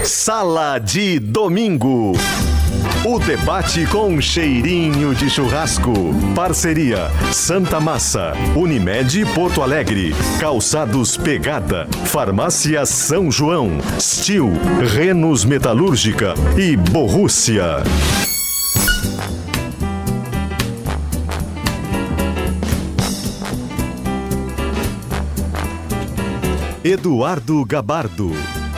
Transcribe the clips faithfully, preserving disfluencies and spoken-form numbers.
Sala de Domingo. O debate com cheirinho de churrasco. Parceria Santa Massa, Unimed Porto Alegre, Calçados Pegada, Farmácia São João, Stil, Renos Metalúrgica e Borrússia. Eduardo Gabardo.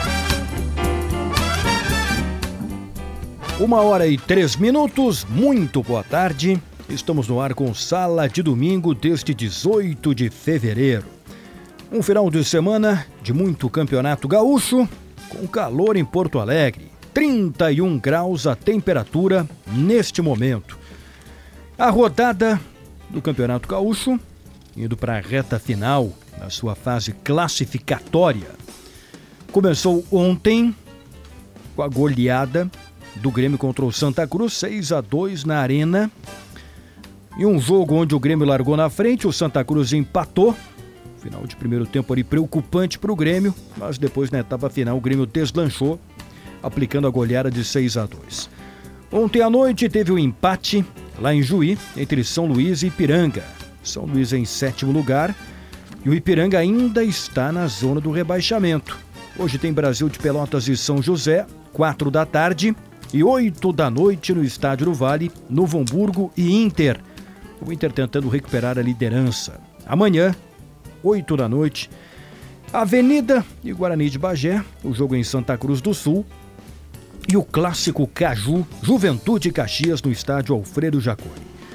Uma hora e três minutos, muito boa tarde. Estamos no ar com Sala de Domingo deste dezoito de fevereiro. Um final de semana de muito campeonato gaúcho, com calor em Porto Alegre. trinta e um graus a temperatura neste momento. A rodada do campeonato gaúcho, indo para a reta final da sua fase classificatória. Começou ontem com a goleada do Grêmio contra o Santa Cruz, seis a dois na Arena. E um jogo onde o Grêmio largou na frente, o Santa Cruz empatou. Final de primeiro tempo ali preocupante para o Grêmio, mas depois na etapa final o Grêmio deslanchou, aplicando a goleada de seis a dois. Ontem à noite teve um empate lá em Juí, entre São Luís e Ipiranga. São Luís em sétimo lugar e o Ipiranga ainda está na zona do rebaixamento. Hoje tem Brasil de Pelotas e São José, quatro da tarde. E oito da noite no Estádio do Vale, Novo Hamburgo e Inter. O Inter tentando recuperar a liderança. Amanhã, oito da noite, Avenida e Guarani de Bagé, o jogo em Santa Cruz do Sul. E o clássico Caju, Juventude e Caxias no Estádio Alfredo Jaconi.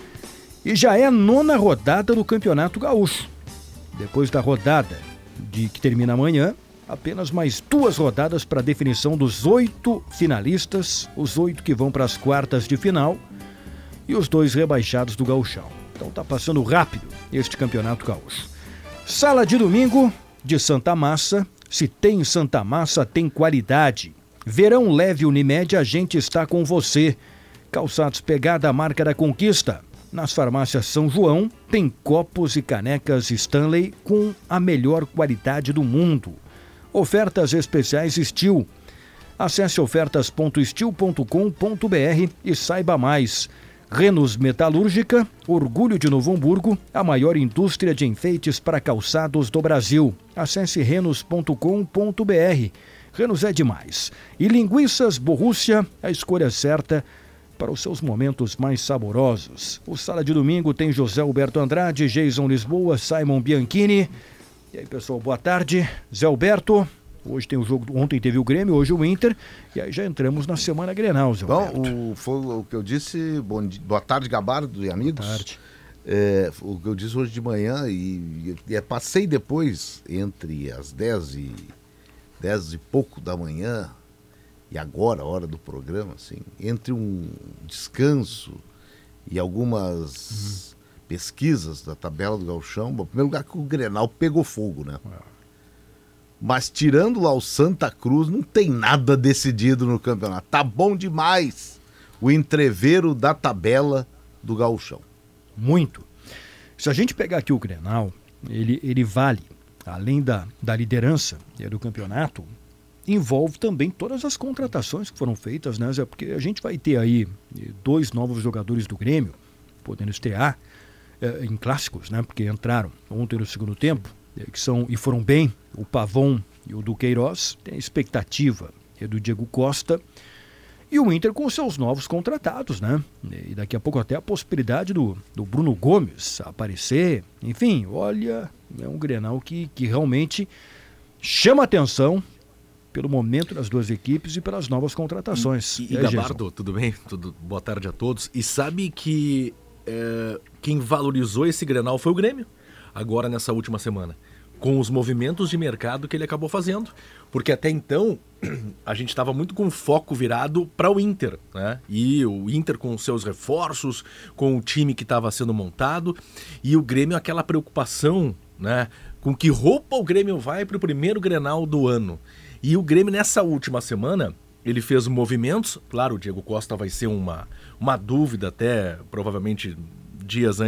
E já é a nona rodada do Campeonato Gaúcho. Depois da rodada de que termina amanhã, apenas mais duas rodadas para a definição dos oito finalistas, os oito que vão para as quartas de final e os dois rebaixados do Gauchão. Então tá passando rápido este campeonato gaúcho. Sala de Domingo de Santa Massa. Se tem Santa Massa, tem qualidade. Verão leve Unimed, a gente está com você. Calçados Pegada, a marca da conquista. Nas farmácias São João, tem copos e canecas Stanley com a melhor qualidade do mundo. Ofertas especiais Stil. Acesse ofertas ponto stil ponto com ponto b r e saiba mais. Renos Metalúrgica, orgulho de Novo Hamburgo, a maior indústria de enfeites para calçados do Brasil. Acesse renos ponto com ponto b r. Renos é demais. E Linguiças Borrússia, a escolha certa para os seus momentos mais saborosos. O Sala de Domingo tem José Alberto Andrade, Jason Lisboa, Simon Bianchini. E aí, pessoal, boa tarde. Zé Alberto, hoje tem o jogo, ontem teve o Grêmio, hoje o Inter, e aí já entramos na semana Grenal, Zé Alberto. Bom, o, foi o que eu disse, bom, boa tarde, Gabardo e amigos. Boa tarde. É, o que eu disse hoje de manhã, e, e, e passei depois, entre as dez e, dez e pouco da manhã, e agora, a hora do programa, assim, entre um descanso e algumas... Uhum. pesquisas da tabela do Gauchão, bom, em primeiro lugar que o Grenal pegou fogo, né? É. Mas tirando lá o Santa Cruz, não tem nada decidido no campeonato. Tá bom demais o entreveiro da tabela do Gauchão. Muito. Se a gente pegar aqui o Grenal, ele, ele vale, além da, da liderança do campeonato, envolve também todas as contratações que foram feitas, né, Zé? Porque a gente vai ter aí dois novos jogadores do Grêmio podendo estrear em clássicos, né? Porque entraram ontem no segundo tempo, que são, e foram bem, o Pavon e o Duqueiroz. Tem a expectativa é do Diego Costa e o Inter com seus novos contratados, né? E daqui a pouco até a possibilidade do, do Bruno Gomes aparecer. Enfim, olha, é um Grenal que, que realmente chama atenção pelo momento das duas equipes e pelas novas contratações. E, e, e Gabardo, Jason? Tudo bem? Tudo, boa tarde a todos. E sabe que É, quem valorizou esse Grenal foi o Grêmio, agora nessa última semana, com os movimentos de mercado que ele acabou fazendo, porque até então a gente estava muito com o foco virado para o Inter, né? E o Inter com seus reforços, com o time que estava sendo montado, e o Grêmio aquela preocupação, né? Com que roupa o Grêmio vai para o primeiro Grenal do ano. E o Grêmio nessa última semana ele fez movimentos, claro, o Diego Costa vai ser uma, uma dúvida até provavelmente dias antes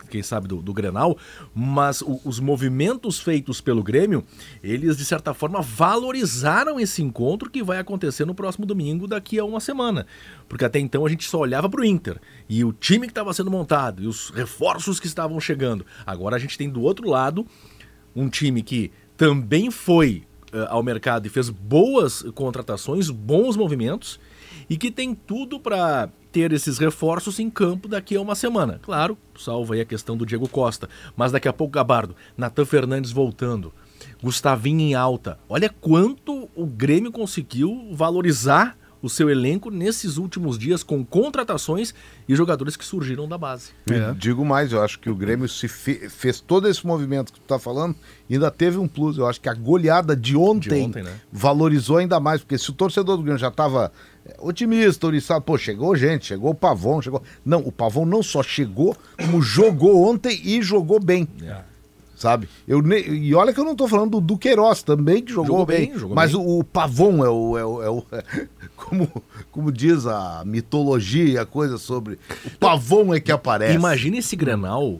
quem sabe, do, do Grenal, mas o, os movimentos feitos pelo Grêmio, eles de certa forma valorizaram esse encontro que vai acontecer no próximo domingo, daqui a uma semana. Porque até então a gente só olhava para o Inter e o time que estava sendo montado e os reforços que estavam chegando. Agora a gente tem do outro lado um time que também foi uh, ao mercado e fez boas contratações, bons movimentos, e que tem tudo para ter esses reforços em campo daqui a uma semana. Claro, salvo aí a questão do Diego Costa, mas daqui a pouco, Gabardo, Nathan Fernandes voltando, Gustavinho em alta. Olha quanto o Grêmio conseguiu valorizar o seu elenco nesses últimos dias com contratações e jogadores que surgiram da base. É. Digo mais, eu acho que o Grêmio se fe- fez todo esse movimento que tu tá falando e ainda teve um plus. Eu acho que a goleada de ontem, de ontem né? valorizou ainda mais, porque se o torcedor do Grêmio já estava otimista, oriçado, pô, chegou gente, chegou o Pavão, chegou... Não, o Pavão não só chegou, como jogou ontem e jogou bem. É. Sabe? Eu ne... E olha que eu não tô falando do Duqueiroz também, que jogou, jogou bem, bem jogou mas bem. O, o Pavão é o... É o, é o é, como, como diz a mitologia, a coisa sobre... O Pavão é que aparece. Imagina esse Grenal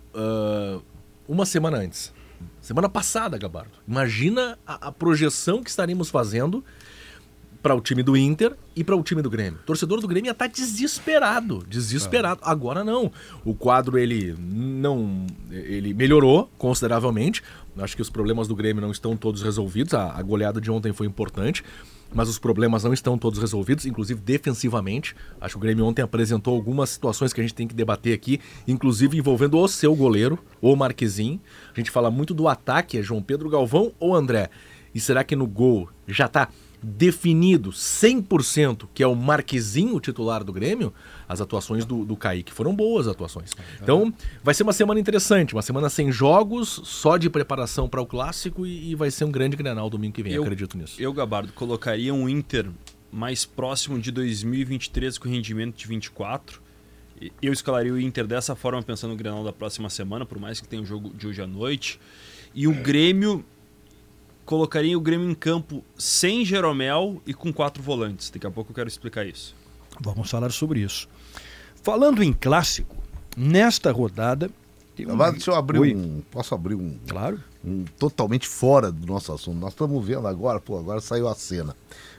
uh, uma semana antes. Semana passada, Gabardo. Imagina a, a projeção que estaríamos fazendo para o time do Inter e para o time do Grêmio. O torcedor do Grêmio ia estar desesperado, desesperado. Ah. Agora não. O quadro ele não, ele melhorou consideravelmente. Acho que os problemas do Grêmio não estão todos resolvidos. A, a goleada de ontem foi importante, mas os problemas não estão todos resolvidos, inclusive defensivamente. Acho que o Grêmio ontem apresentou algumas situações que a gente tem que debater aqui, inclusive envolvendo o seu goleiro, o Marquezinho. A gente fala muito do ataque, é João Pedro Galvão ou André. E será que no gol já está definido cem por cento que é o Marquezinho o titular do Grêmio? As atuações do, do Kaique foram boas atuações. Então vai ser uma semana interessante, uma semana sem jogos, só de preparação para o Clássico e, e vai ser um grande Grenal domingo que vem, eu, acredito nisso. Eu, Gabardo, colocaria um Inter mais próximo de dois mil e vinte e três com rendimento de vinte e quatro. Eu escalaria o Inter dessa forma pensando no Grenal da próxima semana, por mais que tenha o jogo de hoje à noite. E o Grêmio... Colocaria o Grêmio em campo sem Jeromel e com quatro volantes. Daqui a pouco eu quero explicar isso. Vamos falar sobre isso. Falando em clássico, nesta rodada... Um... Mas deixa eu abrir Oi. um... Posso abrir um... Claro. Um totalmente fora do nosso assunto. Nós estamos vendo agora, pô, agora saiu a cena.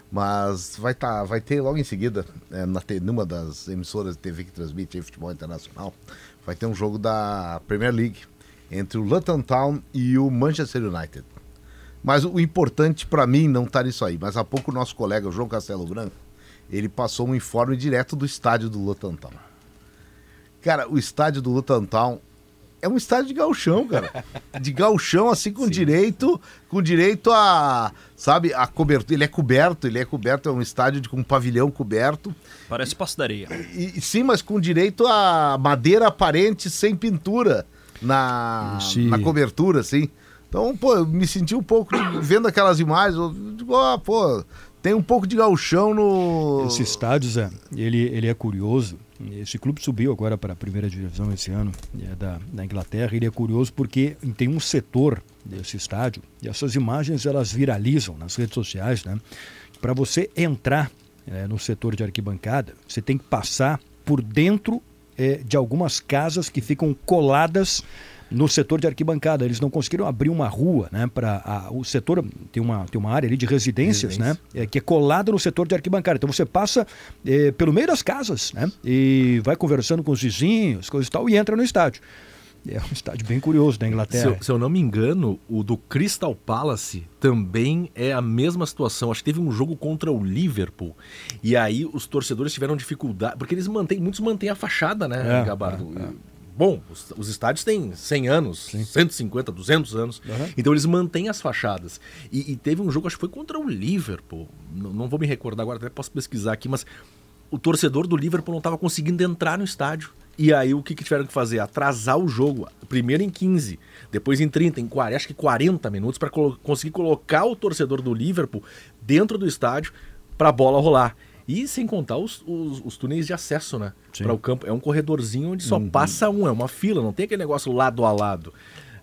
Mas vai, tá, vai ter logo em seguida, é, na, numa das emissoras de T V que transmite aí futebol internacional, vai ter um jogo da Premier League entre o Luton Town e o Manchester United. Mas o importante para mim não tá nisso aí. Mas há pouco o nosso colega, o João Castelo Branco, ele passou um informe direto do estádio do Luton Town. Cara, o estádio do Luton Town é um estádio de gauchão, cara. De gauchão, assim, com Sim. direito com direito a, sabe, a cobertura. Ele é coberto, ele é coberto, é um estádio de, com um pavilhão coberto. Parece Passo da Areia. E, sim, mas com direito a madeira aparente sem pintura na, na cobertura, assim. Então, pô, eu me senti um pouco, vendo aquelas imagens, eu digo, ah, pô, tem um pouco de gauchão no... Esse estádio, Zé, ele, ele é curioso. Esse clube subiu agora para a primeira divisão esse ano, é da, da Inglaterra. Ele é curioso porque tem um setor desse estádio, e essas imagens elas viralizam nas redes sociais, né? Para você entrar é, no setor de arquibancada, você tem que passar por dentro é, de algumas casas que ficam coladas no setor de arquibancada. Eles não conseguiram abrir uma rua, né, para o setor, tem uma, tem uma área ali de residências, Residência. né, é, que é colada no setor de arquibancada. Então você passa é, pelo meio das casas, né, e vai conversando com os vizinhos, coisas e tal, e entra no estádio. É um estádio bem curioso da Inglaterra. Se eu, se eu não me engano, o do Crystal Palace também é a mesma situação. Acho que teve um jogo contra o Liverpool. E aí os torcedores tiveram dificuldade, porque eles mantêm, muitos mantêm a fachada, né, é, Gabardo? É, é. Bom, os, os estádios têm cem anos, Sim. cento e cinquenta, duzentos anos, uhum. Então eles mantêm as fachadas. E, e teve um jogo, acho que foi contra o Liverpool, não, não vou me recordar agora, até posso pesquisar aqui, mas o torcedor do Liverpool não estava conseguindo entrar no estádio. E aí o que, que tiveram que fazer? Atrasar o jogo, primeiro em quinze, depois em trinta, em quarenta, acho que quarenta minutos, para colo- conseguir colocar o torcedor do Liverpool dentro do estádio para a bola rolar. E sem contar os, os, os túneis de acesso, né, para o campo. É um corredorzinho onde só uhum. passa um, é uma fila, não tem aquele negócio lado a lado.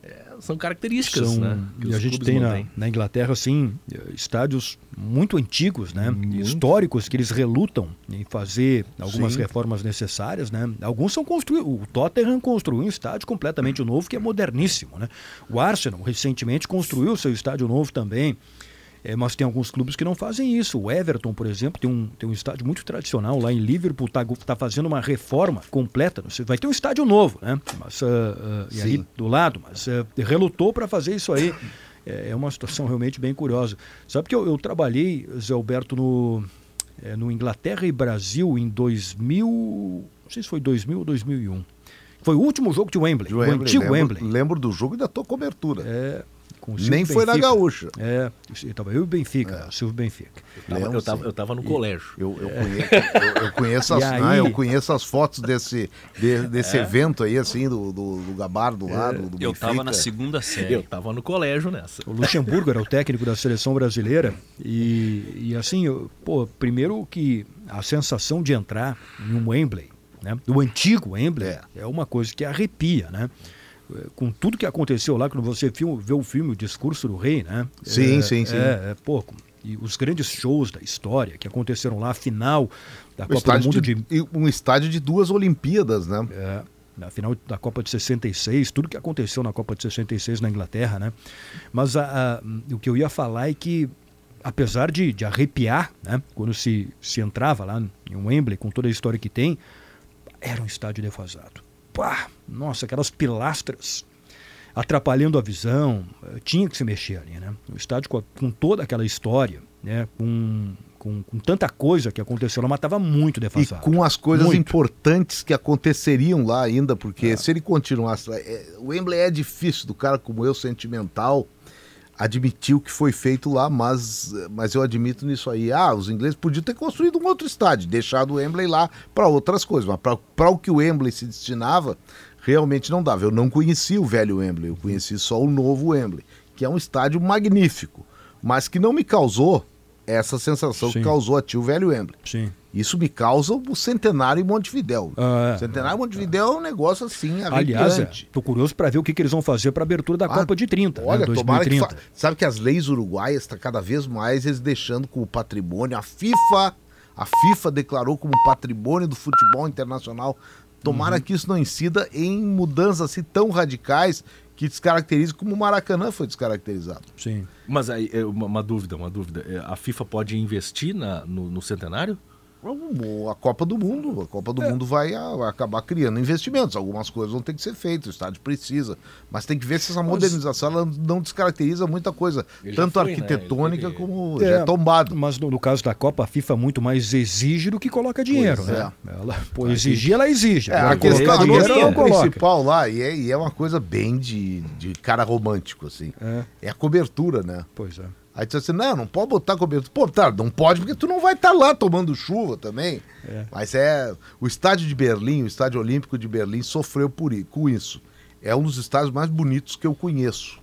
É, são características, São, né? que e os a gente clubes tem na, mantêm. na Inglaterra, assim, estádios muito antigos, né? Muito. Históricos, que eles relutam em fazer algumas Sim. reformas necessárias, né? Alguns são construídos. O Tottenham construiu um estádio completamente novo, que é moderníssimo, né? O Arsenal, recentemente, construiu seu estádio novo também. É, mas tem alguns clubes que não fazem isso. O Everton, por exemplo, tem um, tem um estádio muito tradicional lá em Liverpool, está tá fazendo uma reforma completa. Você vai ter um estádio novo, né? Mas, uh, uh, e aí do lado, mas uh, relutou para fazer isso aí. É, é uma situação realmente bem curiosa. Sabe que eu, eu trabalhei, Zé Alberto, no, é, no Inglaterra e Brasil em dois mil, não sei se foi dois mil ou dois mil e um. Foi o último jogo de Wembley, De o Wembley, antigo lembro, Wembley. Lembro do jogo e da tua cobertura. É, com o Silvio Nem foi na Benfica. Gaúcha. É, estava eu e o Benfica, o Silvio Benfica. Eu tava, Lembro, eu tava, sim. eu tava no colégio. Eu, eu, conheço, eu, eu conheço as, E aí- ah, eu conheço as fotos desse, de- desse evento aí, assim, do, do, do Gabardo lá, do, do Eu Benfica. tava na segunda série. Eu tava no colégio nessa. O Luxemburgo era o técnico da seleção brasileira e, e assim, eu, pô, primeiro que a sensação de entrar em um Wembley, né, do antigo Wembley, é. é uma coisa que arrepia, né? Com tudo que aconteceu lá, quando você filme, vê o filme O Discurso do Rei, né? Sim, é, sim, sim. É, é pouco. E os grandes shows da história que aconteceram lá, a final da Um Copa do estádio Mundo de, de... e um estádio de duas Olimpíadas, né? É, na final da Copa de sessenta e seis, tudo que aconteceu na Copa de sessenta e seis na Inglaterra, né? Mas a, a, o que eu ia falar é que, apesar de, de arrepiar, né? Quando se, se entrava lá em Wembley, com toda a história que tem, era um estádio defasado. Pá, nossa, aquelas pilastras atrapalhando a visão, tinha que se mexer ali, né? O estádio com, a, com toda aquela história, né? Com, com, com tanta coisa que aconteceu lá, mas estava muito E defasado. com as coisas Muito. importantes que aconteceriam lá ainda, porque É. se ele continuasse lá, é, o Wembley é difícil do cara como eu, sentimental, admitir o que foi feito lá, mas, mas eu admito nisso aí. Ah, os ingleses podiam ter construído um outro estádio, deixado o Wembley lá para outras coisas, mas para o que o Wembley se destinava, realmente não dava. Eu não conhecia o velho Wembley, eu conheci só o novo Wembley, que é um estádio magnífico, mas que não me causou essa sensação Sim. que causou a ti o velho Wembley. Sim. Isso me causa o Centenário em Montevidéu. Ah, é. Centenário em Montevidéu é um negócio assim, Aliás, arrepiante. estou curioso para ver o que, que eles vão fazer para a abertura da Ah, Copa de trinta, Olha, né, tomara que dois mil e trinta. fa... Sabe que as leis uruguaias estão cada vez mais eles deixando como patrimônio. A FIFA, a FIFA declarou como patrimônio do futebol internacional. Tomara Uhum. que isso não incida em mudanças assim tão radicais que descaracterizam como o Maracanã foi descaracterizado. Sim. Mas aí, é uma, uma dúvida, uma dúvida. É, A FIFA pode investir na, no, no centenário? A Copa do Mundo, a Copa do Mundo vai, a- vai acabar criando investimentos. Algumas coisas vão ter que ser feitas, o estádio precisa. Mas tem que ver se essa modernização ela não descaracteriza muita coisa, Ele já tanto foi, né? arquitetônica Ele teve- como É, já é tombado. Mas no, no caso da Copa, a FIFA muito mais exige do que coloca dinheiro, Pois né? Ela, pô, exigir, ela exige. É, Agora, a questão, colocar a dinheiro, ela questão não coloca. principal lá, e é, e é uma coisa bem de, de cara romântico, assim, É. é a cobertura, né? Pois é. Aí tu diz assim, não, não pode botar cobertura. Pô, tá, não pode porque tu não vai estar lá tomando chuva também. É. Mas é, o estádio de Berlim, o estádio olímpico de Berlim sofreu por, i- com isso. É um dos estádios mais bonitos que eu conheço.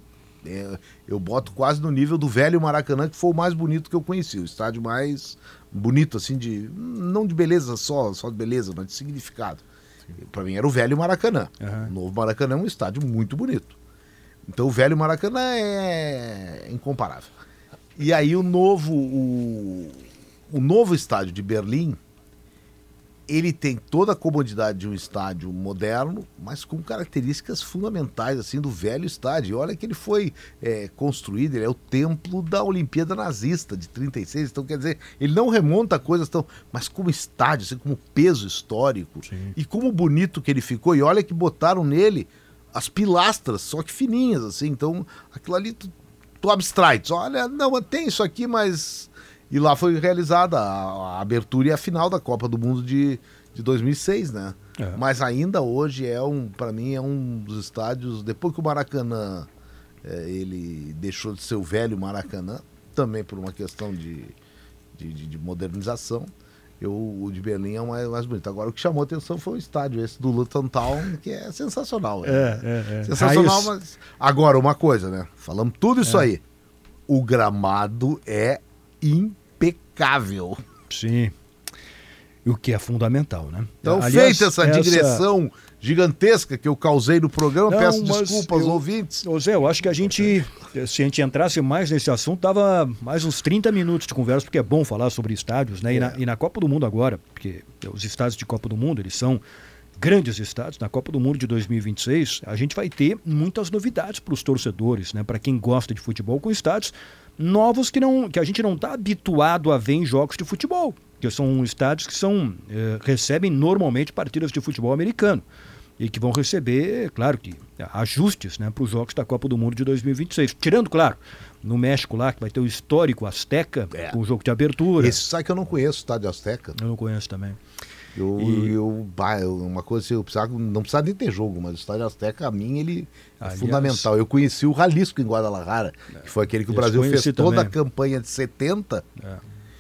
É, eu boto quase no nível do velho Maracanã, que foi o mais bonito que eu conheci. O estádio mais bonito, assim, de não de beleza só, só de beleza, mas de significado. Para mim era o velho Maracanã. Aham. O novo Maracanã é um estádio muito bonito. Então o velho Maracanã é incomparável. E aí o novo, o, o novo estádio de Berlim, ele tem toda a comodidade de um estádio moderno, mas com características fundamentais assim do velho estádio. E olha que ele foi é, construído, ele é o templo da Olimpíada Nazista de trinta e seis, então quer dizer, ele não remonta a coisas tão... Mas como estádio, assim, como peso histórico, Sim. e como bonito que ele ficou, e olha que botaram nele as pilastras, só que fininhas, assim, então aquilo ali tu, tu abstrai, tu, olha, não, tem isso aqui, mas... E lá foi realizada a, a abertura e a final da Copa do Mundo de, de dois mil e seis, né? É. Mas ainda hoje é um, para mim, é um dos estádios, depois que o Maracanã, é, ele deixou de ser o velho Maracanã, também por uma questão de, de, de- de modernização, eu, o de Berlim é o mais, mais bonito. Agora, o que chamou a atenção foi o estádio esse do Luton Town, que é sensacional. né? É, é, é. Sensacional, Raiz. mas... Agora, uma coisa, né? Falamos tudo isso aí. O gramado é impecável. Sim. E o que é fundamental, né? Então, Aliás, feita essa, essa digressão gigantesca que eu causei no programa. Não, Peço mas desculpas eu- aos ouvintes. Ô Zé, eu acho que a gente, se a gente entrasse mais nesse assunto, tava mais uns trinta minutos de conversa, porque é bom falar sobre estádios, né? E, na, e na Copa do Mundo agora, porque os estádios de Copa do Mundo, eles são grandes estádios. Na Copa do Mundo de dois mil e vinte e seis, a gente vai ter muitas novidades para os torcedores, né? Para quem gosta de futebol, com estádios novos que, não, que a gente não está habituado a ver em jogos de futebol, que são estádios que são, eh, recebem normalmente partidas de futebol americano. E que vão receber, claro que, ajustes, né, para os jogos da Copa do Mundo de dois mil e vinte e seis. Tirando, claro, no México lá, que vai ter o histórico Azteca, É. com o jogo de abertura. Esse sabe que eu não conheço o Estádio Azteca. Eu não conheço também. Eu, E- eu, bah, eu- uma coisa assim, eu precisava, não precisava nem ter jogo, mas o Estádio Azteca, a mim, ele é Aliás- fundamental. Eu conheci o Jalisco em Guadalajara, que foi aquele que o Esse Brasil fez conheci toda a também. campanha de setenta É.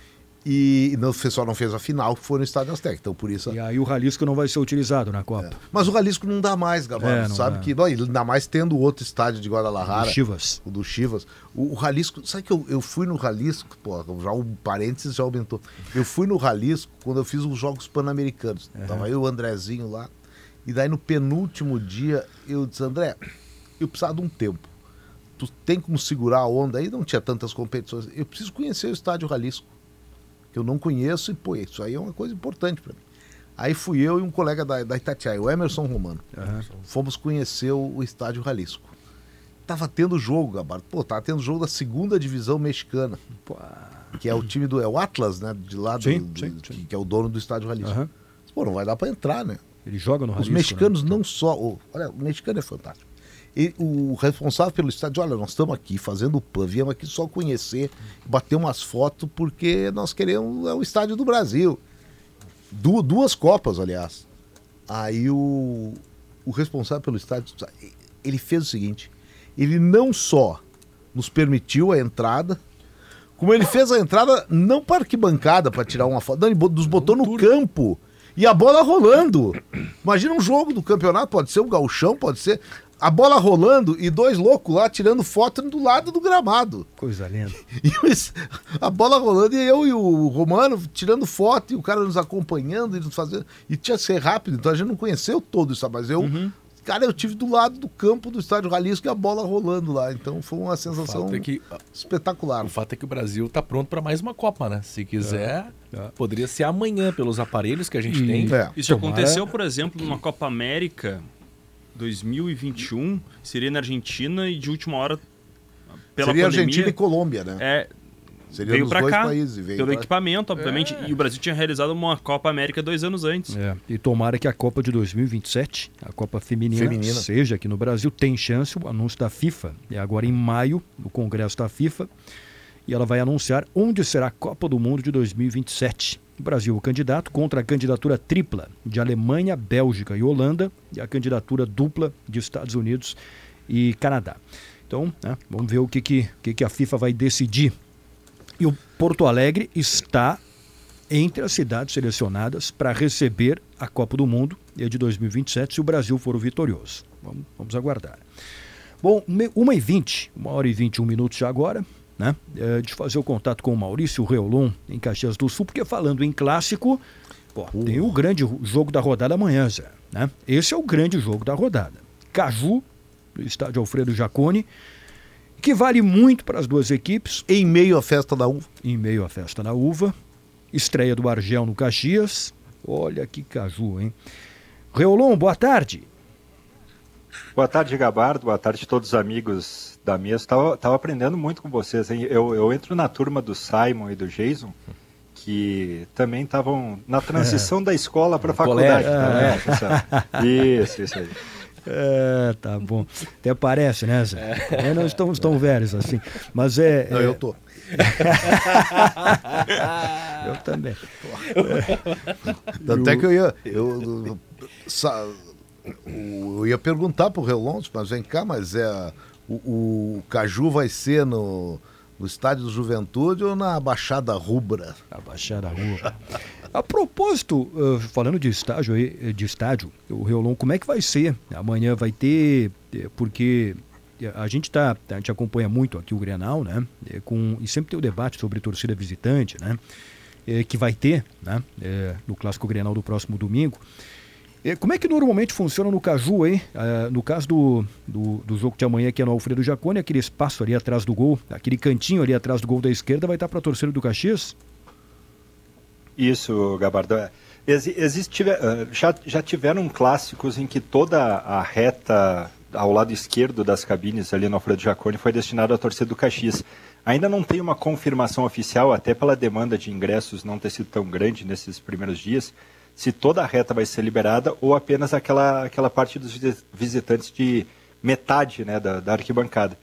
e não, só não fez a final, que foi no Estádio Azteca. Então, por isso. E aí o Jalisco não vai ser utilizado na Copa. Mas o Jalisco não dá mais, Gabriel. É, não sabe dá. que. Não, ainda mais tendo outro estádio de Guadalajara. O Chivas. O do Chivas. O, o Jalisco. Sabe que eu, eu fui no Jalisco, pô, já o parênteses já aumentou. Eu fui no Jalisco quando eu fiz os Jogos Pan-Americanos. Tava eu e o Andrezinho lá. E daí no penúltimo dia eu disse, André, eu precisava de um tempo. Tu tem como segurar a onda aí? Não tinha tantas competições. Eu preciso conhecer o estádio Jalisco, que eu não conheço, e pô, isso aí é uma coisa importante para mim. Aí fui eu e um colega da, da Itatiaia, o Emerson Romano. Aham. Fomos conhecer o, o estádio Jalisco. Tava tendo jogo, Gabardo. Pô, tava tendo jogo da segunda divisão mexicana, Pô, que é o time do é o Atlas, né? De lá do, Sim, do- sim, que, sim. que é o dono do estádio Jalisco. Aham. Pô, não vai dar para entrar, né? Ele joga no Os Jalisco. mexicanos né? não só. o- olha, o mexicano é fantástico. E o responsável pelo estádio, olha, nós estamos aqui fazendo o P A N, viemos aqui só conhecer, bater umas fotos, porque nós queremos. É o estádio do Brasil. Du- duas Copas, aliás. Aí o, o responsável pelo estádio, ele fez o seguinte: ele não só nos permitiu a entrada, como ele fez a entrada não para arquibancada para tirar uma foto, não, ele bo- nos botou no campo e a bola rolando. Imagina um jogo do campeonato, pode ser um gauchão, pode ser a bola rolando e dois loucos lá tirando foto do lado do gramado. Coisa linda. E os- a bola rolando e eu e o Romano tirando foto e o cara nos acompanhando e nos fazendo. E tinha que ser rápido, então a gente não conheceu todo isso, mas eu. Cara, eu tive do lado do campo do Estádio Jalisco e a bola rolando lá. Então foi uma O sensação fato é que, espetacular. o fato é que o Brasil tá pronto para mais uma Copa, né? Se quiser, É. poderia ser amanhã pelos aparelhos que a gente tem. É. Isso já Tomara- aconteceu, por exemplo, numa Copa América dois mil e vinte e um, seria na Argentina e de última hora, pela Seria pandemia, Argentina e Colômbia, né? é, Seria veio nos para dois cá, países. Veio pelo pra- equipamento, obviamente, e o Brasil tinha realizado uma Copa América dois anos antes. É, e tomara que a Copa de dois mil e vinte e sete, a Copa Feminina, Feminina. seja aqui no Brasil. Tem chance, o anúncio da FIFA é agora em maio, no Congresso da FIFA, e ela vai anunciar onde será a Copa do Mundo de dois mil e vinte e sete. O Brasil, o candidato, contra a candidatura tripla de Alemanha, Bélgica e Holanda, e a candidatura dupla de Estados Unidos e Canadá. Então, né, vamos ver o que, que, o que, que a FIFA vai decidir. E o Porto Alegre está entre as cidades selecionadas para receber a Copa do Mundo de dois mil e vinte e sete, se o Brasil for o vitorioso. Vamos, vamos aguardar. Bom, me- uma e vinte, uma hora e vinte e um minutos já agora, né? É, de fazer o contato com o Maurício Reolon, em Caxias do Sul, porque falando em clássico, pô, tem o grande jogo da rodada amanhã, Zé, né? Esse é o grande jogo da rodada. Caju, do estádio Alfredo Jaconi, que vale muito para as duas equipes, Em meio à festa da uva. em meio à festa na uva. Estreia do Argel no Caxias. Olha que caju, hein? Reolon, boa tarde. Boa tarde, Gabardo. Boa tarde a todos os amigos da mesa. Tava, tava aprendendo muito com vocês, hein? Eu, eu entro na turma do Simon e do Jason, que também estavam na transição da escola para a faculdade. colégio, Tá, né, professor? Isso, isso aí. É, tá bom. Até parece, né, Zé? É. Não estamos tão velhos assim. Mas é. Não, é- eu tô. Eu também. Tanto é que eu ia. Eu, eu, sa- o- eu ia perguntar pro Relon, mas vem cá, mas é. O, o Caju vai ser no, no Estádio do Juventude ou na Baixada Rubra? A Baixada Rua. A propósito, uh, falando de estádio, aí, de estádio, o Reolon, como é que vai ser? Amanhã vai ter, eh, porque a gente tá, a gente acompanha muito aqui o Grenal, né? Eh, Com, e sempre tem o debate sobre torcida visitante, né? Eh, que vai ter, né? Eh, no Clássico Grenal do próximo domingo. E como é que normalmente funciona no Caju, hein? Uh, no caso do, do, do jogo de amanhã, que é no Alfredo Jaconi, aquele espaço ali atrás do gol, aquele cantinho ali atrás do gol da esquerda, vai estar para a torcida do Caxias? Isso, Gabardo. Ex- existe, já, já tiveram clássicos em que toda a reta ao lado esquerdo das cabines ali no Alfredo Jaconi foi destinada à torcida do Caxias. Ainda não tem uma confirmação oficial, até pela demanda de ingressos não ter sido tão grande nesses primeiros dias, se toda a reta vai ser liberada ou apenas aquela, aquela parte dos visitantes de metade, né, da, da arquibancada.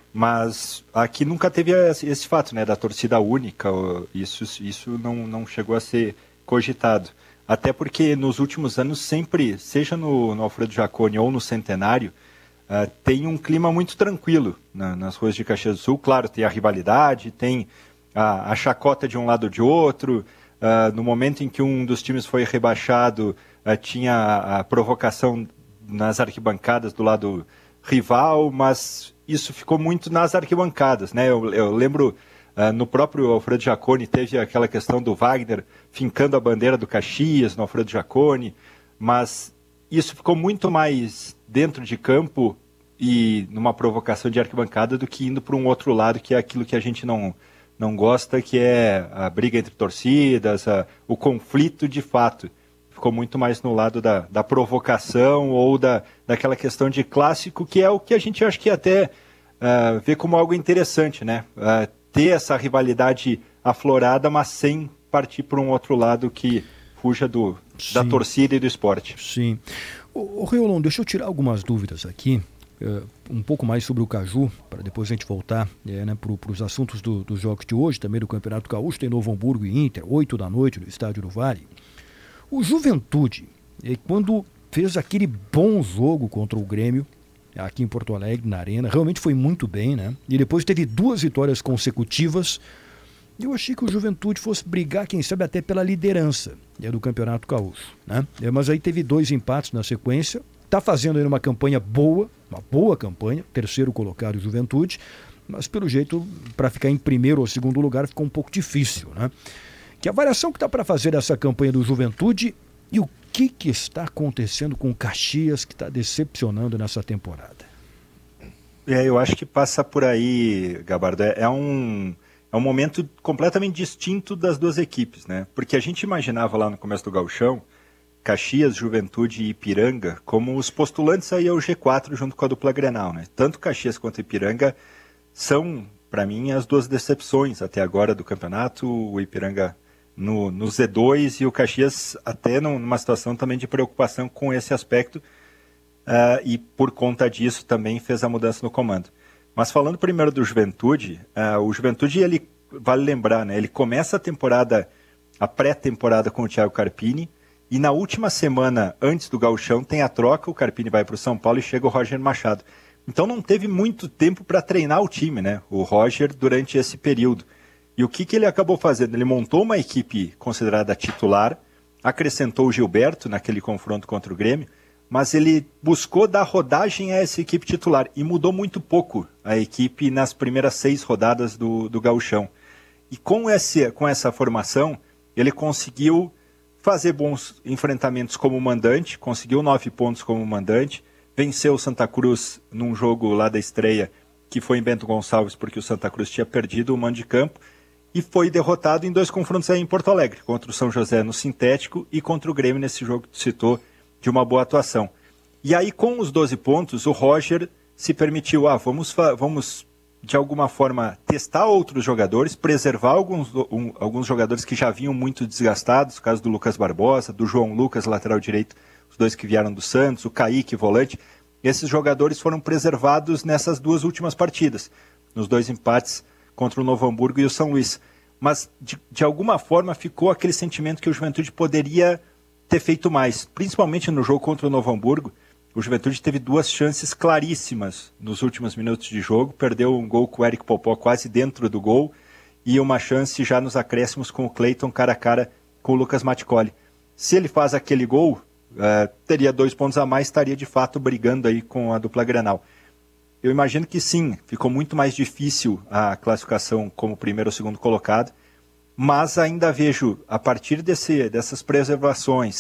Mas aqui nunca teve esse, esse fato, né, da torcida única, isso, isso não, não chegou a ser cogitado. Até porque nos últimos anos sempre, seja no, no Alfredo Jaconi ou no Centenário, uh, tem um clima muito tranquilo na, nas ruas de Caxias do Sul. Claro, tem a rivalidade, tem a, a chacota de um lado ou de outro. Uh, no momento em que um dos times foi rebaixado, uh, tinha a, a provocação nas arquibancadas do lado rival, mas isso ficou muito nas arquibancadas, né? Eu, eu lembro, uh, no próprio Alfredo Jaconi, teve aquela questão do Wagner fincando a bandeira do Caxias no Alfredo Jaconi, mas isso ficou muito mais dentro de campo e numa provocação de arquibancada do que indo para um outro lado, que é aquilo que a gente não... não gosta, que é a briga entre torcidas, a, o conflito de fato. Ficou muito mais no lado da, da provocação ou da, daquela questão de clássico, que é o que a gente acha que até uh, vê como algo interessante, né? Uh, ter essa rivalidade aflorada, mas sem partir para um outro lado que fuja do, da torcida e do esporte. Sim. Ô, ô Riolon, deixa eu tirar algumas dúvidas aqui. Uh, um pouco mais sobre o Caju, para depois a gente voltar é, né, para os assuntos dos do jogos de hoje, também do Campeonato Gaúcho. Tem Novo Hamburgo e Inter, oito da noite no Estádio do Vale. O Juventude, é, quando fez aquele bom jogo contra o Grêmio, aqui em Porto Alegre, na Arena, realmente foi muito bem, né? E depois teve duas vitórias consecutivas. Eu achei que o Juventude fosse brigar, quem sabe, até pela liderança é, do Campeonato Gaúcho, né? É, mas aí teve dois empates na sequência. Está fazendo aí uma campanha boa, uma boa campanha, terceiro colocado o Juventude, mas pelo jeito, para ficar em primeiro ou segundo lugar, ficou um pouco difícil, né? Que avaliação que está para fazer dessa campanha do Juventude e o que, que está acontecendo com o Caxias, que está decepcionando nessa temporada? É, eu acho que passa por aí, Gabardo, é, é um... É um momento completamente distinto das duas equipes, né? Porque a gente imaginava lá no começo do Gauchão Caxias, Juventude e Ipiranga como os postulantes aí ao G quatro junto com a dupla Grenal, né? Tanto Caxias quanto Ipiranga são, para mim, as duas decepções até agora do campeonato. O Ipiranga no, no Z dois e o Caxias até numa situação também de preocupação com esse aspecto uh, e por conta disso também fez a mudança no comando. Mas falando primeiro do Juventude, uh, o Juventude, ele vale lembrar, né? Ele começa a temporada, a pré-temporada com o Thiago Carpini. E na última semana, antes do Gauchão, tem a troca, o Carpini vai para o São Paulo e chega o Roger Machado. Então não teve muito tempo para treinar o time, né? O Roger, durante esse período. E o que, que ele acabou fazendo? Ele montou uma equipe considerada titular, acrescentou o Gilberto naquele confronto contra o Grêmio, mas ele buscou dar rodagem a essa equipe titular e mudou muito pouco a equipe nas primeiras seis rodadas do, do Gauchão. E com, esse, com essa formação, ele conseguiu fazer bons enfrentamentos como mandante, conseguiu nove pontos como mandante, venceu o Santa Cruz num jogo lá da estreia, que foi em Bento Gonçalves, porque o Santa Cruz tinha perdido o mando de campo, e foi derrotado em dois confrontos aí em Porto Alegre, contra o São José no sintético e contra o Grêmio nesse jogo que tu citou, de uma boa atuação. E aí, com os doze pontos, o Roger se permitiu, ah, vamos, vamos de alguma forma testar outros jogadores, preservar alguns, um, alguns jogadores que já vinham muito desgastados, o caso do Lucas Barbosa, do João Lucas, lateral direito, os dois que vieram do Santos, o Kaique, volante. Esses jogadores foram preservados nessas duas últimas partidas, nos dois empates contra o Novo Hamburgo e o São Luís. Mas, de, de alguma forma, ficou aquele sentimento que o Juventude poderia ter feito mais, principalmente no jogo contra o Novo Hamburgo. O Juventude teve duas chances claríssimas nos últimos minutos de jogo, perdeu um gol com o Eric Popó quase dentro do gol e uma chance já nos acréscimos com o Cleiton cara a cara com o Lucas Maticoli. Se ele faz aquele gol, uh, teria dois pontos a mais, estaria de fato brigando aí com a dupla Grenal. Eu imagino que sim, ficou muito mais difícil a classificação como primeiro ou segundo colocado, mas ainda vejo, a partir desse, dessas preservações,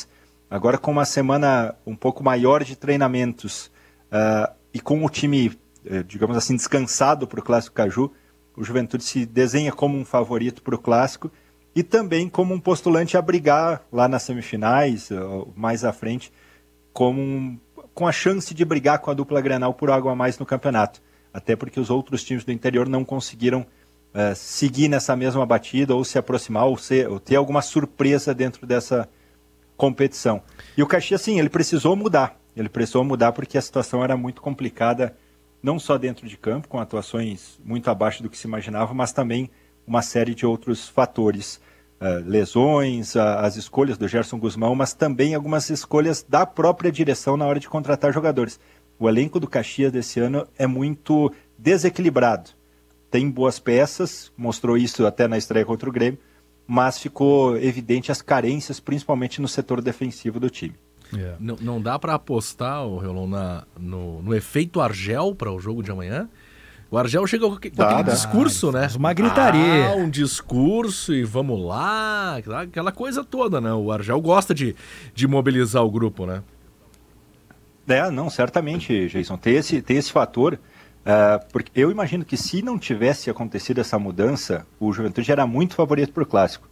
agora com uma semana um pouco maior de treinamentos uh, e com o time, uh, digamos assim, descansado para o Clássico Caju, o Juventude se desenha como um favorito para o Clássico e também como um postulante a brigar lá nas semifinais, uh, mais à frente, como um, com a chance de brigar com a dupla Grenal por algo a mais no campeonato. Até porque os outros times do interior não conseguiram uh, seguir nessa mesma batida ou se aproximar ou, ser, ou ter alguma surpresa dentro dessa competição. E o Caxias, sim, ele precisou mudar. Ele precisou mudar porque a situação era muito complicada, não só dentro de campo, com atuações muito abaixo do que se imaginava, mas também uma série de outros fatores. Uh, lesões, uh, as escolhas do Gerson Guzmão, mas também algumas escolhas da própria direção na hora de contratar jogadores. O elenco do Caxias desse ano é muito desequilibrado. Tem boas peças, mostrou isso até na estreia contra o Grêmio, mas ficou evidente as carências, principalmente no setor defensivo do time. Yeah. Não, não dá para apostar, o Relon, na, no, no efeito Argel para o jogo de amanhã? O Argel chega com, com dá, aquele dá. discurso, né? Uma gritaria. Ah, um discurso e vamos lá, aquela coisa toda, né? O Argel gosta de, de mobilizar o grupo, né? É, não, certamente, Jason. Tem esse, tem esse fator, uh, porque eu imagino que se não tivesse acontecido essa mudança, o Juventude era muito favorito para o Clássico.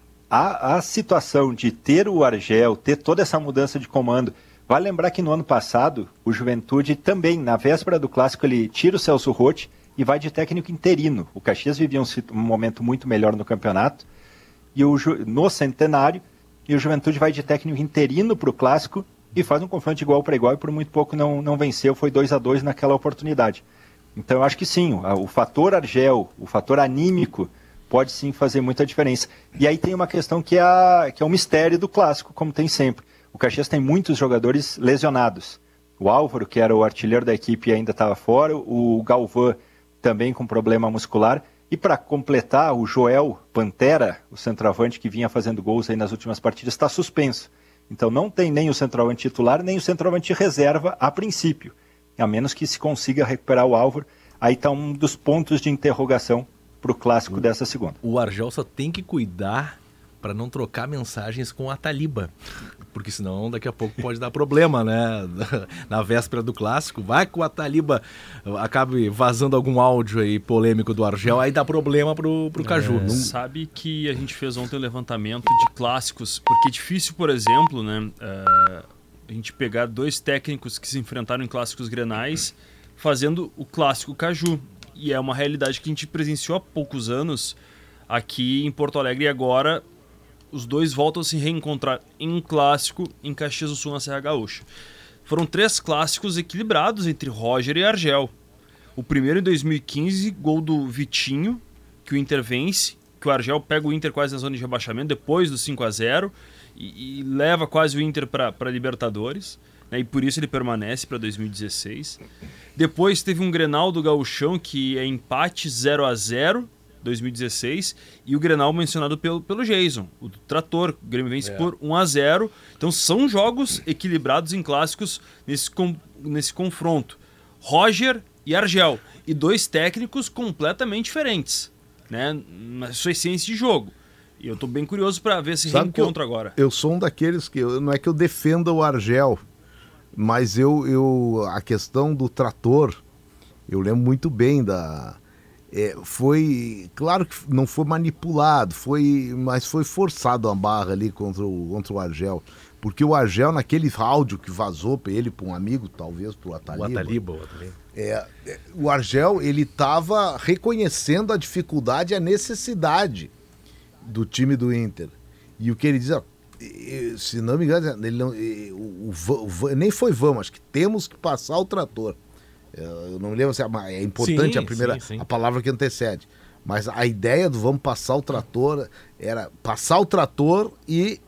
A, a situação de ter o Argel, ter toda essa mudança de comando, vale lembrar que no ano passado, o Juventude também, na véspera do Clássico, ele tira o Celso Roth e vai de técnico interino. O Caxias vivia um, um momento muito melhor no campeonato, e o, no centenário, e o Juventude vai de técnico interino para o Clássico, e faz um confronto de igual para igual e por muito pouco não, não venceu, foi dois a dois naquela oportunidade. Então eu acho que sim, o, o fator Argel, o fator anímico pode sim fazer muita diferença. E aí tem uma questão que é, a, que é o mistério do Clássico, como tem sempre. O Caxias tem muitos jogadores lesionados. O Álvaro, que era o artilheiro da equipe, ainda estava fora, o Galvão também com problema muscular, e para completar, o Joel Pantera, o centroavante que vinha fazendo gols aí nas últimas partidas, está suspenso. Então não tem nem o centroavante titular, nem o centroavante reserva a princípio. A menos que se consiga recuperar o Álvaro. Aí está um dos pontos de interrogação para o Clássico dessa segunda. O Argel só tem que cuidar para não trocar mensagens com a Taliba. Porque senão daqui a pouco pode dar problema, né? Na véspera do Clássico. Vai que o Ataliba acabe vazando algum áudio aí polêmico do Argel, aí dá problema pro, pro Caju. É, Não... Sabe que a gente fez ontem um levantamento de clássicos, porque é difícil, por exemplo, né, uh, a gente pegar dois técnicos que se enfrentaram em clássicos grenais fazendo o clássico Caju. E é uma realidade que a gente presenciou há poucos anos aqui em Porto Alegre, e agora os dois voltam a se reencontrar em um clássico em Caxias do Sul, na Serra Gaúcha. Foram três clássicos equilibrados entre Roger e Argel. O primeiro em dois mil e quinze, gol do Vitinho, que o Inter vence, que o Argel pega o Inter quase na zona de rebaixamento, depois do cinco a zero, e, e leva quase o Inter para a Libertadores, né, e por isso ele permanece para dois mil e dezesseis. Depois teve um Grenal do Gauchão, que é empate zero a zero, dois mil e dezesseis, e o Grenal mencionado pelo, pelo Jason, o do Trator. O Grêmio vence é. por um a zero. Então são jogos equilibrados em clássicos nesse, com, nesse confronto. Roger e Argel. E dois técnicos completamente diferentes, né, na sua essência de jogo. E eu tô bem curioso para ver esse Sabe reencontro eu, agora. Eu sou um daqueles que... Eu, não é que eu defenda o Argel, mas eu, eu a questão do Trator, eu lembro muito bem da... É, foi, claro que não foi manipulado, foi, mas foi forçado a barra ali contra o, contra o Argel, porque o Argel, naquele áudio que vazou para ele, para um amigo, talvez para o Ataliba, o Ataliba, o Ataliba. É, é, o Argel, ele estava reconhecendo a dificuldade e a necessidade do time do Inter, e o que ele diz, ó, se não me engano, ele não, o, o, o, nem foi vamos, acho que temos que passar o trator. Eu não me lembro se é importante sim, a primeira sim, sim. a palavra que antecede, mas a ideia do vamos passar o trator era passar o trator e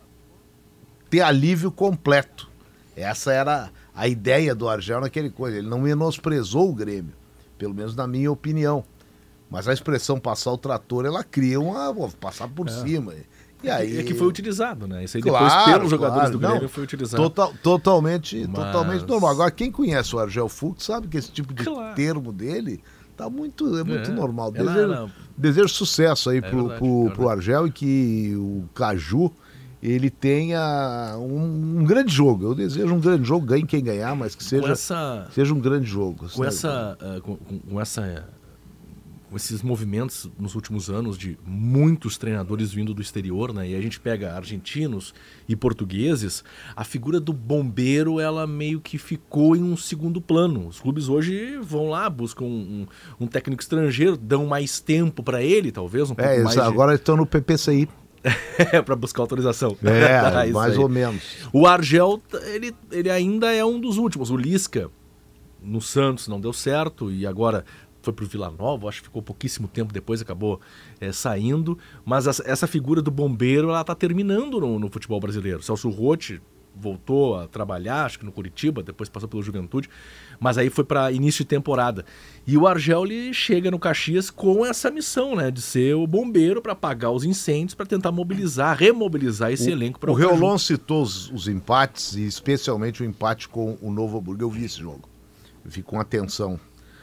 ter alívio completo. Essa era a ideia do Argel naquele coisa. Ele não menosprezou o Grêmio, pelo menos na minha opinião, mas a expressão passar o trator, ela cria uma pô, passar por é. cima. E aí... É que foi utilizado, né? Isso aí claro, depois pelos jogadores claro. do Grêmio Não, foi utilizado. Total, totalmente, Mas... totalmente normal. Agora, quem conhece o Argel Fux sabe que esse tipo de claro. termo dele tá muito, é muito é. normal. Desejo, é, desejo sucesso aí é pro, verdade, pro, é pro Argel, e que o Caju ele tenha um, um grande jogo. Eu desejo um grande jogo, ganhe quem ganhar, mas que seja, essa, seja um grande jogo. Com, essa, uh, com, com, essa, com esses movimentos nos últimos anos de muitos treinadores vindo do exterior, né? E a gente pega argentinos e portugueses, a figura do bombeiro, ela meio que ficou em um segundo plano. Os clubes hoje vão lá, buscam um, um técnico estrangeiro, dão mais tempo para ele, talvez, um pouco é, mais de... agora estão no P P C I. para buscar autorização. É, mais ou menos. O Argel, ele, ele ainda é um dos últimos. O Lisca, no Santos, não deu certo e agora foi pro Vila Nova, acho que ficou pouquíssimo tempo depois, acabou é, saindo. Mas essa, essa figura do bombeiro, ela tá terminando no, no futebol brasileiro. Celso Rotti voltou a trabalhar, acho que no Curitiba, depois passou pelo Juventude, mas aí foi para início de temporada. E o Argel, ele chega no Caxias com essa missão, né, de ser o bombeiro para apagar os incêndios, para tentar mobilizar, remobilizar esse o, elenco para o O Reolon citou os, os empates, e especialmente o empate com o Novo Hamburgo. Eu vi esse jogo, eu vi com atenção.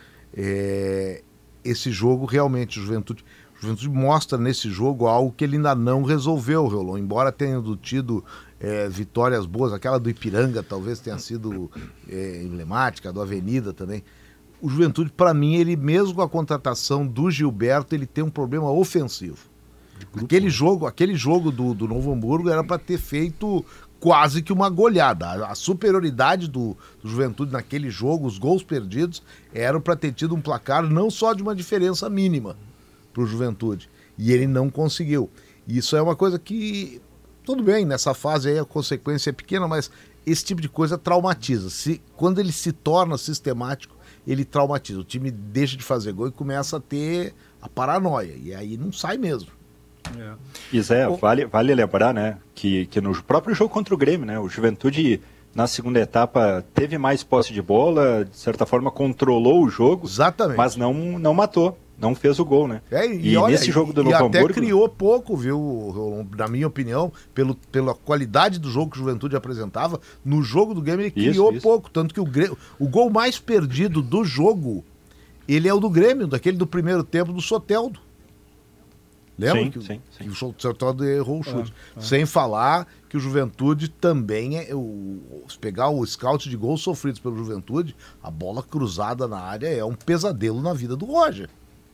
É, esse jogo realmente, o Juventude, o Juventude mostra nesse jogo algo que ele ainda não resolveu, o Reolon, embora tenha tido É, vitórias boas, aquela do Ipiranga talvez tenha sido é, emblemática, do Avenida também. O Juventude, para mim, ele mesmo com a contratação do Gilberto, ele tem um problema ofensivo. Grupo, aquele né? jogo, aquele jogo do, do Novo Hamburgo era para ter feito quase que uma goleada. A, a superioridade do, do Juventude naquele jogo, os gols perdidos, eram para ter tido um placar não só de uma diferença mínima para o Juventude. E ele não conseguiu. Isso é uma coisa que... Tudo bem, nessa fase aí a consequência é pequena, mas esse tipo de coisa traumatiza. Se, quando ele se torna sistemático, ele traumatiza. O time deixa de fazer gol e começa a ter a paranoia. E aí não sai mesmo. É. E Zé, vale, vale lembrar, né, que, que no próprio jogo contra o Grêmio, né, o Juventude na segunda etapa teve mais posse de bola, de certa forma controlou o jogo. Exatamente. Mas não, não matou. Não fez o gol, né? É, e, e olha, nesse jogo do e Novo até Hamburgo... criou pouco, viu? Na minha opinião, pelo, pela qualidade do jogo que o Juventude apresentava, no jogo do Grêmio ele criou isso, pouco. Isso. Tanto que o, Grêmio, o gol mais perdido do jogo, ele é o do Grêmio, daquele do primeiro tempo do Soteldo. Lembra? Sim, que, sim, sim. que o Soteldo errou o chute. Ah, ah. Sem falar que o Juventude também é... O, se pegar o scout de gols sofridos pelo Juventude, a bola cruzada na área é um pesadelo na vida do Roger.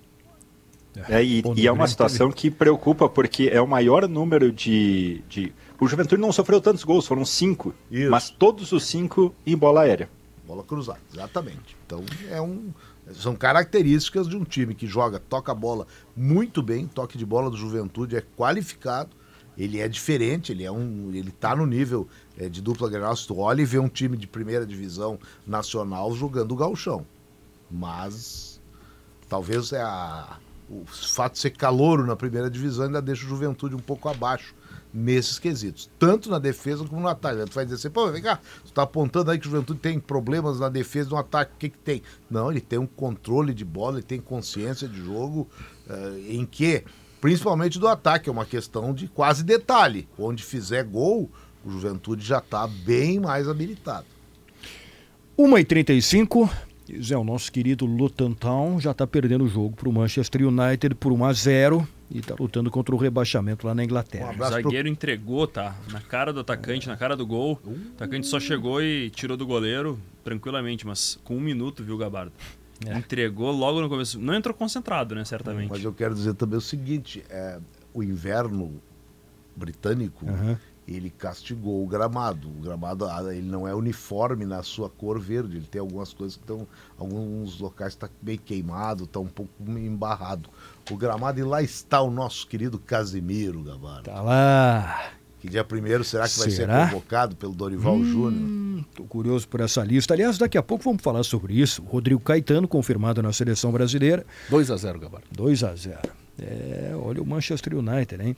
É, e, e é uma situação que preocupa, porque é o maior número de, de... O Juventude não sofreu tantos gols, foram cinco. Isso. Mas todos os cinco em bola aérea. Bola cruzada, exatamente. Então, é um, são características de um time que joga, toca a bola muito bem, o toque de bola do Juventude é qualificado, ele é diferente, ele é um, ele tá no nível é, de dupla Grenal. Se tu olha e vê um time de primeira divisão nacional jogando o gauchão. Mas, talvez é a... o fato de ser calouro na primeira divisão ainda deixa o Juventude um pouco abaixo nesses quesitos, tanto na defesa como no ataque. Tu vai dizer assim, pô, vem cá, tu tá apontando aí que o Juventude tem problemas na defesa e no ataque, o que que tem? Não, ele tem um controle de bola, ele tem consciência de jogo, uh, em que, principalmente do ataque, é uma questão de quase detalhe, onde fizer gol, o Juventude já tá bem mais habilitado. uma e trinta e cinco... Zé, o nosso querido Luton Town já está perdendo o jogo para o Manchester United por um a zero e está lutando contra o rebaixamento lá na Inglaterra. Um o zagueiro pro... entregou, tá? Na cara do atacante, na cara do gol. O atacante só chegou e tirou do goleiro tranquilamente, mas com um minuto, viu, Gabardo? É. Entregou logo no começo. Não entrou concentrado, né, certamente. Mas eu quero dizer também o seguinte, é, o inverno britânico... Uhum. Ele castigou o gramado. O gramado ele não é uniforme na sua cor verde. Ele tem algumas coisas que estão... Alguns locais estão meio queimado, está um pouco embarrado. O gramado, e lá está o nosso querido Casimiro, Gabardo. Tá lá. Que dia primeiro será que vai será? ser convocado pelo Dorival hum, Júnior? Tô curioso por essa lista. Aliás, daqui a pouco vamos falar sobre isso. Rodrigo Caetano, confirmado na seleção brasileira. dois a zero, Gabardo. dois a zero. É, olha o Manchester United, hein?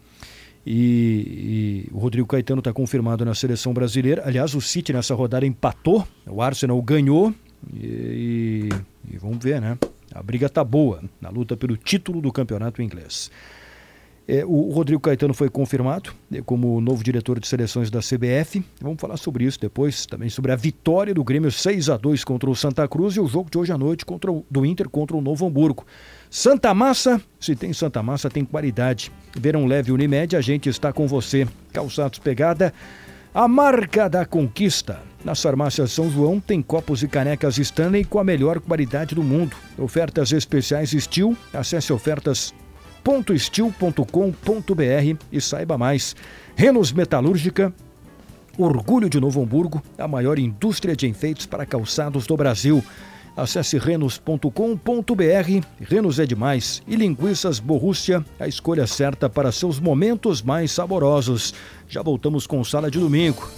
E, e o Rodrigo Caetano está confirmado na seleção brasileira. Aliás, o City nessa rodada empatou, o Arsenal ganhou e, e, e vamos ver, né? A briga tá boa na luta pelo título do campeonato inglês. É, o Rodrigo Caetano foi confirmado é, como novo diretor de seleções da C B F. Vamos falar sobre isso depois, também sobre a vitória do Grêmio seis a dois contra o Santa Cruz e o jogo de hoje à noite contra o, do Inter contra o Novo Hamburgo. Santa Massa, se tem Santa Massa, tem qualidade. Verão Leve Unimed, a gente está com você. Calçados Pegada, a marca da conquista. Nas farmácias São João tem copos e canecas Stanley com a melhor qualidade do mundo. Ofertas especiais Steel, acesse ofertas ponto steel ponto com ponto b r e saiba mais. Renos Metalúrgica, orgulho de Novo Hamburgo, a maior indústria de enfeites para calçados do Brasil. Acesse renos ponto com ponto b r. Renos é demais. E Linguiças Borrússia, a escolha certa para seus momentos mais saborosos. Já voltamos com Sala de Domingo.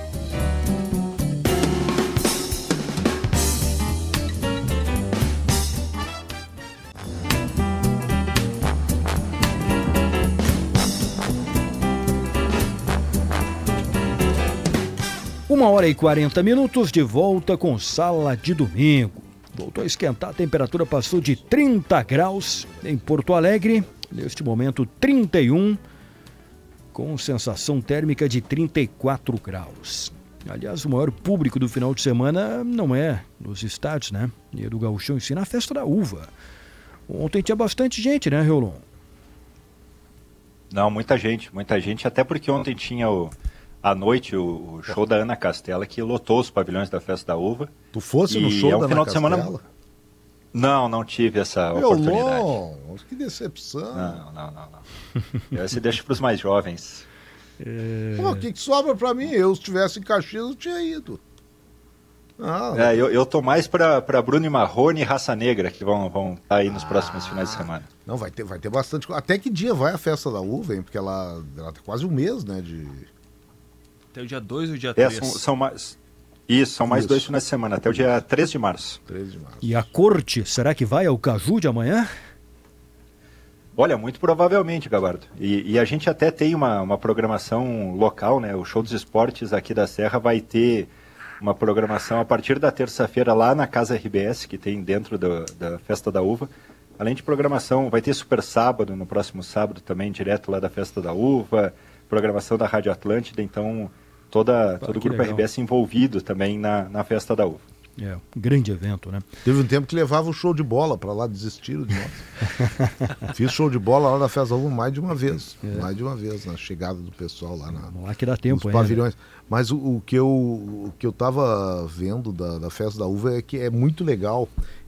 Uma hora e quarenta minutos, de volta com Sala de Domingo. Voltou a esquentar, a temperatura passou de trinta graus em Porto Alegre, neste momento trinta e um, com sensação térmica de trinta e quatro graus. Aliás, o maior público do final de semana não é nos estádios, né? E do Gauchão, e sim na Festa da Uva. Ontem tinha bastante gente, né, Reolon? Não, muita gente, muita gente, até porque ontem tinha o... à noite, o, o show da Ana Castela, que lotou os pavilhões da Festa da Uva. Tu fosse e no show é um da final Ana de semana... Castela? Não, não tive essa Meu oportunidade. Long, que decepção. Não, não, não, não. Esse deixa para os mais jovens. É... Pô, o que, que sobra para mim? Eu, se tivesse em Caxias, eu tinha ido. Ah, é, eu, eu tô mais para Bruno e Marrone e Raça Negra, que vão vão estar aí nos ah, próximos finais de semana. Não, vai ter, vai ter bastante coisa. Até que dia vai a Festa da Uva, hein? Porque ela, ela tem quase um mês, né? De... Até o dia dois ou dia É, três? são, são mais... Isso, são mais Isso. dois finais de semana, até o dia três de março. três de março. E a corte, será que vai ao Caju de amanhã? Olha, muito provavelmente, Gabardo. E, e a gente até tem uma, uma programação local, né? O Show dos Esportes aqui da Serra vai ter uma programação a partir da terça-feira lá na Casa R B S, que tem dentro do, da Festa da Uva. Além de programação, vai ter Super Sábado no próximo sábado também, direto lá da Festa da Uva, programação da Rádio Atlântida, então toda, Pá, todo o que Grupo legal. R B S envolvido também na, na Festa da Uva. É, um grande evento, né? Teve um tempo que levava o show de bola para lá, desistiram de nós. Fiz show de bola lá na Festa da Uva mais de uma vez. É. Mais de uma vez, na chegada do pessoal lá na, Vamos lá que dá tempo, nos hein, pavilhões. Né? Mas o, o, que eu, o que eu tava vendo da, da Festa da Uva é que é muito legal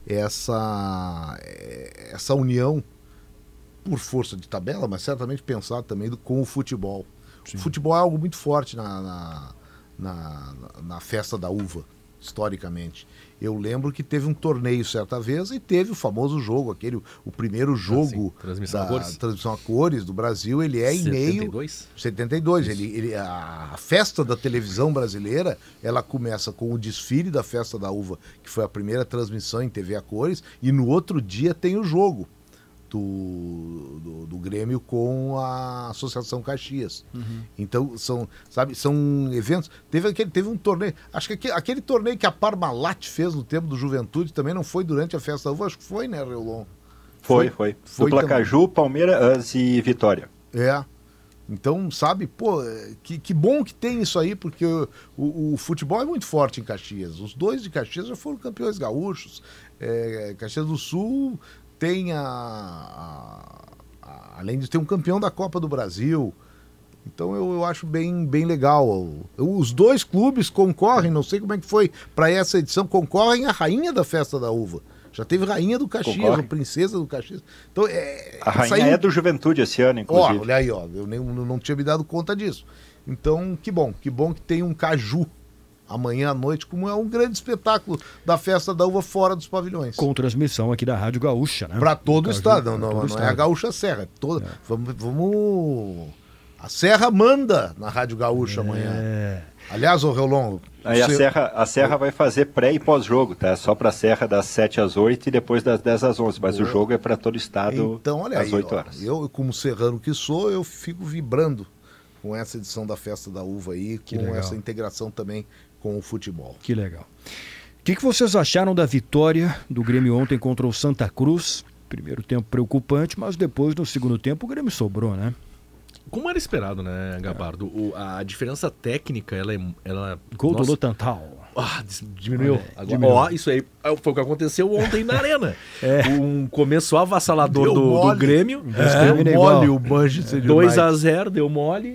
essa, essa união, por força de tabela, mas certamente pensado também do, com o futebol. Sim. O futebol é algo muito forte na, na, na, na Festa da Uva, historicamente. Eu lembro que teve um torneio certa vez e teve o famoso jogo, aquele, o primeiro jogo ah, transmissão, da a cores. transmissão a cores do Brasil, ele é em meio... setenta e dois. Ele, ele, a festa da televisão brasileira, ela começa com o desfile da Festa da Uva, que foi a primeira transmissão em T V a cores, e no outro dia tem o jogo do, do, do Grêmio com a Associação Caxias. Uhum. Então, são, sabe, são eventos... Teve, aquele, teve um torneio... Acho que aquele, aquele torneio que a Parmalat fez no tempo do Juventude também não foi durante a Festa da Uva, acho que foi, né, Reolon? Foi, foi. foi. Dupla Caju, Palmeiras e Vitória. É. Então, sabe, pô, que, que bom que tem isso aí, porque o, o, o futebol é muito forte em Caxias. Os dois de Caxias já foram campeões gaúchos. É, Caxias do Sul tem a, a, a... além de ter um campeão da Copa do Brasil. Então eu, eu acho bem, bem legal. Os dois clubes concorrem, não sei como é que foi para essa edição, concorrem a rainha da Festa da Uva. Já teve rainha do Caxias, Concorre. a princesa do Caxias. Então, é, a rainha aí... é do Juventude esse ano, inclusive. Ó, olha aí, ó, eu nem, não tinha me dado conta disso. Então, que bom, que bom que tem um caju amanhã à noite, como é um grande espetáculo da Festa da Uva fora dos pavilhões. Com transmissão aqui da Rádio Gaúcha, né? Para todo o estado, não, não, não, não estado. é a Gaúcha Serra. É toda, é. Vamos, vamos... A Serra manda na Rádio Gaúcha é. amanhã. Aliás, ô Reolon... Aí a, você... Serra, a Serra vai fazer pré e pós-jogo, tá? Só para a Serra das sete às oito e depois das dez às onze. Mas Boa. o jogo é para todo o estado então, olha às aí, oito ó, horas. Eu, como serrano que sou, eu fico vibrando com essa edição da Festa da Uva aí, com essa integração também com o futebol. Que legal. O que, que vocês acharam da vitória do Grêmio ontem contra o Santa Cruz? Primeiro tempo preocupante, mas depois no segundo tempo o Grêmio sobrou, né? Como era esperado, né, Gabardo? O, a diferença técnica, ela é... Ela, Gol nossa, do Lutantal. Ah, diminuiu. É, Agora, diminuiu. Ó, isso aí foi o que aconteceu ontem na Arena. É. Um começo avassalador Deu do, do mole. Grêmio. É, Deu mole o Manchester dois a United. zero, deu mole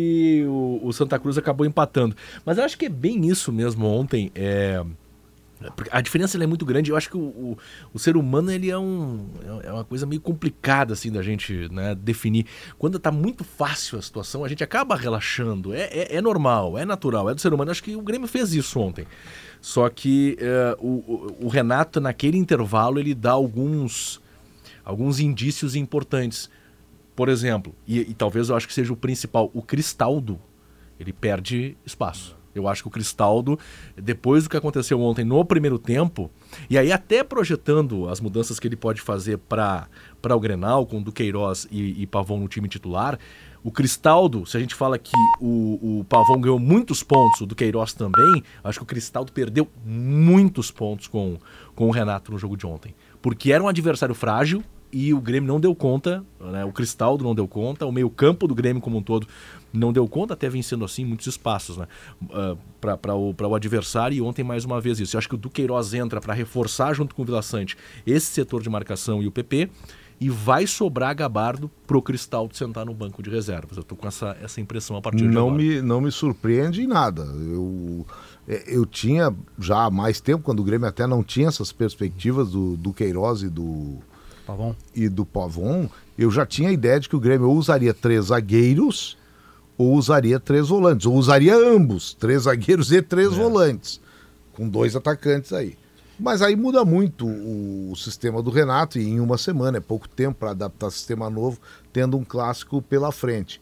e o, o Santa Cruz acabou empatando. Mas eu acho que é bem isso mesmo ontem. É... Porque a diferença ela é muito grande. Eu acho que o, o, o ser humano ele é, um, é uma coisa meio complicada assim, da gente, né, definir. Quando está muito fácil a situação, a gente acaba relaxando. É, é, é normal, é natural, é do ser humano. Eu acho que o Grêmio fez isso ontem. Só que é, o, o, o Renato, naquele intervalo, ele dá alguns, alguns indícios importantes. Por exemplo, e, e talvez eu acho que seja o principal, o Cristaldo, ele perde espaço. Eu acho que o Cristaldo, depois do que aconteceu ontem no primeiro tempo, e aí até projetando as mudanças que ele pode fazer para o Grenal, com Duqueiroz e, e Pavon no time titular, o Cristaldo, se a gente fala que o, o Pavon ganhou muitos pontos, o Duqueiroz também, acho que o Cristaldo perdeu muitos pontos com, com o Renato no jogo de ontem. Porque era um adversário frágil e o Grêmio não deu conta, né? O Cristaldo não deu conta, o meio-campo do Grêmio como um todo não deu conta, até vencendo assim muitos espaços, né? uh, para o, o adversário, e ontem mais uma vez isso. Eu acho que o Duqueiroz entra para reforçar junto com o Vila Sante esse setor de marcação e o P P, e vai sobrar Gabardo pro Cristaldo sentar no banco de reservas. Eu tô com essa, essa impressão a partir de Não agora. me, não me surpreende em nada. Eu, eu tinha já há mais tempo, quando o Grêmio até não tinha essas perspectivas do, do Queiroz e do, Pavon. e do Pavon, eu já tinha a ideia de que o Grêmio ou usaria três zagueiros ou usaria três volantes, ou usaria ambos, três zagueiros e três é. volantes, com dois atacantes aí. Mas aí muda muito o, o sistema do Renato, e em uma semana, é pouco tempo para adaptar sistema novo, tendo um clássico pela frente.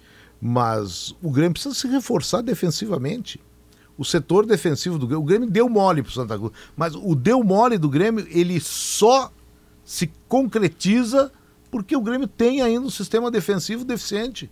Mas o Grêmio precisa se reforçar defensivamente. O setor defensivo do Grêmio, o Grêmio deu mole para o Santa Cruz, mas o deu mole do Grêmio, ele só se concretiza porque o Grêmio tem ainda um sistema defensivo deficiente.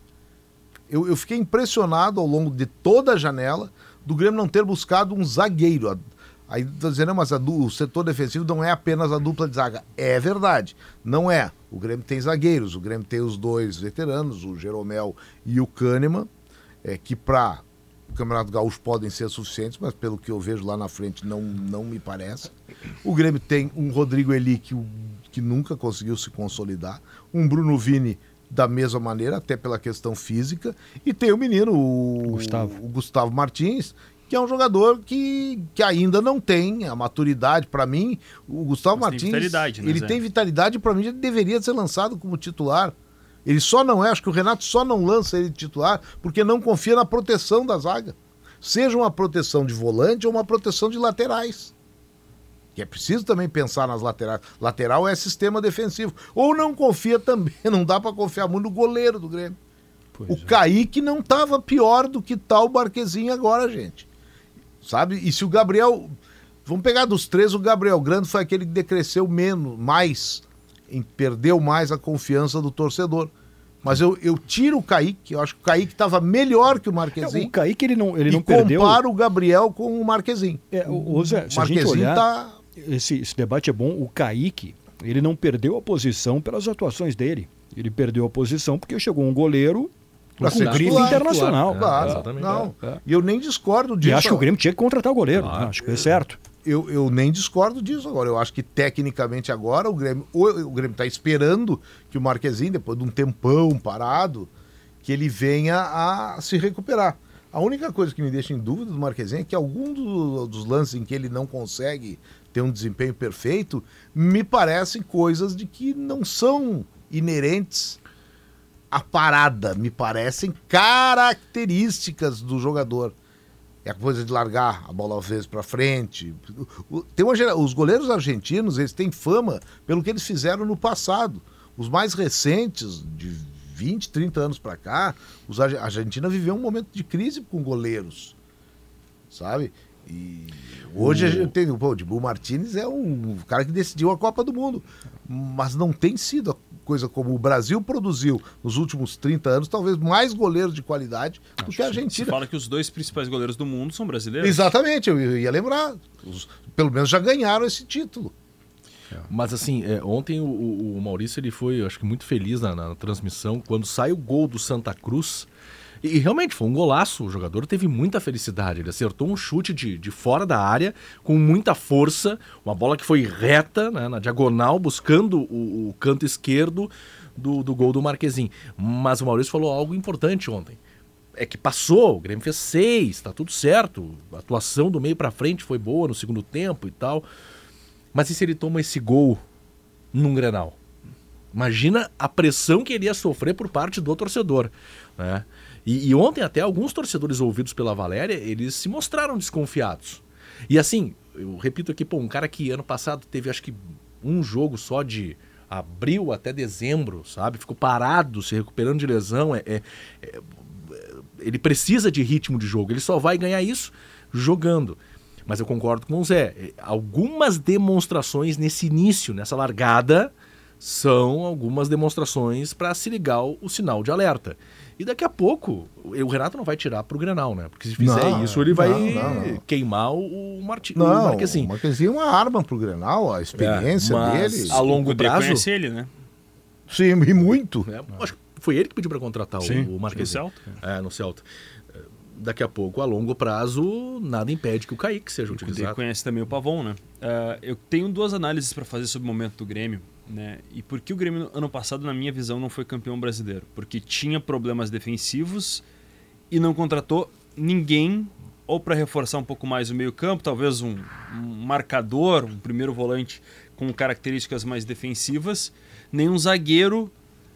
Eu, eu fiquei impressionado ao longo de toda a janela do Grêmio não ter buscado um zagueiro. Aí tá dizendo, mas a, o setor defensivo não é apenas a dupla de zaga. É verdade, não é. O Grêmio tem zagueiros, o Grêmio tem os dois veteranos, o Jeromel e o Kahneman, é, que para o Campeonato Gaúcho podem ser suficientes, mas pelo que eu vejo lá na frente não, não me parece. O Grêmio tem um Rodrigo Eli que, que nunca conseguiu se consolidar, um Bruno Vini da mesma maneira, até pela questão física, e tem o menino, o Gustavo, o Gustavo Martins, que é um jogador que, que ainda não tem a maturidade. Para mim, o Gustavo Mas Martins, tem vitalidade, né, ele Zé? tem vitalidade, para mim ele deveria ser lançado como titular. Ele só não é, acho que o Renato só não lança ele titular porque não confia na proteção da zaga. Seja uma proteção de volante ou uma proteção de laterais. Que é preciso também pensar nas laterais. Lateral é sistema defensivo. Ou não confia também, não dá para confiar muito no goleiro do Grêmio. Pois o é. Kaique não estava pior do que tá o Marquezinho agora, gente. Sabe? E se o Gabriel... Vamos pegar dos três, o Gabriel Grando foi aquele que decresceu menos, mais, em, perdeu mais a confiança do torcedor. Mas eu, eu tiro o Kaique, eu acho que o Kaique estava melhor que o Marquezinho. É, o Kaique ele não, ele e não perdeu... compara o Gabriel com o Marquezinho. É, o, o Zé, se o a gente olhar, tá... esse, esse debate é bom. O Kaique, ele não perdeu a posição pelas atuações dele. Ele perdeu a posição porque chegou um goleiro pra com ser grife titular, internacional. Claro, claro, É, exatamente. Não. É. E eu nem discordo disso. E acho que o Grêmio tinha que contratar o goleiro. Claro. Acho que é certo. Eu, eu nem discordo disso agora. Eu acho que tecnicamente agora o Grêmio o, o Grêmio está esperando que o Marquezinho, depois de um tempão parado, que ele venha a se recuperar. A única coisa que me deixa em dúvida do Marquezinho é que algum do, dos lances em que ele não consegue ter um desempenho perfeito, me parecem coisas de que não são inerentes à parada, me parecem características do jogador. É a coisa de largar a bola às vezes para frente. Tem uma gera... Os goleiros argentinos, eles têm fama pelo que eles fizeram no passado. Os mais recentes, de vinte, trinta anos para cá, os... a Argentina viveu um momento de crise com goleiros, sabe? E hoje o... a gente tem... Pô, o Dibu Martínez é um cara que decidiu a Copa do Mundo, mas não tem sido a coisa como o Brasil produziu nos últimos trinta anos, talvez mais goleiros de qualidade do Acho que a Argentina. Você fala que os dois principais goleiros do mundo são brasileiros? Exatamente, eu ia lembrar. Os, pelo menos já ganharam esse título. Mas assim, é, ontem o, o Maurício ele foi, eu acho que muito feliz na, na, na transmissão, quando sai o gol do Santa Cruz. E, e realmente foi um golaço, o jogador teve muita felicidade, ele acertou um chute de, de fora da área, com muita força, uma bola que foi reta, né, na diagonal, buscando o, o canto esquerdo do, do gol do Marquezin. Mas o Maurício falou algo importante ontem. É que passou, o Grêmio fez seis, tá tudo certo. A atuação do meio pra frente foi boa no segundo tempo e tal. Mas e se ele toma esse gol num Grenal? Imagina a pressão que ele ia sofrer por parte do torcedor, né? E, e ontem até alguns torcedores ouvidos pela Valéria, eles se mostraram desconfiados. E assim, eu repito aqui, pô, um cara que ano passado teve acho que um jogo só de abril até dezembro, sabe? Ficou parado, se recuperando de lesão, é... é, é ele precisa de ritmo de jogo, ele só vai ganhar isso jogando. Mas eu concordo com o Zé, algumas demonstrações nesse início, nessa largada, são algumas demonstrações para se ligar o, o sinal de alerta. E daqui a pouco, o Renato não vai tirar pro Grenal, né? Porque se fizer não, isso, ele vai não, não, não. queimar o, Marti, não, o Marquezin. O Marquezin é uma arma pro Grenal, a experiência é, dele. A longo prazo... conhece ele, né? Sim, e muito. É, acho que foi ele que pediu para contratar Sim, o, o Marquezin. No Celta. É, no Celta. Daqui a pouco, a longo prazo, nada impede que o Kaique seja utilizado. Você conhece também o Pavon, né? Uh, eu tenho duas análises para fazer sobre o momento do Grêmio, né? E por que o Grêmio, ano passado, na minha visão, não foi campeão brasileiro? Porque tinha problemas defensivos e não contratou ninguém, ou para reforçar um pouco mais o meio-campo, talvez um, um marcador, um primeiro volante com características mais defensivas, nem um zagueiro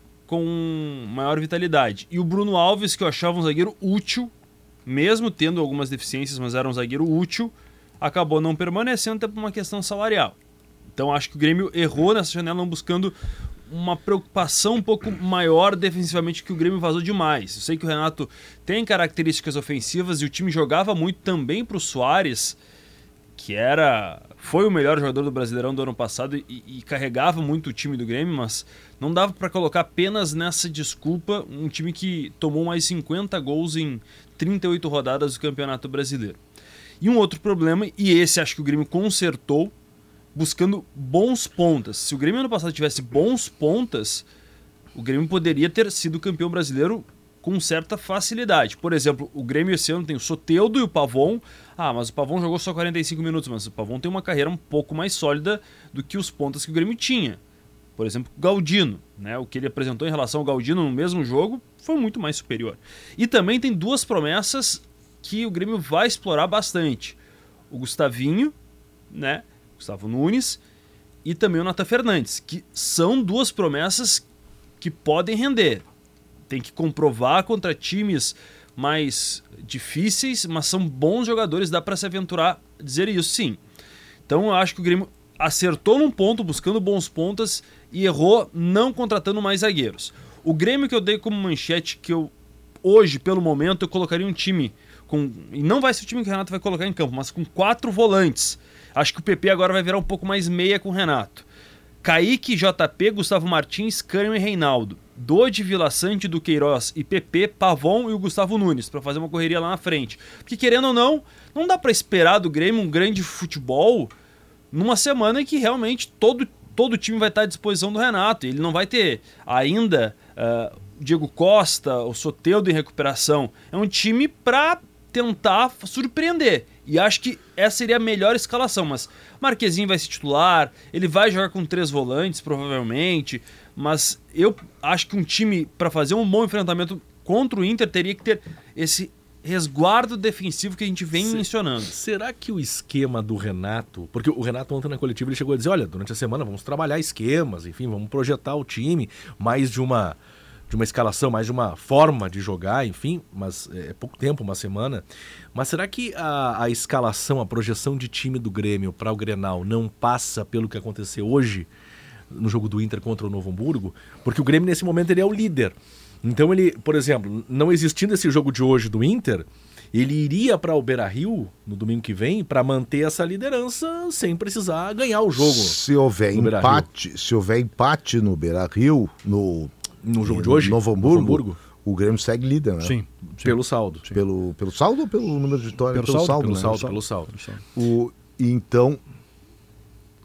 com maior vitalidade. E o Bruno Alves, que eu achava um zagueiro útil, mesmo tendo algumas deficiências, mas era um zagueiro útil, acabou não permanecendo até por uma questão salarial. Então acho que o Grêmio errou nessa janela, não buscando uma preocupação um pouco maior defensivamente, que o Grêmio vazou demais. Eu sei que o Renato tem características ofensivas e o time jogava muito também para o Soares, que era, foi o melhor jogador do Brasileirão do ano passado e, e carregava muito o time do Grêmio, mas não dava para colocar apenas nessa desculpa um time que tomou mais cinquenta gols em trinta e oito rodadas do Campeonato Brasileiro. E um outro problema, e esse acho que o Grêmio consertou, buscando bons pontas. Se o Grêmio ano passado tivesse bons pontas, o Grêmio poderia ter sido campeão brasileiro com certa facilidade. Por exemplo, o Grêmio esse ano tem o Soteldo e o Pavon. Ah, mas o Pavon jogou só quarenta e cinco minutos, mas o Pavon tem uma carreira um pouco mais sólida do que os pontas que o Grêmio tinha. Por exemplo, o Galdino, né? O que ele apresentou em relação ao Galdino no mesmo jogo foi muito mais superior. E também tem duas promessas que o Grêmio vai explorar bastante. O Gustavinho, né? Gustavo Nunes, e também o Nathan Fernandes, que são duas promessas que podem render. Tem que comprovar contra times mais difíceis, mas são bons jogadores, dá para se aventurar a dizer isso, sim. Então eu acho que o Grêmio acertou num ponto, buscando bons pontas, e errou não contratando mais zagueiros. O Grêmio que eu dei como manchete, que eu hoje, pelo momento, eu colocaria um time com, e não vai ser o time que o Renato vai colocar em campo, mas com quatro volantes. Acho que o P P agora vai virar um pouco mais meia com o Renato. Kaique, J P, Gustavo Martins, Cânio e Reinaldo. Dodi, Vila Sante, Duqueiroz e P P, Pavon e o Gustavo Nunes, para fazer uma correria lá na frente. Porque querendo ou não, não dá para esperar do Grêmio um grande futebol numa semana em que realmente todo, todo o time vai estar à disposição do Renato. Ele não vai ter ainda uh, Diego Costa, o Soteldo em recuperação. É um time para tentar surpreender. E acho que essa seria a melhor escalação, mas Marquezin vai ser titular, ele vai jogar com três volantes, provavelmente, mas eu acho que um time, para fazer um bom enfrentamento contra o Inter, teria que ter esse resguardo defensivo que a gente vem Se, mencionando. Será que o esquema do Renato, porque o Renato ontem na coletiva ele chegou a dizer, olha, durante a semana vamos trabalhar esquemas, enfim, vamos projetar o time, mais de uma... de uma escalação, mais de uma forma de jogar, enfim, mas é pouco tempo, uma semana. Mas será que a, a escalação, a projeção de time do Grêmio para o Grenal não passa pelo que aconteceu hoje no jogo do Inter contra o Novo Hamburgo? Porque o Grêmio, nesse momento, ele é o líder. Então, ele, por exemplo, não existindo esse jogo de hoje do Inter, ele iria para o Beira-Rio no domingo que vem para manter essa liderança sem precisar ganhar o jogo. Se houver empate, se houver empate no Beira-Rio, no No jogo de hoje? Novo Hamburgo, Novo Hamburgo, o Grêmio segue líder, né? Sim. sim. Pelo saldo. Sim. Pelo, pelo saldo ou pelo número de vitórias? Pelo, pelo saldo, saldo, pelo, né? saldo, pelo saldo. Pelo saldo. O, então,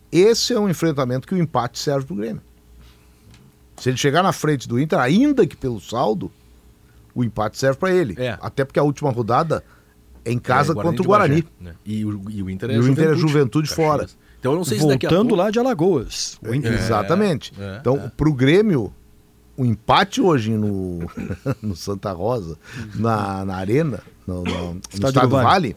esse é um enfrentamento que o empate serve pro Grêmio. Se ele chegar na frente do Inter, ainda que pelo saldo, o empate serve para ele. É. Até porque a última rodada é em casa É, contra o Guarani. Bagé, né? E, o, e o Inter é E o Juventude. Inter é Juventude fora. Então eu não sei se daqui a Voltando pouco... lá de Alagoas. O Inter. Exatamente. é, então, é. pro Grêmio, o empate hoje no, no Santa Rosa, na, na Arena, no, no, no Estádio Estádio do do Vale. Vale,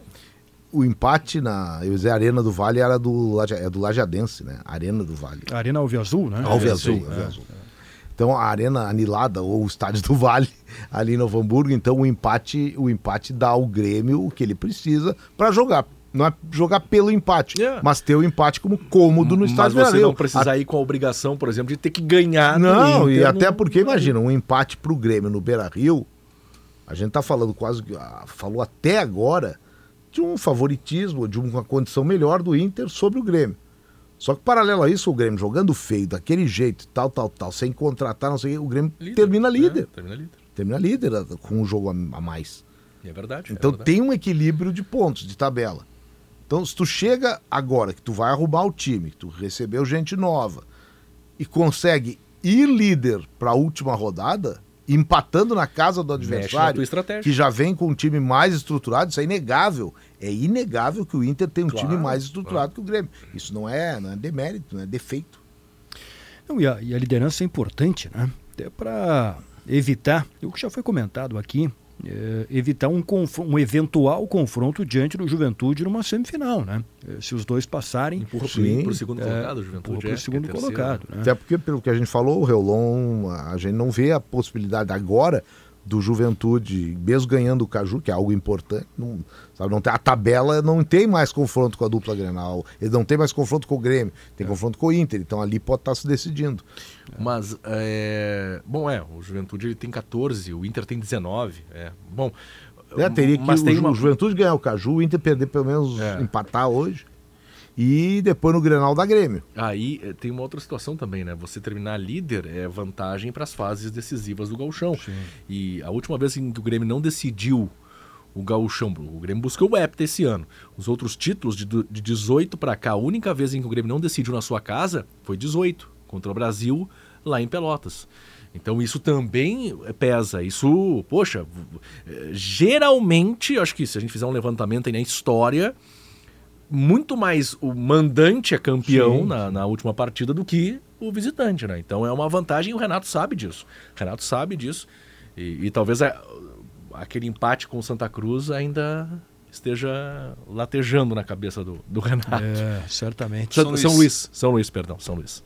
o empate na, eu ia dizer, a Arena do Vale era do, Laje- é do Lajadense, né? Arena do Vale. Arena Alviazul, né? Alve É, Azul, sim, Alve é, Azul. Então a Arena Anilada ou o Estádio do Vale ali em Novo Hamburgo, então o empate, o empate dá ao Grêmio o que ele precisa para jogar. Não é jogar pelo empate, Yeah. mas ter o empate como cômodo no Mas Estádio você Beira-Rio. não precisa ir com a obrigação, por exemplo, de ter que ganhar do Não, e Inter até no- porque, imagina, um empate pro Grêmio no Beira-Rio, a gente tá falando quase, ah, falou até agora, de um favoritismo, de uma condição melhor do Inter sobre o Grêmio. Só que paralelo a isso, o Grêmio jogando feio, daquele jeito, tal, tal, tal, sem contratar, não sei o que, o Grêmio Líder, termina né? líder. Termina líder. Termina líder ah, com um jogo a a mais. É verdade. Então é verdade. tem um equilíbrio de pontos, de tabela. Então se tu chega agora, que tu vai arrumar o time, que tu recebeu gente nova e consegue ir líder para a última rodada, empatando na casa do Mexe na adversário, tua estratégia. que já vem com um time mais estruturado, isso é inegável. É inegável que o Inter tem um Claro, time mais estruturado claro. que o Grêmio. Isso não é, não é demérito, não é defeito. Não, e, a, e a liderança é importante, né? Até para evitar, o que já foi comentado aqui, é, evitar um, conf- um eventual confronto diante do Juventude numa semifinal, né? É, se os dois passarem, Empurra Sim. para o segundo é, colocado, o empurra Juventude. pro é, segundo que é terceiro. colocado, né? Até porque, pelo que a gente falou, o Reolon, a gente não vê a possibilidade agora do Juventude, mesmo ganhando o Caju, que é algo importante, não, sabe, não tem, a tabela não tem mais confronto com a dupla Grenal, ele não tem mais confronto com o Grêmio, tem confronto com o Inter, então ali pode estar se decidindo. Mas, é... bom, é, o Juventude ele tem catorze, o Inter tem dezenove. É. Bom, É, teria que mas o, tem Ju- uma... o Juventude ganhar o Caju, o Inter perder pelo menos, É. empatar hoje, e depois no Grenal da Grêmio. Aí eh, tem uma outra situação também, né? Você terminar líder é vantagem para as fases decisivas do Gauchão. E a última vez em que o Grêmio não decidiu o Gauchão, o Grêmio buscou o Hepta esse ano. Os outros títulos de, do- de dezoito para cá, a única vez em que o Grêmio não decidiu na sua casa foi dezoito, contra o Brasil, lá em Pelotas. Então isso também pesa. Isso, poxa, v- eh, geralmente, acho que se a gente fizer um levantamento aí na história, muito mais o mandante é campeão Sim, na, na última partida do que o visitante, né? Então é uma vantagem e o Renato sabe disso. O Renato sabe disso. E, e talvez a- aquele empate com o Santa Cruz ainda esteja latejando na cabeça do, do Renato. É, certamente. São, São São Luís. Luís. São Luís, perdão. São Luís.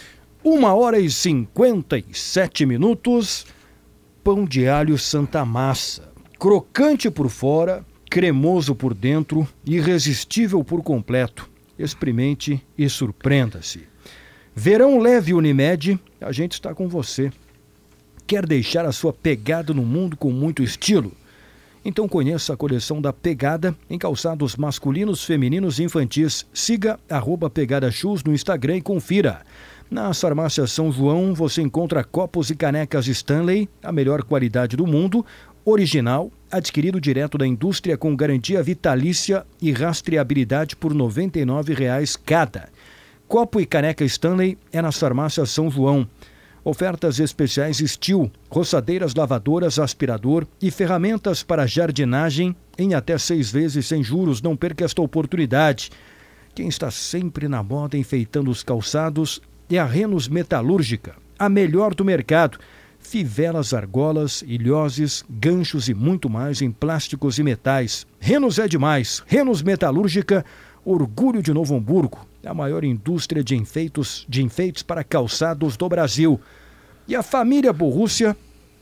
Uma hora e cinquenta e sete minutos. Pão de alho Santa Massa. Crocante por fora, cremoso por dentro, irresistível por completo. Experimente e surpreenda-se. Verão leve Unimed, a gente está com você. Quer deixar a sua pegada no mundo com muito estilo? Então conheça a coleção da Pegada em calçados masculinos, femininos e infantis. Siga arroba Pegada Shoes no Instagram e confira. Na Farmácia São João você encontra copos e canecas Stanley, a melhor qualidade do mundo, original, adquirido direto da indústria com garantia vitalícia e rastreabilidade por noventa e nove reais cada. Copo e caneca Stanley é na Farmácia São João. Ofertas especiais Steel, roçadeiras, lavadoras, aspirador e ferramentas para jardinagem em até seis vezes sem juros. Não perca esta oportunidade. Quem está sempre na moda enfeitando os calçados é a Renos Metalúrgica, a melhor do mercado. Fivelas, argolas, ilhoses, ganchos e muito mais em plásticos e metais. Renos é demais. Renos Metalúrgica, orgulho de Novo Hamburgo, a maior indústria de enfeites, de enfeites para calçados do Brasil. E a família Borrússia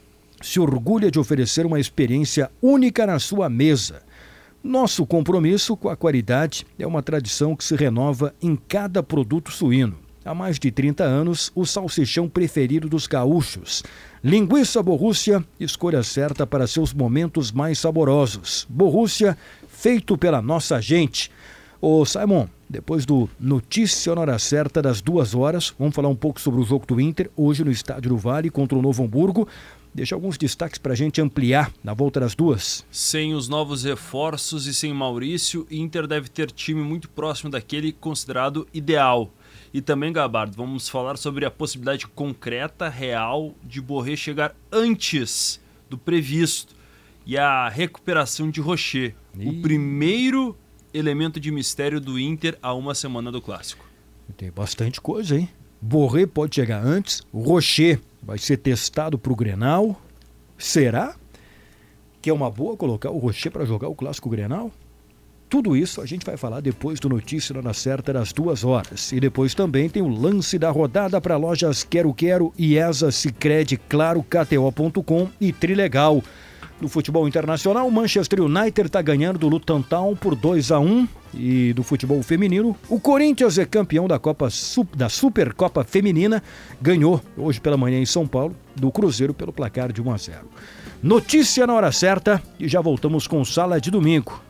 se orgulha de oferecer uma experiência única na sua mesa. Nosso compromisso com a qualidade é uma tradição que se renova em cada produto suíno. Há mais de trinta anos, o salsichão preferido dos gaúchos. Linguiça Borrússia, escolha certa para seus momentos mais saborosos. Borrússia, feito pela nossa gente. Ô Simon, depois do Notícia na Hora Certa das duas horas, vamos falar um pouco sobre o jogo do Inter, hoje no Estádio do Vale contra o Novo Hamburgo. Deixa alguns destaques para a gente ampliar na volta das duas. Sem os novos reforços e sem Maurício, Inter deve ter time muito próximo daquele considerado ideal. E também, Gabardo, vamos falar sobre a possibilidade concreta, real, de Borré chegar antes do previsto e a recuperação de Rocher, Ih. o primeiro elemento de mistério do Inter a uma semana do Clássico. Tem bastante coisa, hein? Borré pode chegar antes, o Rocher vai ser testado para o Grenal. Será que é uma boa colocar o Rocher para jogar o Clássico Grenal? Tudo isso a gente vai falar depois do Notícia na Hora Certa das duas horas. E depois também tem o lance da rodada para lojas Quero Quero, IESA, Sicredi, Claro, K T O ponto com e Trilegal. No futebol internacional, o Manchester United está ganhando do Luton Town por dois a um. E do futebol feminino, o Corinthians é campeão da, Copa, da Supercopa Feminina. Ganhou hoje pela manhã em São Paulo do Cruzeiro pelo placar de um a zero. Notícia na Hora Certa e já voltamos com Sala de Domingo.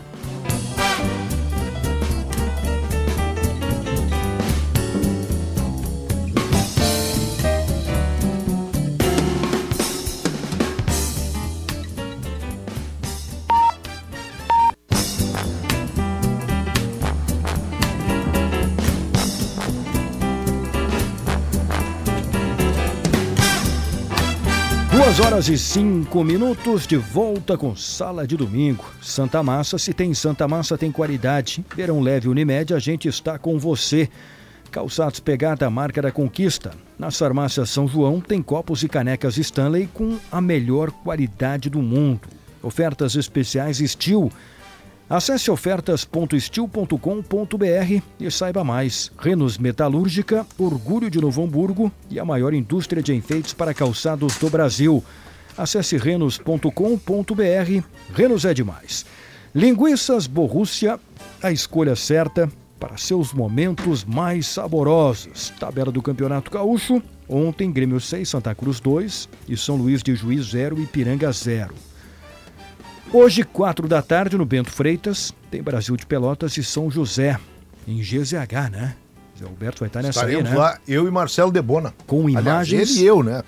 Duas horas e cinco minutos, de volta com Sala de Domingo. Santa Massa, se tem Santa Massa, tem qualidade. Verão leve Unimed, a gente está com você. Calçados Pegada, a marca da conquista. Nas farmácias São João tem copos e canecas Stanley com a melhor qualidade do mundo. Ofertas especiais Steel. Acesse ofertas ponto steel ponto com ponto b r e saiba mais. Renos Metalúrgica, orgulho de Novo Hamburgo e a maior indústria de enfeites para calçados do Brasil. Acesse renos ponto com ponto b r. Renos é demais. Linguiças Borrússia, a escolha certa para seus momentos mais saborosos. Tabela do Campeonato Gaúcho. Ontem, Grêmio seis, Santa Cruz dois e São Luís de Juiz zero, Ipiranga zero. Hoje, quatro da tarde, no Bento Freitas, tem Brasil de Pelotas e São José, em G Z H, né? Zé Alberto vai estar nessa Estaremos aí, né? lá, eu e Marcelo Debona. Com Aliás, imagens... ele e eu, né?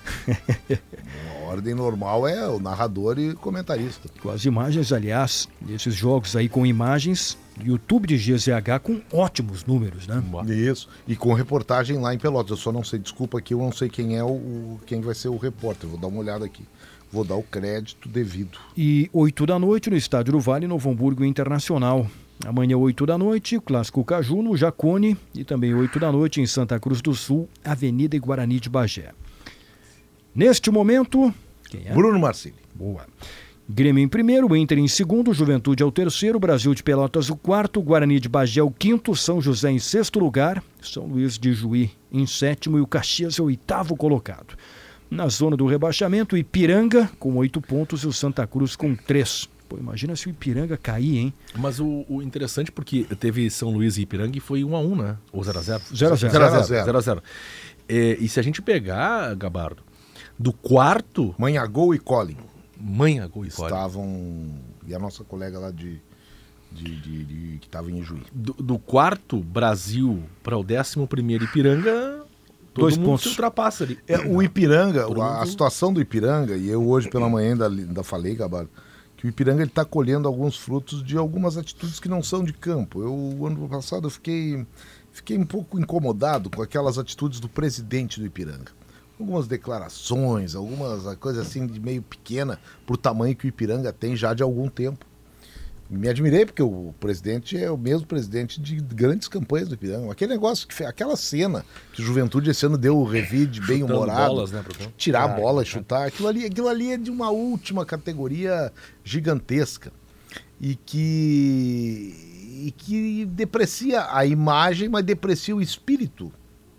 A ordem normal é o narrador e comentarista. Com as imagens, aliás, desses jogos aí com imagens, YouTube de G Z H com ótimos números, né? Isso, e com reportagem lá em Pelotas. Eu só não sei, desculpa aqui, eu não sei quem é o, o quem vai ser o repórter, vou dar uma olhada aqui. Vou dar o crédito devido. E oito da noite no Estádio do Vale, Novo Hamburgo Internacional. Amanhã, oito da noite, o Clássico Caju no Jacone. E também oito da noite em Santa Cruz do Sul, Avenida e Guarani de Bagé. Neste momento... Quem é? Bruno Marcilli. Boa. Grêmio em primeiro, Inter em segundo, Juventude é o terceiro, Brasil de Pelotas o quarto, Guarani de Bagé o quinto, São José em sexto lugar, São Luís de Juí em sétimo e o Caxias é o oitavo colocado. Na zona do rebaixamento, o Ipiranga com oito pontos e o Santa Cruz com três. Pô, imagina se o Ipiranga cair, hein? Mas o, o interessante porque teve São Luís e Ipiranga e foi um a um, né? Ou zero a zero? zero a zero. zero a zero. É, e se a gente pegar, Gabardo, do quarto... Manhagol e Colin. Manhagol e Colin. Estavam... E a nossa colega lá de... de, de, de que estava em Juí. Do, do quarto Brasil para o décimo primeiro Ipiranga... Todo Dois mundo pontos. se ultrapassa ali. É, o Ipiranga, Todo a, a mundo- situação do Ipiranga, e eu hoje pela manhã ainda, ainda falei, Gabardo, que o Ipiranga está colhendo alguns frutos de algumas atitudes que não são de campo. Eu, ano passado, eu fiquei, fiquei um pouco incomodado com aquelas atitudes do presidente do Ipiranga. Algumas declarações, algumas coisas assim de meio pequena para o tamanho que o Ipiranga tem já de algum tempo. Me admirei porque o presidente é o mesmo presidente de grandes campanhas do Ipiranga. Aquele negócio, que fe- aquela cena que o Juventude esse ano deu o revide bem Chutando humorado, bolas, né, pro campo. tirar a bola e chutar, aquilo ali, aquilo ali é de uma última categoria gigantesca e que, e que deprecia a imagem, mas deprecia o espírito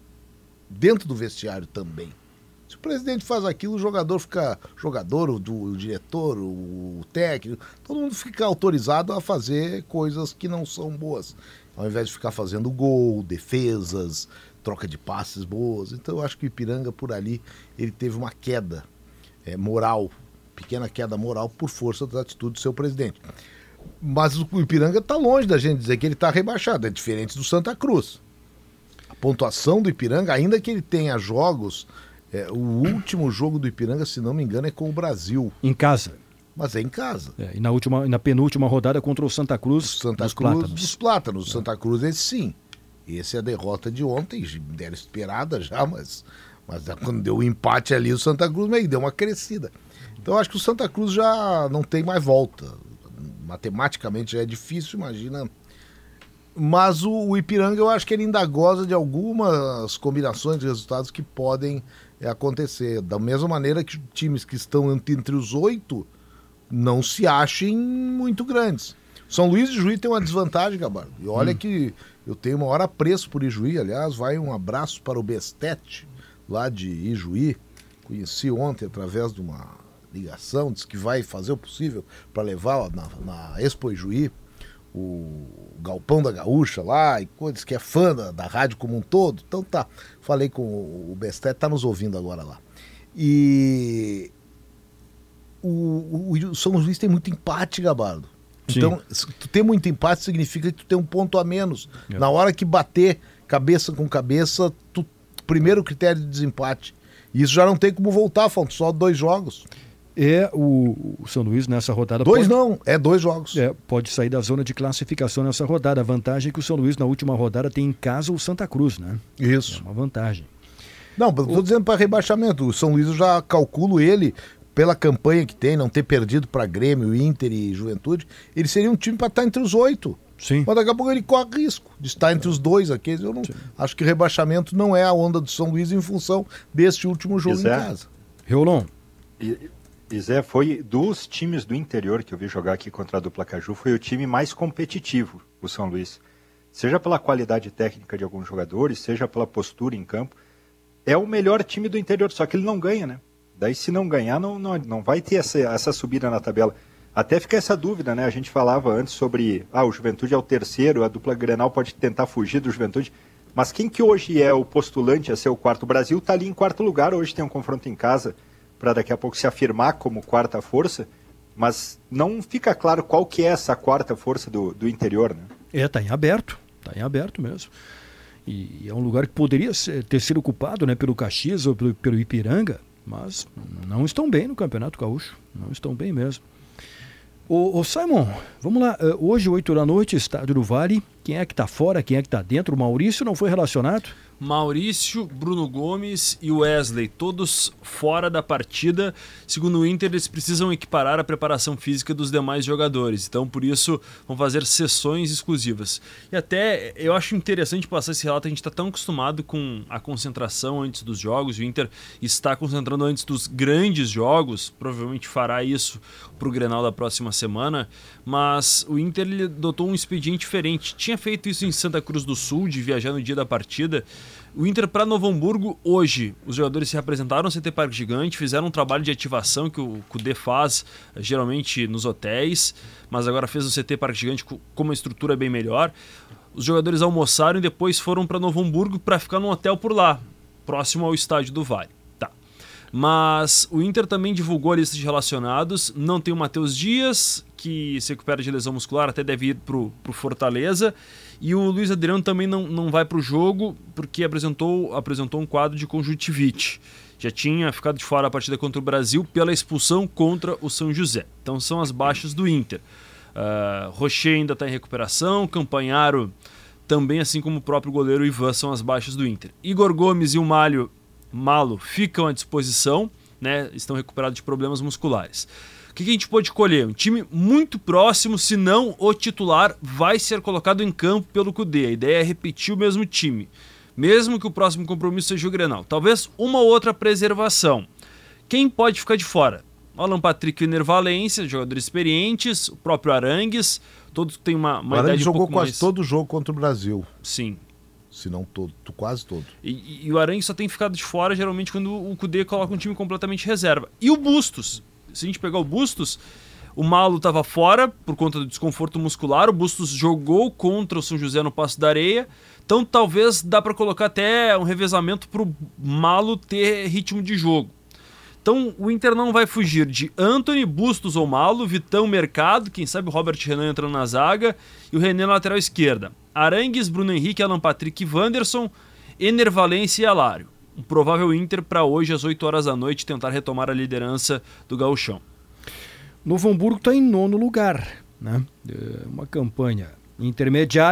dentro do vestiário também. Se o presidente faz aquilo, o jogador fica... Jogador, o, do, o diretor, o técnico, todo mundo fica autorizado a fazer coisas que não são boas. Ao invés de ficar fazendo gol, defesas, troca de passes boas. Então eu acho que o Ipiranga, por ali, ele teve uma queda é, moral, pequena queda moral por força das atitudes do seu presidente. Mas o Ipiranga está longe da gente dizer que ele está rebaixado, é diferente do Santa Cruz. A pontuação do Ipiranga, ainda que ele tenha jogos... É, o último jogo do Ipiranga, se não me engano, é com o Brasil. Em casa. Mas é em casa. É, e na, última, na penúltima rodada contra o Santa Cruz, Santa dos Cruz Plátanos. dos Plátanos. Santa Cruz, esse sim. Esse é a derrota de ontem, era esperada já, mas, mas quando deu o empate ali, o Santa Cruz meio deu uma crescida. Então eu acho que o Santa Cruz já não tem mais volta. Matematicamente já é difícil, imagina. Mas o, o Ipiranga, eu acho que ele ainda goza de algumas combinações de resultados que podem é, acontecer. Da mesma maneira que times que estão entre, entre os oito não se achem muito grandes. São Luís e Juí tem uma desvantagem, Gabardo. E olha hum. que eu tenho o maior apreço por Ijuí. Aliás, vai um abraço para o Bestete, lá de Ijuí. Conheci ontem através de uma ligação, disse que vai fazer o possível para levar na, na Expo Ijuí o Galpão da Gaúcha lá, e coisas que é fã da, da rádio como um todo. Então tá, falei com o, o Bestete, tá nos ouvindo agora lá. E o, o, o São Luís tem muito empate, Gabardo. Sim. Então, se tu tem muito empate, significa que tu tem um ponto a menos. É. Na hora que bater cabeça com cabeça, tu, primeiro critério de desempate. E isso já não tem como voltar, faltam só dois jogos. É o, o São Luís nessa rodada... Dois pode, não, é dois jogos. É, pode sair da zona de classificação nessa rodada. A vantagem é que o São Luís na última rodada tem em casa o Santa Cruz, né? Isso. É uma vantagem. Não, estou o... dizendo para rebaixamento. O São Luís eu já calculo ele, pela campanha que tem, não ter perdido para Grêmio, Inter e Juventude, ele seria um time para estar entre os oito. Sim. Mas daqui a pouco ele corre risco de estar entre os dois aqui. Eu não, acho que rebaixamento não é a onda do São Luís em função deste último jogo Zé, em casa. Reolon. E, e Zé, foi dos times do interior que eu vi jogar aqui contra a dupla Caju, foi o time mais competitivo, o São Luís. Seja pela qualidade técnica de alguns jogadores, seja pela postura em campo. É o melhor time do interior, só que ele não ganha, né? Daí se não ganhar, não, não, não vai ter essa, essa subida na tabela. Até fica essa dúvida, né? A gente falava antes sobre, ah, o Juventude é o terceiro, a dupla Grenal pode tentar fugir do Juventude, mas quem que hoje é o postulante a ser o quarto? O Brasil está ali em quarto lugar, hoje tem um confronto em casa para daqui a pouco se afirmar como quarta força, mas não fica claro qual que é essa quarta força do, do interior, né? É, tá em aberto, tá em aberto mesmo. E é um lugar que poderia ser, ter sido ocupado, né, pelo Caxias ou pelo, pelo Ipiranga, mas não estão bem no Campeonato Gaúcho, não estão bem mesmo. Ô, ô Simon, vamos lá, hoje, oito da noite, Estádio do Vale, quem é que tá fora, quem é que tá dentro? O Maurício não foi relacionado? Maurício, Bruno Gomes e Wesley, todos fora da partida. Segundo o Inter, eles precisam equiparar a preparação física dos demais jogadores, então por isso vão fazer sessões exclusivas. E até eu acho interessante passar esse relato, a gente está tão acostumado com a concentração antes dos jogos, o Inter está concentrando antes dos grandes jogos, provavelmente fará isso para o Grenal da próxima semana, mas o Inter ele adotou um expediente diferente. Tinha feito isso em Santa Cruz do Sul, de viajar no dia da partida. O Inter para Novo Hamburgo, hoje, os jogadores se apresentaram no C T Parque Gigante, fizeram um trabalho de ativação que o Cudê faz geralmente nos hotéis, mas agora fez o C T Parque Gigante com uma estrutura bem melhor. Os jogadores almoçaram e depois foram para Novo Hamburgo para ficar num hotel por lá, próximo ao Estádio do Vale. Tá. Mas o Inter também divulgou a lista de relacionados, não tem o Matheus Dias, que se recupera de lesão muscular, até deve ir pro, pro Fortaleza, e o Luiz Adriano também não, não vai pro jogo, porque apresentou, apresentou um quadro de conjuntivite. Já tinha ficado de fora a partida contra o Brasil pela expulsão contra o São José. Então são as baixas do Inter. Uh, Rocher ainda está em recuperação, Campanharo também, assim como o próprio goleiro Ivan, são as baixas do Inter. Igor Gomes e o Malho, Malo ficam à disposição, né, estão recuperados de problemas musculares. O que a gente pode colher? Um time muito próximo, se não o titular vai ser colocado em campo pelo Cudê. A ideia é repetir o mesmo time, mesmo que o próximo compromisso seja o Grenal. Talvez uma ou outra preservação. Quem pode ficar de fora? Alan Patrick e o Ener Valencia, jogadores experientes, o próprio Arangues, todos têm uma, uma idade um jogou pouco quase mais... todo o jogo contra o Brasil. Sim. Se não todo, quase todo. E, e, e o Arangues só tem ficado de fora, geralmente, quando o Cudê coloca um time completamente reserva. E o Bustos? Se a gente pegar o Bustos, o Malo estava fora por conta do desconforto muscular, o Bustos jogou contra o São José no Passo da Areia, então talvez dá para colocar até um revezamento para o Malo ter ritmo de jogo. Então o Inter não vai fugir de Antony, Bustos ou Malo, Vitão, Mercado, quem sabe o Robert Renan entrando na zaga e o René na lateral esquerda. Arangues, Bruno Henrique, Alan Patrick e Wanderson, Ener Valencia e Alário. Um provável Inter para hoje às oito horas da noite tentar retomar a liderança do Gauchão. Novo Hamburgo está em nono lugar, né? É uma campanha intermediária,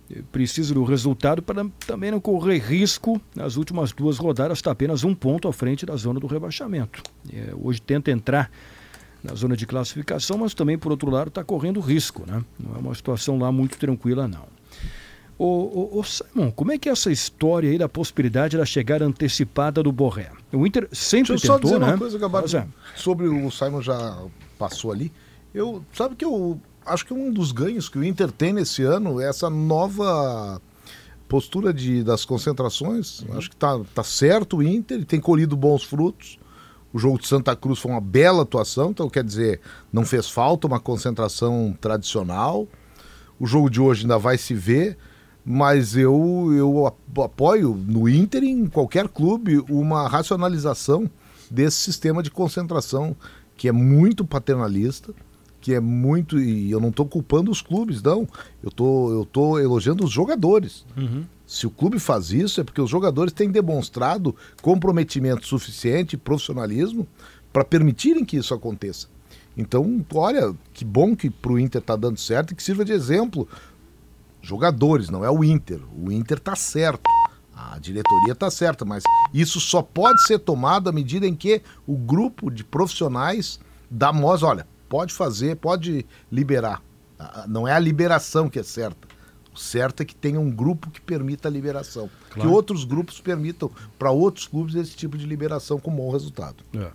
precisa do resultado para também não correr risco. Nas últimas duas rodadas está apenas um ponto à frente da zona do rebaixamento. É, hoje tenta entrar na zona de classificação, mas também, por outro lado, está correndo risco, né? Não é uma situação lá muito tranquila, não. Ô, ô, ô Simon, como é que é essa história aí da possibilidade da chegada antecipada do Borré? O Inter sempre Deixa eu tentou, só dizer né? uma coisa, Gabardo, Mas, é. sobre o Simon já passou ali. Eu, sabe que eu acho que um dos ganhos que o Inter tem nesse ano é essa nova postura de, das concentrações. Uhum. Acho que tá, tá certo o Inter, tem colhido bons frutos. O jogo de Santa Cruz foi uma bela atuação, então quer dizer, não fez falta uma concentração tradicional. O jogo de hoje ainda vai se ver, mas eu, eu apoio no Inter e em qualquer clube uma racionalização desse sistema de concentração que é muito paternalista, que é muito, e eu não estou culpando os clubes, não, eu tô, eu tô elogiando os jogadores. Uhum. Se o clube faz isso é porque os jogadores têm demonstrado comprometimento suficiente e profissionalismo para permitirem que isso aconteça. Então, olha, que bom que para o Inter está dando certo e que sirva de exemplo. Jogadores, não é o Inter. O Inter está certo. A diretoria está certa, mas isso só pode ser tomado à medida em que o grupo de profissionais dá mostra, olha, pode fazer, pode liberar. Não é a liberação que é certa. O certo é que tenha um grupo que permita a liberação. Claro. Que outros grupos permitam para outros clubes esse tipo de liberação com bom resultado. É.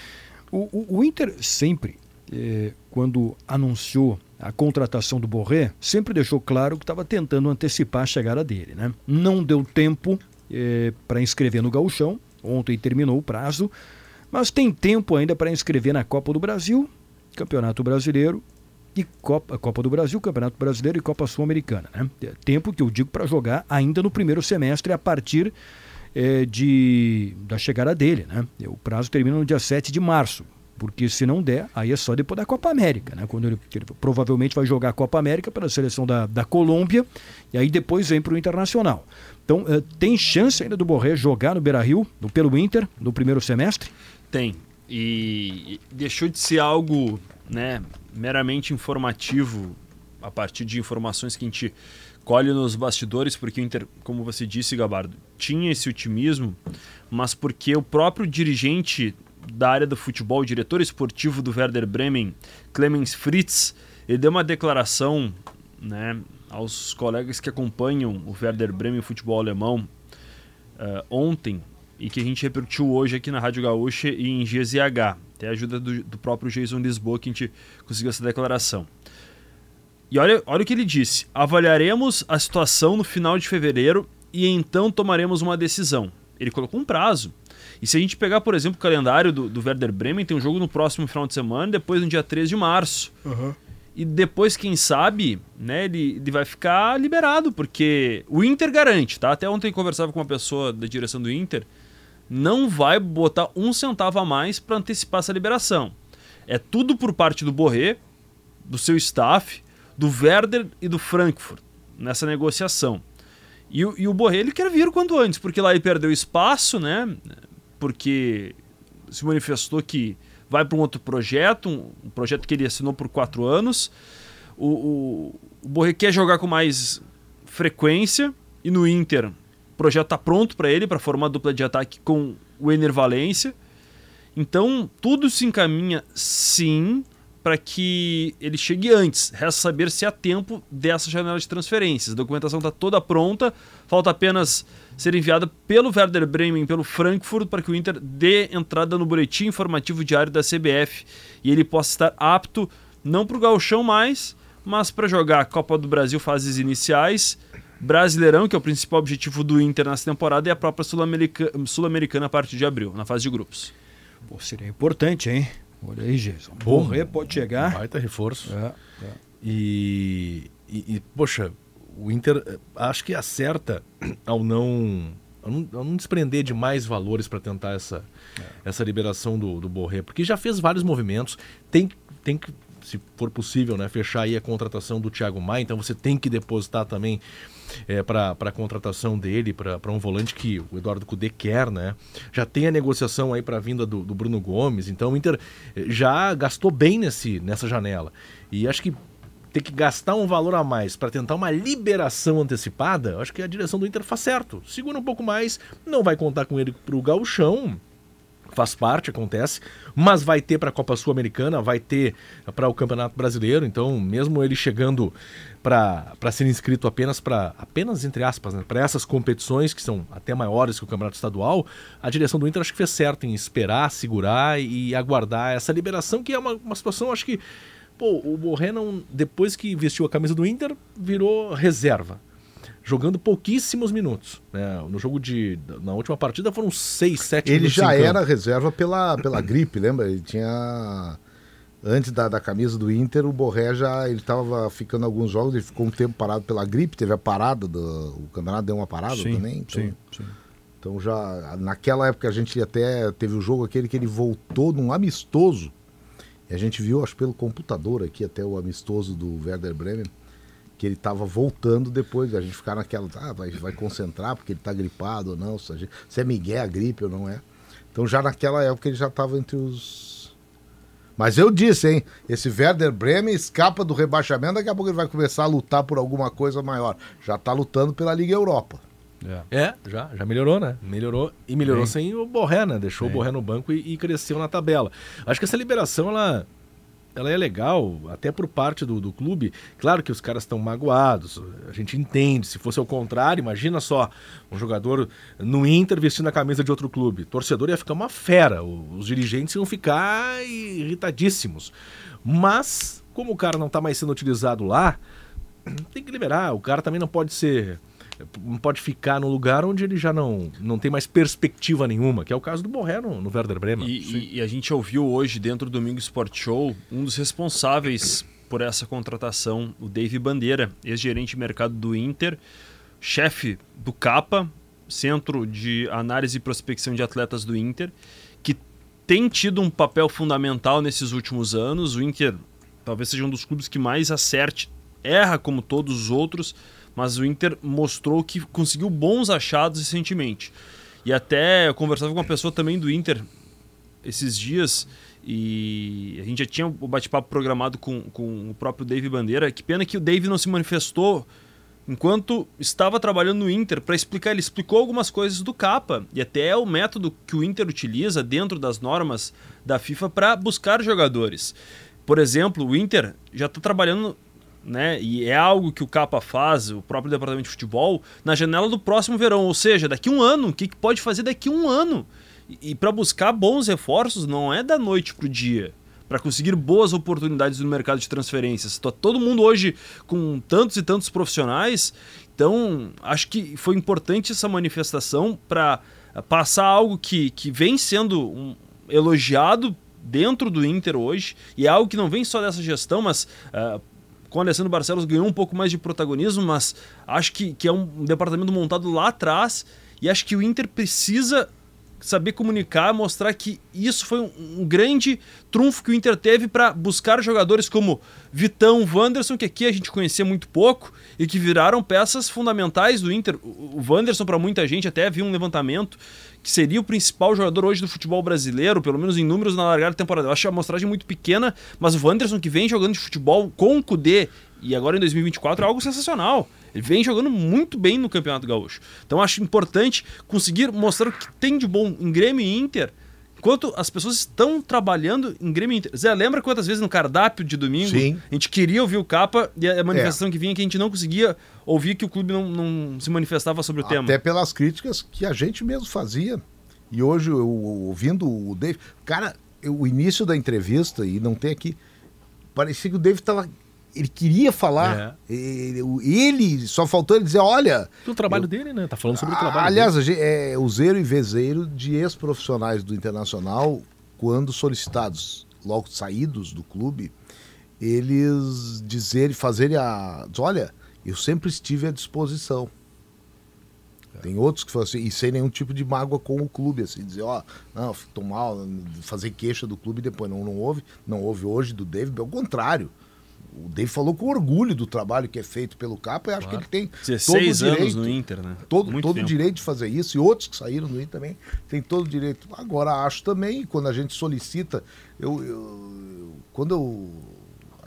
O, o, o Inter sempre, eh, quando anunciou a contratação do Borré, sempre deixou claro que estava tentando antecipar a chegada dele, né? Não deu tempo eh, para inscrever no Gauchão, ontem terminou o prazo, mas tem tempo ainda para inscrever na Copa do Brasil, Campeonato Brasileiro, e Copa, Copa do Brasil, Campeonato Brasileiro e Copa Sul-Americana, né? Tempo que eu digo para jogar ainda no primeiro semestre a partir é, de, da chegada dele, né? O prazo termina no dia sete de março, porque se não der, aí é só depois da Copa América, né? Quando ele, ele provavelmente vai jogar a Copa América pela seleção da, da Colômbia e aí depois vem para o Internacional. Então, é, tem chance ainda do Borré jogar no Beira-Rio, pelo Inter, no primeiro semestre? Tem. E deixou de ser algo, né, meramente informativo a partir de informações que a gente colhe nos bastidores, porque o Inter, como você disse, Gabardo, tinha esse otimismo, mas porque o próprio dirigente da área do futebol, o diretor esportivo do Werder Bremen, Clemens Fritz, ele deu uma declaração, né, aos colegas que acompanham o Werder Bremen, o futebol alemão, uh, ontem, e que a gente repercutiu hoje aqui na Rádio Gaúcha e em G Z H. Até a ajuda do, do próprio Jason Lisboa que a gente conseguiu essa declaração. E olha, olha o que ele disse. Avaliaremos a situação no final de fevereiro e então tomaremos uma decisão. Ele colocou um prazo. E se a gente pegar, por exemplo, o calendário do, do Werder Bremen, tem um jogo no próximo final de semana, depois no dia três de março. Uhum. E depois, quem sabe, né, ele, ele vai ficar liberado, porque o Inter garante, tá? Até ontem eu conversava com uma pessoa da direção do Inter, não vai botar um centavo a mais para antecipar essa liberação. É tudo por parte do Borré, do seu staff, do Werder e do Frankfurt, nessa negociação. E, e o Borré, ele quer vir o quanto antes, porque lá ele perdeu espaço, né? Porque se manifestou que vai para um outro projeto, um, um projeto que ele assinou por quatro anos. O, o, o Borré quer jogar com mais frequência, e no Inter o projeto está pronto para ele, para formar a dupla de ataque com o Ener Valencia. Então, tudo se encaminha, sim, para que ele chegue antes. Resta saber se há tempo dessa janela de transferências. A documentação está toda pronta, falta apenas ser enviada pelo Werder Bremen, pelo Frankfurt, para que o Inter dê entrada no boletim informativo diário da C B F e ele possa estar apto, não para o Gauchão mais, mas para jogar a Copa do Brasil fases iniciais, Brasileirão, que é o principal objetivo do Inter nessa temporada, e a própria Sul-Americana, Sul-Americana a partir de abril, na fase de grupos. Pô, seria importante, hein? Olha aí, Jason. Borré pode chegar. Baita reforço. É, é. E, e, e, poxa, o Inter acho que acerta ao não, ao não, ao não desprender de mais valores para tentar essa, é. essa liberação do, do Borré, porque já fez vários movimentos, tem, tem que, se for possível, né, fechar aí a contratação do Thiago Maia, então você tem que depositar também é, para a contratação dele, para um volante que o Eduardo Cudê quer, né? Já tem a negociação aí para a vinda do, do Bruno Gomes, então o Inter já gastou bem nesse, nessa janela. E acho que ter que gastar um valor a mais para tentar uma liberação antecipada, eu acho que a direção do Inter faz certo. Segura um pouco mais, não vai contar com ele pro gauchão, faz parte, acontece, mas vai ter para a Copa Sul-Americana, vai ter para o Campeonato Brasileiro, então mesmo ele chegando para ser inscrito apenas para, apenas entre aspas, né, para essas competições que são até maiores que o Campeonato Estadual, a direção do Inter acho que fez certo em esperar, segurar e aguardar essa liberação, que é uma, uma situação, acho que, pô, o Borré, não, depois que vestiu a camisa do Inter, virou reserva. Jogando pouquíssimos minutos, né? No jogo de... Na última partida foram seis, sete Ele minutos. já em campo. era reserva pela, pela gripe, lembra? Ele tinha... Antes da, da camisa do Inter, o Borré já... Ele estava ficando alguns jogos, ele ficou um tempo parado pela gripe, teve a parada, do, o campeonato deu uma parada sim, também. Então, sim, sim. Então já... Naquela época a gente até teve o jogo aquele que ele voltou num amistoso. E a gente viu, acho pelo computador aqui, até o amistoso do Werder Bremen, que ele estava voltando depois, a gente ficar naquela, ah, vai, vai concentrar porque ele está gripado ou não, se, a gente, se é Miguel a gripe ou não é. Então já naquela época ele já estava entre os... Mas eu disse, hein, esse Werder Bremen escapa do rebaixamento, daqui a pouco ele vai começar a lutar por alguma coisa maior. Já está lutando pela Liga Europa. É, é já, já melhorou, né? Melhorou, e melhorou Bem. sem o Borré, né? Deixou Bem. o Borré no banco e, e cresceu na tabela. Acho que essa liberação, ela... ela é legal, até por parte do, do clube. Claro que os caras estão magoados, a gente entende. Se fosse ao contrário, imagina só, um jogador no Inter vestindo a camisa de outro clube. O torcedor ia ficar uma fera, os dirigentes iam ficar irritadíssimos. Mas, como o cara não está mais sendo utilizado lá, tem que liberar. O cara também não pode ser... não pode ficar num lugar onde ele já não, não tem mais perspectiva nenhuma, que é o caso do Borré no, no Werder Bremen. E, e, e a gente ouviu hoje, dentro do Domingo Sport Show, um dos responsáveis por essa contratação, o Dave Bandeira, ex-gerente de mercado do Inter, chefe do CAPA, Centro de Análise e Prospecção de Atletas do Inter, que tem tido um papel fundamental nesses últimos anos. O Inter talvez seja um dos clubes que mais acerte, erra como todos os outros, mas o Inter mostrou que conseguiu bons achados recentemente. E até eu conversava com uma pessoa também do Inter esses dias, e a gente já tinha o bate-papo programado com, com o próprio Dave Bandeira. Que pena que o Dave não se manifestou enquanto estava trabalhando no Inter para explicar. Ele explicou algumas coisas do CAPA e até o método que o Inter utiliza dentro das normas da FIFA para buscar jogadores. Por exemplo, o Inter já está trabalhando... né? E é algo que o CAPA faz, o próprio departamento de futebol, na janela do próximo verão, ou seja, daqui a um ano. O que, que pode fazer daqui a um ano? E, e para buscar bons reforços não é da noite para o dia, para conseguir boas oportunidades no mercado de transferências. Está todo mundo hoje com tantos e tantos profissionais, então acho que foi importante essa manifestação para passar algo que, que vem sendo um, elogiado dentro do Inter hoje, e é algo que não vem só dessa gestão, mas... Uh, com o Alessandro Barcelos ganhou um pouco mais de protagonismo, mas acho que, que é um departamento montado lá atrás, e acho que o Inter precisa saber comunicar, mostrar que isso foi um, um grande trunfo que o Inter teve para buscar jogadores como Vitão, Wanderson, que aqui a gente conhecia muito pouco, e que viraram peças fundamentais do Inter. O Wanderson, para muita gente, até havia um levantamento que seria o principal jogador hoje do futebol brasileiro, pelo menos em números na largada temporada. Eu acho a amostragem muito pequena, mas o Wanderson, que vem jogando de futebol com o Kudê, e agora em dois mil e vinte e quatro, é algo sensacional. Ele vem jogando muito bem no Campeonato Gaúcho. Então acho importante conseguir mostrar o que tem de bom em Grêmio e Inter, enquanto as pessoas estão trabalhando em Grêmio e Inter. Zé, lembra quantas vezes no cardápio de domingo Sim. a gente queria ouvir o CAPA e a manifestação é. que vinha que a gente não conseguia ouvir, que o clube não, não se manifestava sobre o Até tema? Até pelas críticas que a gente mesmo fazia. E hoje, eu, ouvindo o Dave... Cara, eu, o início da entrevista, e não tem aqui... Parecia que o Dave estava... Ele queria falar. É. Ele, ele... Só faltou ele dizer, olha... O trabalho eu, dele, né? Tá falando sobre o trabalho aliás, dele. Aliás, é useiro e vezeiro de ex-profissionais do Internacional, quando solicitados, logo saídos do clube, eles dizerem, fazerem a... Olha, eu sempre estive à disposição. Tem outros que falam assim, e sem nenhum tipo de mágoa com o clube, assim, dizer, ó, não, tô mal, fazer queixa do clube depois. Não, não houve, não houve hoje do David, pelo contrário. O David falou com orgulho do trabalho que é feito pelo Capa, e acho claro. que ele tem dezesseis todo o direito, anos no Inter, né? Todo, todo o direito de fazer isso, e outros que saíram do Inter também tem todo o direito. Agora, acho também, quando a gente solicita, eu, eu quando eu,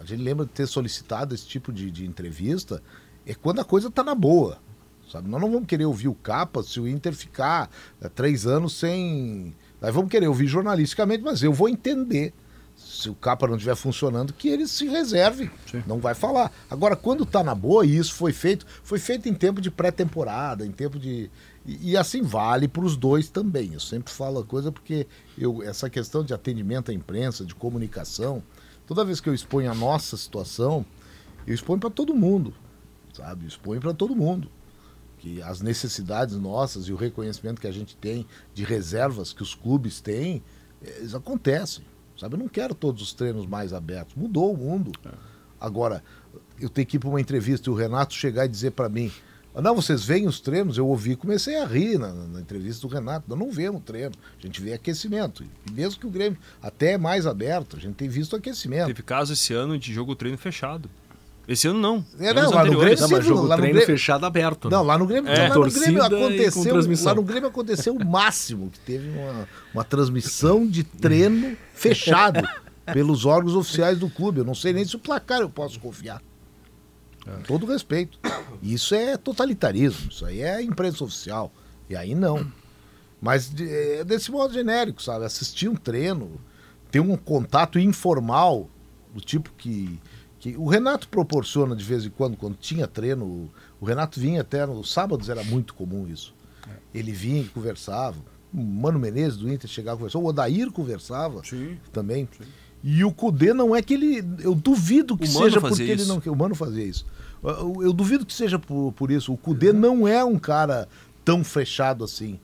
a gente lembra de ter solicitado esse tipo de, de entrevista, é quando a coisa tá na boa, sabe? Nós não vamos querer ouvir o Capa se o Inter ficar é, três anos sem... Nós vamos querer ouvir jornalisticamente, mas eu vou entender, se o Capa não estiver funcionando, que ele se reserve, Sim. não vai falar. Agora, quando tá na boa, e isso foi feito, foi feito em tempo de pré-temporada, em tempo de... E, e assim vale para os dois também. Eu sempre falo a coisa porque eu, essa questão de atendimento à imprensa, de comunicação, toda vez que eu exponho a nossa situação, eu exponho para todo mundo, sabe? Eu exponho para todo mundo. Que as necessidades nossas e o reconhecimento que a gente tem de reservas que os clubes têm, eles acontecem, sabe? Eu não quero todos os treinos mais abertos. Mudou o mundo. É. Agora, eu tenho que ir para uma entrevista e o Renato chegar e dizer para mim: não, vocês veem os treinos? Eu ouvi e comecei a rir na, na entrevista do Renato. Nós não vemos treino, a gente vê aquecimento. E mesmo que o Grêmio até é mais aberto, a gente tem visto aquecimento. Teve caso esse ano de jogo treino fechado. Esse ano não. É, não, lá no Grêmio, não, mas jogo lá no treino Grêmio... fechado aberto. Né? Não, lá no Grêmio, é, lá no Grêmio aconteceu, lá no Grêmio aconteceu o máximo, que teve uma, uma transmissão de treino fechado pelos órgãos oficiais do clube. Eu não sei nem se o placar eu posso confiar. Com todo respeito. Isso é totalitarismo, isso aí é imprensa oficial. E aí não. Mas é desse modo genérico, sabe? Assistir um treino, ter um contato informal, do tipo que, que o Renato proporciona de vez em quando, quando tinha treino. O Renato vinha até nos sábados, era muito comum isso. Ele vinha e conversava. O Mano Menezes do Inter chegava e conversava. O Odair conversava Sim. também. Sim. E o Cudê não é que ele... Eu duvido que seja porque ele não... O Mano fazia isso. Eu, eu duvido que seja por, por isso. O Cudê uhum. não é um cara tão fechado assim.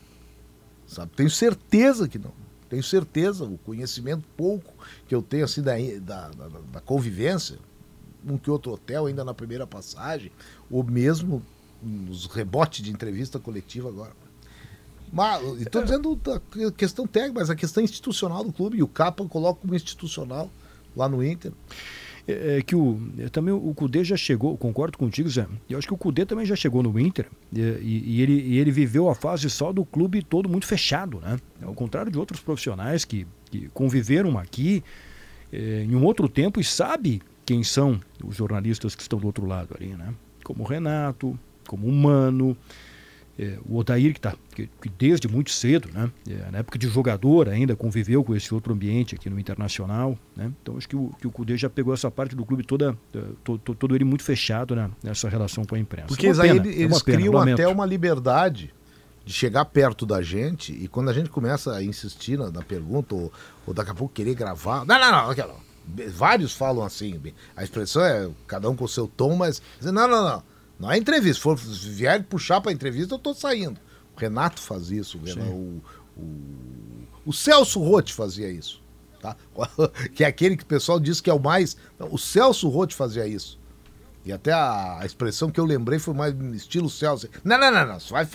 Sabe? Tenho certeza que não. Tenho certeza. O conhecimento pouco que eu tenho assim da, da, da, da convivência, um que outro hotel ainda na primeira passagem, ou mesmo nos rebotes de entrevista coletiva agora. Mas, estou dizendo a questão técnica, mas a questão institucional do clube, e o Capa coloca como institucional lá no Inter. É, é que o, é, também o Cudê já chegou, concordo contigo, Zé, eu acho que o Cudê também já chegou no Inter, e, e, ele, e ele viveu a fase só do clube todo muito fechado, né? Ao contrário de outros profissionais que, que conviveram aqui é, em um outro tempo e sabe quem são os jornalistas que estão do outro lado ali, né? Como o Renato, como o Mano... É, o Odair, que, tá, que, que desde muito cedo, né, é, na época de jogador ainda, conviveu com esse outro ambiente aqui no Internacional, né? Então acho que o, que o Cudê já pegou essa parte do clube toda, to, to, todo ele muito fechado, né, nessa relação com a imprensa. Porque é aí eles, eles criam pena, até uma liberdade de chegar perto da gente, e quando a gente começa a insistir na, na pergunta, ou, ou daqui a pouco querer gravar... Não, não, não, aquela, vários falam assim, a expressão é cada um com o seu tom, mas... Não, não, não. Não é entrevista. Se for vier puxar para entrevista, eu estou saindo. O Renato faz isso. O, o, o, o Celso Roth fazia isso. Tá? Que é aquele que o pessoal diz que é o mais... Não, o Celso Roth fazia isso. E até a, a expressão que eu lembrei foi mais estilo Celso. Não, não, não. não. Vai...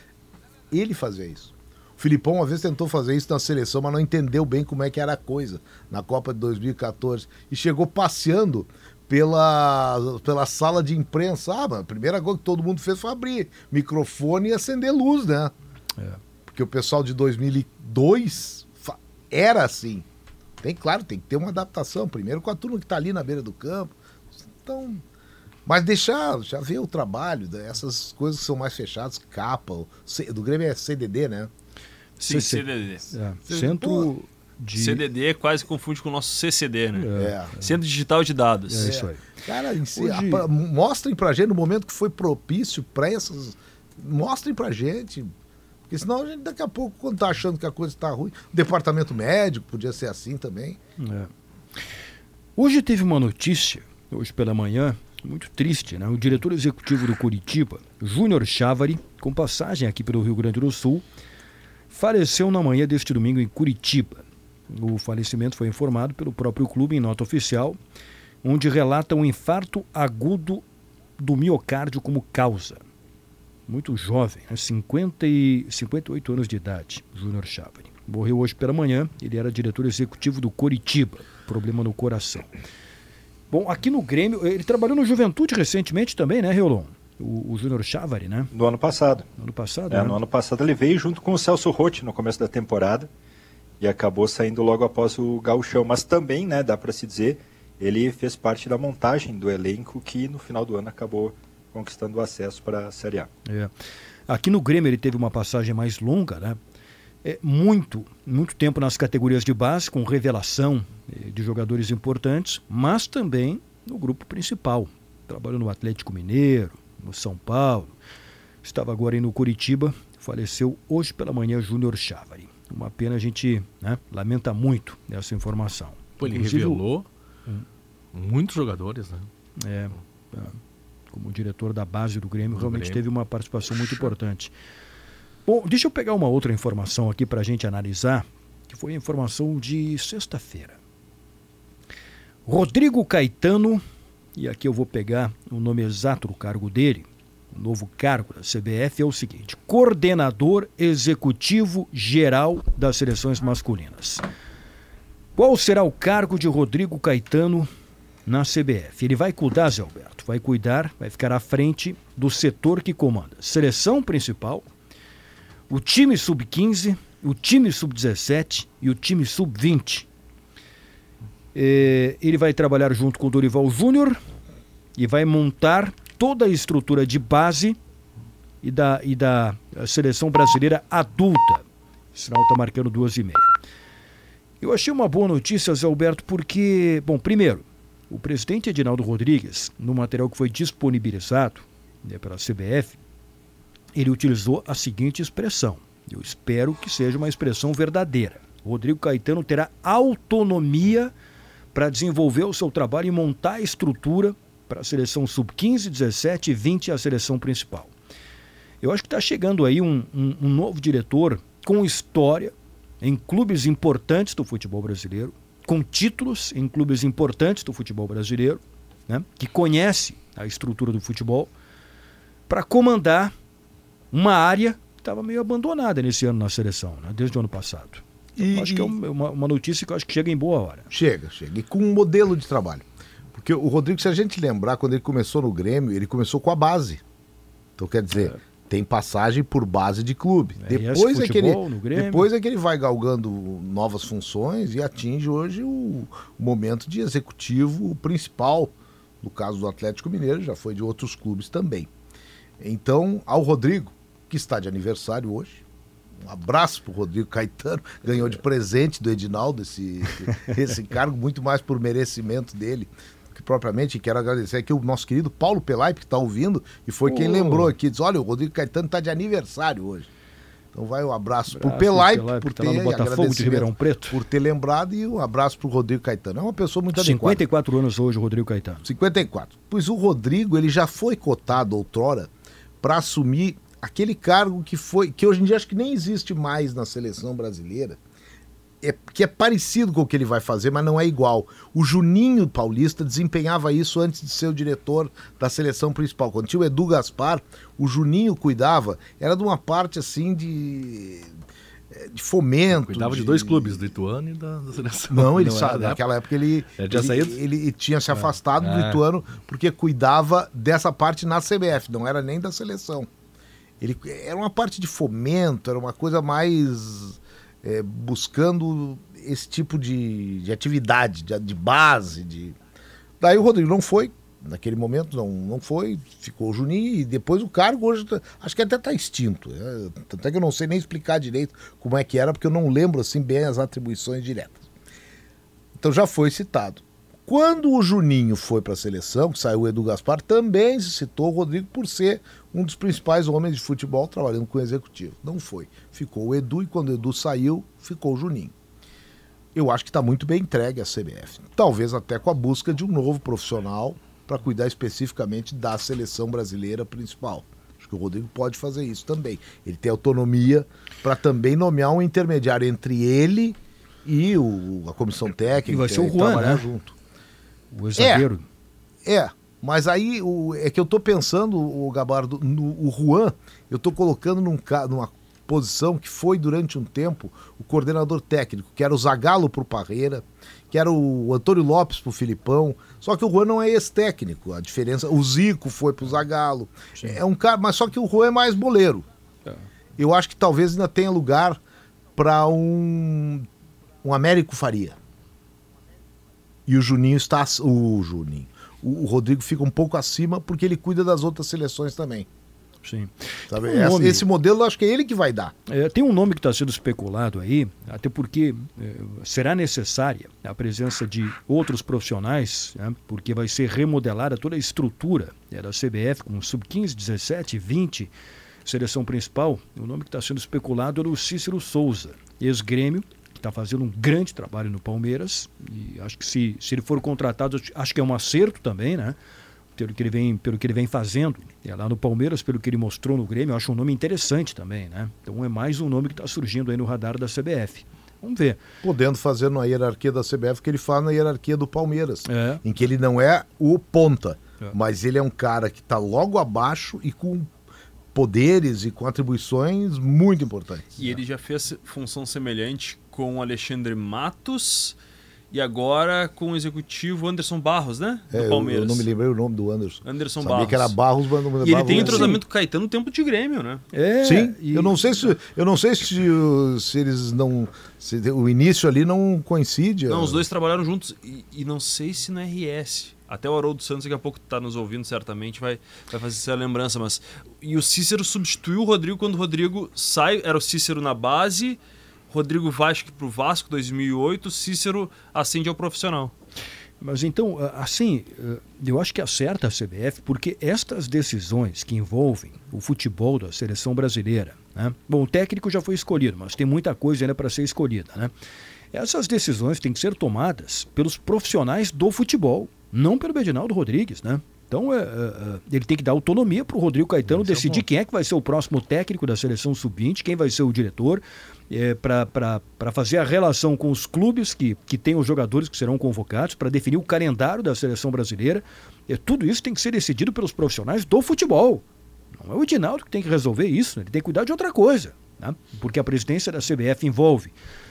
Ele fazia isso. O Filipão uma vez tentou fazer isso na seleção, mas não entendeu bem como é que era a coisa. Na Copa de dois mil e catorze. E chegou passeando... Pela, pela sala de imprensa. Ah, mas a primeira coisa que todo mundo fez foi abrir microfone e acender luz, né? É. Porque o pessoal de dois mil e dois era assim. Tem, claro, tem que ter uma adaptação. Primeiro com a turma que está ali na beira do campo. Então, mas deixar, já ver o trabalho, essas coisas que são mais fechadas, capa, do Grêmio é C D D, né? Sim, C D D. É. Centro... Pô, De... C D D quase confunde com o nosso C C D, né? É, é. Centro Digital de Dados. É isso aí. Cara, em si, Hoje... a, mostrem pra gente no momento que foi propício pra essas... Mostrem pra gente. Porque senão a gente daqui a pouco, quando tá achando que a coisa tá ruim... O departamento médico podia ser assim também. É. Hoje teve uma notícia, hoje pela manhã, muito triste, né? O diretor executivo do Curitiba, Júnior Chávari, com passagem aqui pelo Rio Grande do Sul, faleceu na manhã deste domingo em Curitiba. O falecimento foi informado pelo próprio clube em nota oficial, onde relata um infarto agudo do miocárdio como causa. Muito jovem, né? cinquenta e oito anos de idade, Júnior Chávari. Morreu hoje pela manhã, ele era diretor executivo do Coritiba, problema no coração. Bom, aqui no Grêmio, ele trabalhou no Juventude recentemente também, né, Reolon? O, o Júnior Chávari, né? No ano passado. No ano passado, é, né? No ano passado ele veio junto com o Celso Roth no começo da temporada e acabou saindo logo após o Gauchão. Mas também, né, dá para se dizer, ele fez parte da montagem do elenco que no final do ano acabou conquistando o acesso para a Série A. É. Aqui no Grêmio ele teve uma passagem mais longa, né? É, muito, muito tempo nas categorias de base, com revelação de jogadores importantes, mas também no grupo principal. Trabalhou no Atlético Mineiro, no São Paulo, estava agora aí no Curitiba, faleceu hoje pela manhã Júnior Chávari. Uma pena, a gente, né, lamenta muito essa informação. Pô, ele Inclusive, revelou hum. muitos jogadores, né? É, é, como diretor da base do Grêmio, do realmente Grêmio. Teve uma participação muito importante. Bom, deixa eu pegar uma outra informação aqui para a gente analisar, que foi a informação de sexta-feira. Rodrigo Caetano, e aqui eu vou pegar o nome exato do cargo dele, o novo cargo da C B F é o seguinte: Coordenador Executivo Geral das Seleções Masculinas. Qual será o cargo de Rodrigo Caetano na C B F? Ele vai cuidar, Zé Alberto, vai cuidar, vai ficar à frente do setor que comanda seleção principal, o time sub quinze, o time sub dezessete e o time sub vinte. É, ele vai trabalhar junto com o Dorival Júnior e vai montar toda a estrutura de base e da, e da seleção brasileira adulta. O sinal está marcando duas e meia. Eu achei uma boa notícia, Zé Alberto, porque, bom, primeiro, o presidente Edinaldo Rodrigues, no material que foi disponibilizado, né, pela C B F, ele utilizou a seguinte expressão. Eu espero que seja uma expressão verdadeira. Rodrigo Caetano terá autonomia para desenvolver o seu trabalho e montar a estrutura para a seleção sub quinze, dezessete e vinte e a seleção principal. Eu acho que está chegando aí um, um, um novo diretor com história em clubes importantes do futebol brasileiro, com títulos em clubes importantes do futebol brasileiro, né, que conhece a estrutura do futebol, para comandar uma área que estava meio abandonada nesse ano na seleção, né, desde o ano passado. E, acho que é uma, uma notícia que eu acho que chega em boa hora. Chega, chega. E com um modelo de trabalho. Porque o Rodrigo, se a gente lembrar, quando ele começou no Grêmio, ele começou com a base. Então, quer dizer, é. tem passagem por base de clube. É, depois, é que ele, depois é que ele vai galgando novas funções e atinge hoje o, o momento de executivo principal. No caso do Atlético Mineiro, já foi de outros clubes também. Então, ao Rodrigo, que está de aniversário hoje, um abraço para o Rodrigo Caetano, ganhou de presente do Edinaldo esse, esse cargo, muito mais por merecimento dele que propriamente. Quero agradecer aqui o nosso querido Paulo Pelaipe, que está ouvindo, e foi oh. quem lembrou aqui, diz, olha, o Rodrigo Caetano está de aniversário hoje. Então vai um abraço, abraço para o Pelaipe, por ter, tá lá no Botafogo de Ribeirão Preto, por ter lembrado, e um abraço para o Rodrigo Caetano. É uma pessoa muito adequada. cinquenta e quatro anos hoje o Rodrigo Caetano. cinquenta e quatro. Pois o Rodrigo, ele já foi cotado outrora para assumir aquele cargo que foi, que hoje em dia acho que nem existe mais na seleção brasileira, é, que é parecido com o que ele vai fazer, mas não é igual. O Juninho Paulista desempenhava isso antes de ser o diretor da seleção principal. Quando tinha o Edu Gaspar, o Juninho cuidava, era de uma parte assim de, de fomento. Cuidava de, de dois clubes, do Ituano e da, da seleção. Não, ele não sabe, naquela época ele, ele, ele, ele tinha se afastado é. do Ituano porque cuidava dessa parte na C B F, não era nem da seleção. Ele, era uma parte de fomento, era uma coisa mais é, buscando esse tipo de, de atividade, de, de base. De... Daí o Rodrigo não foi, naquele momento não, não foi, ficou o Juninho, e depois o cargo hoje, acho que até está extinto. É, tanto é que eu não sei nem explicar direito como é que era, porque eu não lembro assim bem as atribuições diretas. Então já foi citado. Quando o Juninho foi para a seleção, que saiu o Edu Gaspar, também se citou o Rodrigo por ser um dos principais homens de futebol trabalhando com o executivo. Não foi. Ficou o Edu, e quando o Edu saiu, ficou o Juninho. Eu acho que está muito bem entregue a C B F. Talvez até com a busca de um novo profissional para cuidar especificamente da seleção brasileira principal. Acho que o Rodrigo pode fazer isso também. Ele tem autonomia para também nomear um intermediário entre ele e o, a comissão técnica. E vai ser o Juan, trabalhar né? junto. O zagueiro. É, é, mas aí o, é que eu tô pensando, o Gabardo, no o Juan, eu tô colocando num, numa posição que foi durante um tempo o coordenador técnico, que era o Zagallo pro Parreira, que era o Antônio Lopes pro Filipão, só que o Juan não é esse técnico, a diferença, o Zico foi pro Zagallo, Sim. é um cara, mas só que o Juan é mais boleiro. É. Eu acho que talvez ainda tenha lugar para um, um Américo Faria. E o Juninho está... O Juninho. O, o Rodrigo fica um pouco acima porque ele cuida das outras seleções também. Sim. Sabe? Um Esse, nome- esse modelo eu acho que é ele que vai dar. É, tem um nome que está sendo especulado aí, até porque é, será necessária a presença de outros profissionais, né, porque vai ser remodelada toda a estrutura é, da C B F, com sub quinze, dezessete, vinte, seleção principal. O nome que está sendo especulado é o Cícero Souza, ex-grêmio, que está fazendo um grande trabalho no Palmeiras, e acho que se, se ele for contratado, acho que é um acerto também, né? Pelo que ele vem, pelo que ele vem fazendo é, lá no Palmeiras, pelo que ele mostrou no Grêmio, eu acho um nome interessante também, né? Então é mais um nome que está surgindo aí no radar da C B F. Vamos ver. Podendo fazer na hierarquia da C B F o que ele faz na hierarquia do Palmeiras. É. Em que ele não é o ponta, É. mas ele é um cara que está logo abaixo e com poderes e com atribuições muito importantes. E ele já fez função semelhante com o Alexandre Matos e agora com o executivo Anderson Barros, né? Do É, eu, Palmeiras. eu não me lembrei o nome do Anderson. Anderson Sabia Barros. que era Barros, mas não me E ele lembrava tem o- entrosamento com o Caetano no tempo de Grêmio, né? É, Sim, e- eu não sei se eu não sei se, o- se eles não se o início ali não coincide. Não, os dois trabalharam juntos e, e não sei se no R S. Até o Haroldo Santos daqui a pouco está nos ouvindo certamente, vai, vai fazer essa lembrança, mas e o Cícero substituiu o Rodrigo quando o Rodrigo sai, era o Cícero na base, Rodrigo vai acho que pro Vasco dois mil e oito, Cícero ascende ao profissional. Mas então, assim, eu acho que acerta a C B F, porque estas decisões que envolvem o futebol da seleção brasileira, né? Bom, o técnico já foi escolhido, mas tem muita coisa ainda para ser escolhida, né? Essas decisões têm que ser tomadas pelos profissionais do futebol, não pelo Edinaldo Rodrigues, né? Então, é, é, ele tem que dar autonomia para o Rodrigo Caetano Esse é decidir bom. quem é que vai ser o próximo técnico da seleção sub vinte, quem vai ser o diretor, é, para fazer a relação com os clubes que, que têm os jogadores que serão convocados, para definir o calendário da seleção brasileira. É, tudo isso tem que ser decidido pelos profissionais do futebol. Não é o Edinaldo que tem que resolver isso, né? Ele tem que cuidar de outra coisa, né? Porque a presidência da C B F envolve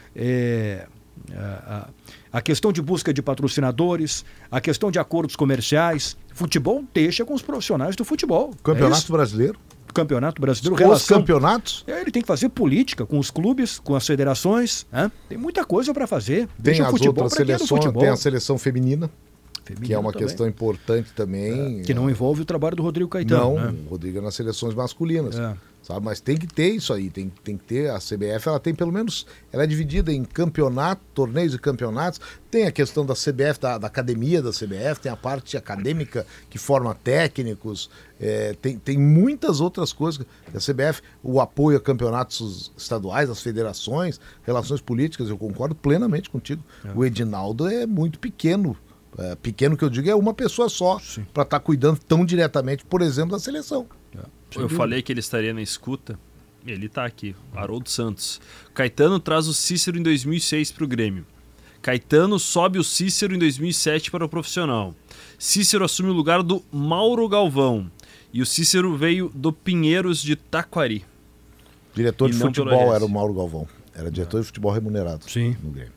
é, a, a questão de busca de patrocinadores, a questão de acordos comerciais. Futebol deixa com os profissionais do futebol. Campeonato É isso. Brasileiro, Campeonato Brasileiro, os relação. campeonatos, É, ele tem que fazer política com os clubes, com as federações, né? Tem muita coisa para fazer. tem Deixa o as futebol outras pra quem é do seleções, futebol. tem a seleção feminina, Feminino que é uma também. questão importante também. Que não envolve o trabalho do Rodrigo Caetano. Não, né? o Rodrigo é nas seleções masculinas. É. Sabe? Mas tem que ter isso aí, tem, tem que ter. A C B F, ela tem pelo menos, ela é dividida em campeonato, torneios e campeonatos. Tem a questão da C B F, da, da academia da C B F, tem a parte acadêmica que forma técnicos, é, tem, tem muitas outras coisas. A C B F, o apoio a campeonatos estaduais, as federações, relações políticas, eu concordo plenamente contigo. É. O Edinaldo é muito pequeno. É, pequeno que eu digo é uma pessoa só, para estar cuidando tão diretamente, por exemplo, da seleção. Eu falei que ele estaria na escuta, ele está aqui, Haroldo Santos. Caetano traz o Cícero em dois mil e seis para o Grêmio. Caetano sobe o Cícero em dois mil e sete para o profissional. Cícero assume o lugar do Mauro Galvão. E o Cícero veio do Pinheiros de Taquari. Diretor E de não pelo futebol R S. era o Mauro Galvão. Era diretor de futebol remunerado Sim. no Grêmio.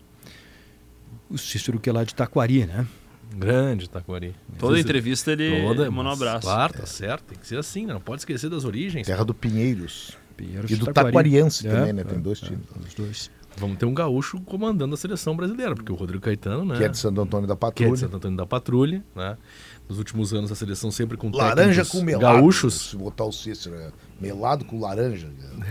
O Cícero que é lá de Taquari, né? Grande Taquari. Toda entrevista ele Toda, manda um mas, abraço. Claro, tá certo. Tem que ser assim, né? Não pode esquecer das origens. Terra do Pinheiros. Pinheiros E de do Taquari. Taquariense É, também, né? é, Tem dois é, times. os dois. Vamos ter um gaúcho comandando a seleção brasileira, porque o Rodrigo Caetano, né? Que é de Santo Antônio da que é Patrulha. de Santo Antônio da Patrulha, né? Nos últimos anos a seleção sempre com Laranja técnicos com melado. gaúchos. Se botar o Cícero, é melado com laranja.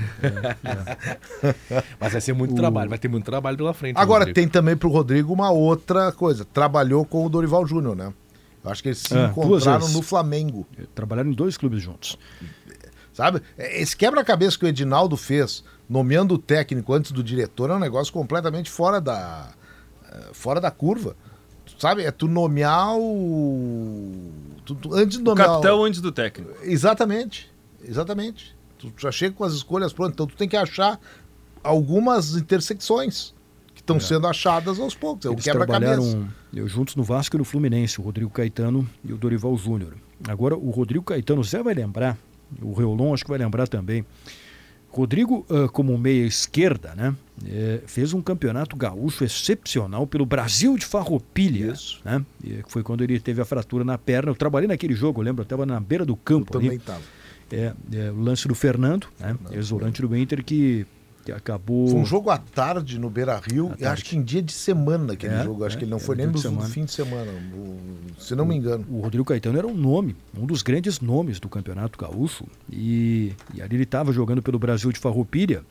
Mas vai ser muito trabalho, vai ter muito trabalho pela frente. Agora, Rodrigo. tem também pro Rodrigo uma outra coisa. Trabalhou com o Dorival Júnior, né? Eu acho que eles se É, duas encontraram vezes. no Flamengo. Trabalharam em dois clubes juntos. Sabe? Esse quebra-cabeça que o Edinaldo fez, nomeando o técnico antes do diretor, é um negócio completamente fora da, eh, fora da curva. Sabe? É tu nomear o... Tu, tu, antes de O nomear capitão antes do técnico. Exatamente. Exatamente. Tu já chega com as escolhas prontas. Então tu tem que achar algumas intersecções que estão sendo achadas aos poucos. É o Eles quebra-cabeça. trabalharam eu, juntos no Vasco e no Fluminense, o Rodrigo Caetano e o Dorival Júnior. Agora, o Rodrigo Caetano, o Zé vai lembrar, o Reolon acho que vai lembrar também. Rodrigo, uh, como meia esquerda, né, é, fez um campeonato gaúcho excepcional pelo Brasil de Farroupilha. Isso. Né, e foi quando ele teve a fratura na perna. Eu trabalhei naquele jogo, eu lembro, eu estava na beira do campo Também ali. estava. É, é, o lance do Fernando, né, ex-volante do Inter, que que acabou... Foi um jogo à tarde no Beira-Rio, e acho que em dia de semana aquele É, jogo. Acho é, que ele não era foi nem dia no de semana. fim de semana, o- se não me engano. O Rodrigo Caetano era um nome, um dos grandes nomes do Campeonato Gaúcho. E, e ali ele estava jogando pelo Brasil de Farroupilha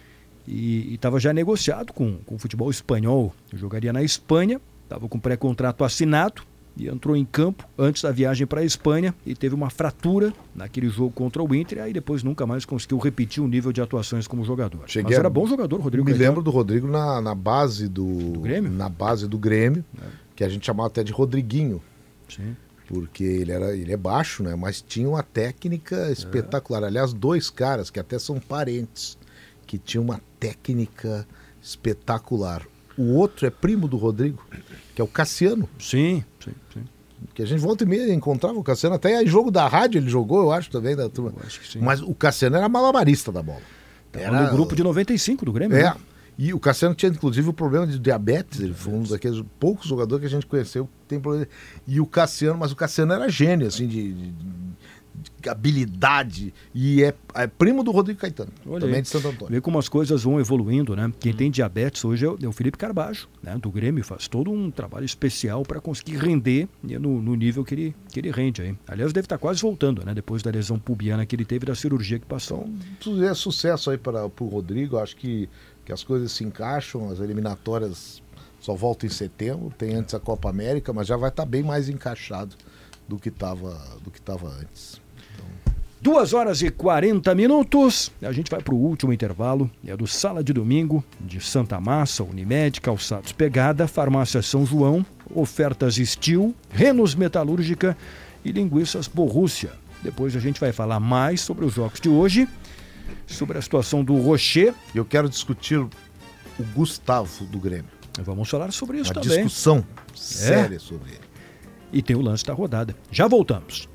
e estava já negociado com, com o futebol espanhol. Jogaria na Espanha, estava com pré-contrato assinado e entrou em campo antes da viagem para a Espanha e teve uma fratura naquele jogo contra o Inter. E aí depois nunca mais conseguiu repetir o nível de atuações como jogador. Cheguei Mas a- era bom jogador, Rodrigo Me Caetano. lembro do Rodrigo na, na base do, Grêmio? Na base do Grêmio, que a gente chamava até de Rodriguinho. Sim. Porque ele, era, ele é baixo, né? Mas tinha uma técnica espetacular. Aliás, dois caras que até são parentes, que tinham uma técnica espetacular. O outro é primo do Rodrigo, que é o Cassiano. Sim, sim, sim. Que a gente volta e meia encontrava o Cassiano. Até em jogo da rádio ele jogou, eu acho, também, da turma. Eu acho que sim. Mas o Cassiano era malabarista da bola. Era no grupo de noventa e cinco do Grêmio. É. né? E o Cassiano tinha, inclusive, o problema de diabetes. Ele foi um daqueles poucos jogadores que a gente conheceu que tem problema. E o Cassiano, mas o Cassiano era gênio, assim, de, de- de habilidade. E é, é primo do Rodrigo Caetano, Olha também aí. de Santo Antônio. Vê como as coisas vão evoluindo, né? Quem tem diabetes hoje é o, é o Felipe Carbajo, né? Do Grêmio, faz todo um trabalho especial para conseguir render né, no, no nível que ele, que ele rende aí. Aliás, deve estar quase voltando, né? Depois da lesão pubiana que ele teve da cirurgia que passou. Então, é sucesso aí para o Rodrigo. Acho que, que as coisas se encaixam, as eliminatórias só voltam em setembro. Tem antes a Copa América, mas já vai estar bem mais encaixado do que estava do que estava antes. Duas horas e quarenta minutos. A gente vai para o último intervalo. É do Sala de Domingo, de Santa Massa, Unimed, Calçados Pegada, Farmácia São João, Ofertas Steel, Renos Metalúrgica e Linguiças Borrússia. Depois a gente vai falar mais sobre os jogos de hoje, sobre a situação do Rocher. E eu quero discutir o Gustavo do Grêmio. Vamos falar sobre isso Uma também. discussão séria sobre ele. E tem o lance da rodada. Já voltamos.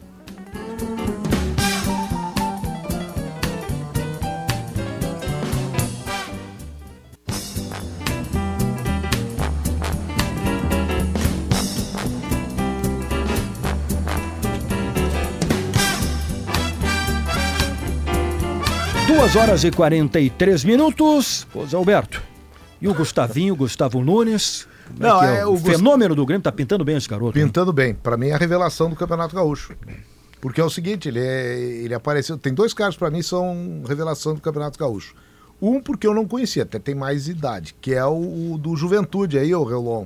Duas horas e quarenta e três minutos. Ô Zé Alberto. E o Gustavinho, Gustavo Nunes? Como Não, é que é? é, o o Gust- fenômeno do Grêmio tá pintando bem esse garoto. né? Pintando bem. Pra mim é a revelação do Campeonato Gaúcho. Porque é o seguinte, ele, é, ele apareceu... Tem dois caras pra mim são revelação do Campeonato Gaúcho. Um porque eu não conhecia, até tem mais idade, que é o, o do Juventude aí, o Relon.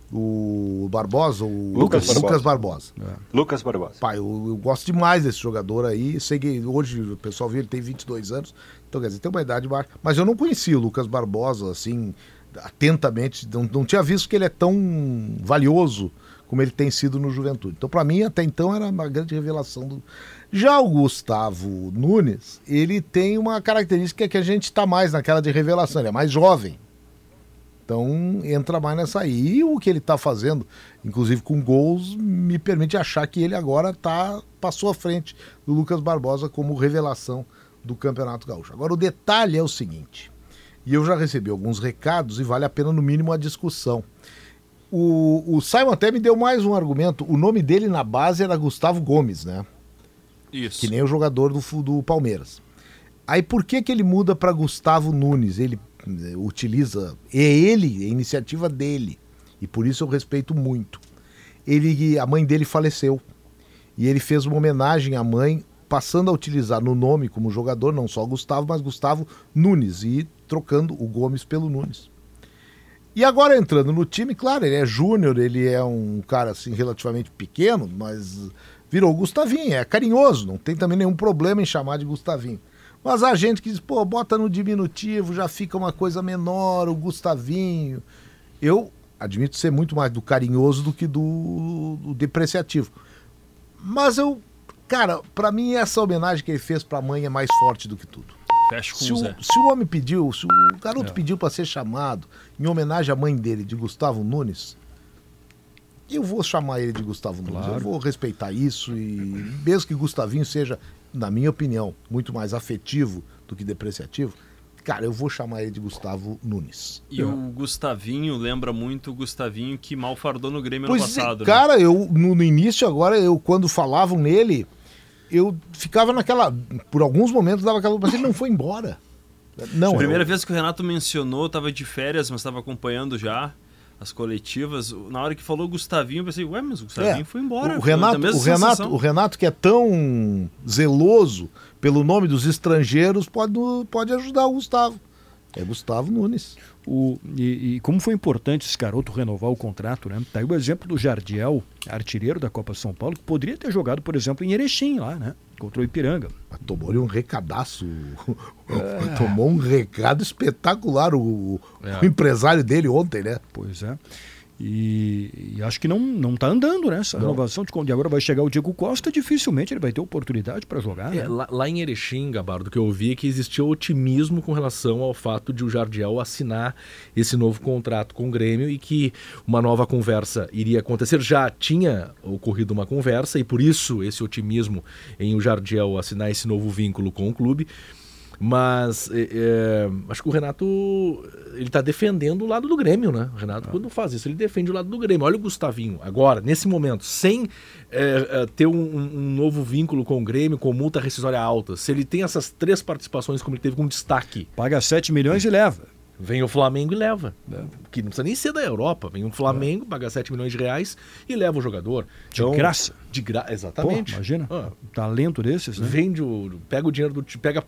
O Barbosa, o Lucas Barbosa. Lucas Barbosa. Lucas Barbosa. Pai, eu, eu gosto demais desse jogador aí. Sei que hoje o pessoal viu, ele tem vinte e dois anos. Então, quer dizer, tem uma idade baixa. Mas eu não conhecia o Lucas Barbosa, assim, atentamente. Não, não tinha visto que ele é tão valioso como ele tem sido no Juventude. Então, pra mim, até então, era uma grande revelação do... Já o Gustavo Nunes, ele tem uma característica que a gente tá mais naquela de revelação. Ele é mais jovem. Então, entra mais nessa aí. E o que ele está fazendo, inclusive com gols, me permite achar que ele agora tá, passou à frente do Lucas Barbosa como revelação do Campeonato Gaúcho. Agora, o detalhe é o seguinte, e eu já recebi alguns recados e vale a pena, no mínimo, a discussão. O, o Simon até me deu mais um argumento. O nome dele na base era Gustavo Gomes, né? Isso. Que nem o jogador do, fu- do Palmeiras. Aí por que que ele muda para Gustavo Nunes? Ele eh, utiliza, é ele, é iniciativa dele. E por isso eu respeito muito. Ele, a mãe dele faleceu. E ele fez uma homenagem à mãe, passando a utilizar no nome como jogador, não só Gustavo, mas Gustavo Nunes. E trocando o Gomes pelo Nunes. E agora entrando no time, claro, ele é júnior, ele é um cara assim relativamente pequeno, mas virou Gustavinho, é carinhoso, não tem também nenhum problema em chamar de Gustavinho. Mas a gente que diz, pô, bota no diminutivo, já fica uma coisa menor, o Gustavinho. Eu admito ser muito mais do carinhoso do que do, do depreciativo. Mas eu, cara, pra mim essa homenagem que ele fez pra mãe é mais forte do que tudo. Fecha com Se o o, Zé. se o homem pediu, se o garoto É. pediu para ser chamado em homenagem à mãe dele, de Gustavo Nunes, eu vou chamar ele de Gustavo Nunes. Claro. Eu vou respeitar isso e mesmo que Gustavinho seja, na minha opinião, muito mais afetivo do que depreciativo, cara, eu vou chamar ele de Gustavo Nunes. E o Gustavinho lembra muito o Gustavinho que mal fardou no Grêmio Pois ano passado. é, né? cara, eu no, no início agora, eu quando falavam nele, eu ficava naquela, por alguns momentos dava aquela, mas ele não foi embora. Não, Primeira eu... vez que o Renato mencionou, estava de férias, mas estava acompanhando já as coletivas. Na hora que falou o Gustavinho, eu pensei, ué, mas o Gustavinho é, foi embora. O Renato, o, Renato, o Renato, que é tão zeloso pelo nome dos estrangeiros, pode, pode ajudar o Gustavo. É Gustavo Nunes. O, e, e como foi importante esse garoto renovar o contrato, né? Tá aí o exemplo do Jardiel, artilheiro da Copa São Paulo, que poderia ter jogado, por exemplo, em Erechim lá, né? Contra o Ipiranga. Mas tomou-lhe um recadaço. É. Tomou um recado espetacular o, é. o empresário dele ontem, né? Pois é. E, e acho que não, não tá andando, né? Essa não. renovação de quando agora vai chegar o Diego Costa, dificilmente ele vai ter oportunidade para jogar. É, né? lá, lá em Erechim, Gabardo, que eu ouvi é que existia otimismo com relação ao fato de o Jardiel assinar esse novo contrato com o Grêmio e que uma nova conversa iria acontecer. Já tinha ocorrido uma conversa e por isso esse otimismo em o Jardiel assinar esse novo vínculo com o clube. Mas é, é, acho que o Renato ele está defendendo o lado do Grêmio, né? O Renato, ah. quando faz isso, ele defende o lado do Grêmio. Olha o Gustavinho, agora, nesse momento, sem é, é, ter um, um novo vínculo com o Grêmio, com multa rescisória alta, se ele tem essas três participações como ele teve com destaque... Paga sete milhões e leva. Vem o Flamengo e leva. É. Que não precisa nem ser da Europa. Vem o Flamengo, é. paga sete milhões de reais e leva o jogador. Então, de graça. De graça, exatamente. Pô, imagina, ah. talento desses, né? Vende o... Pega o dinheiro do... Pega...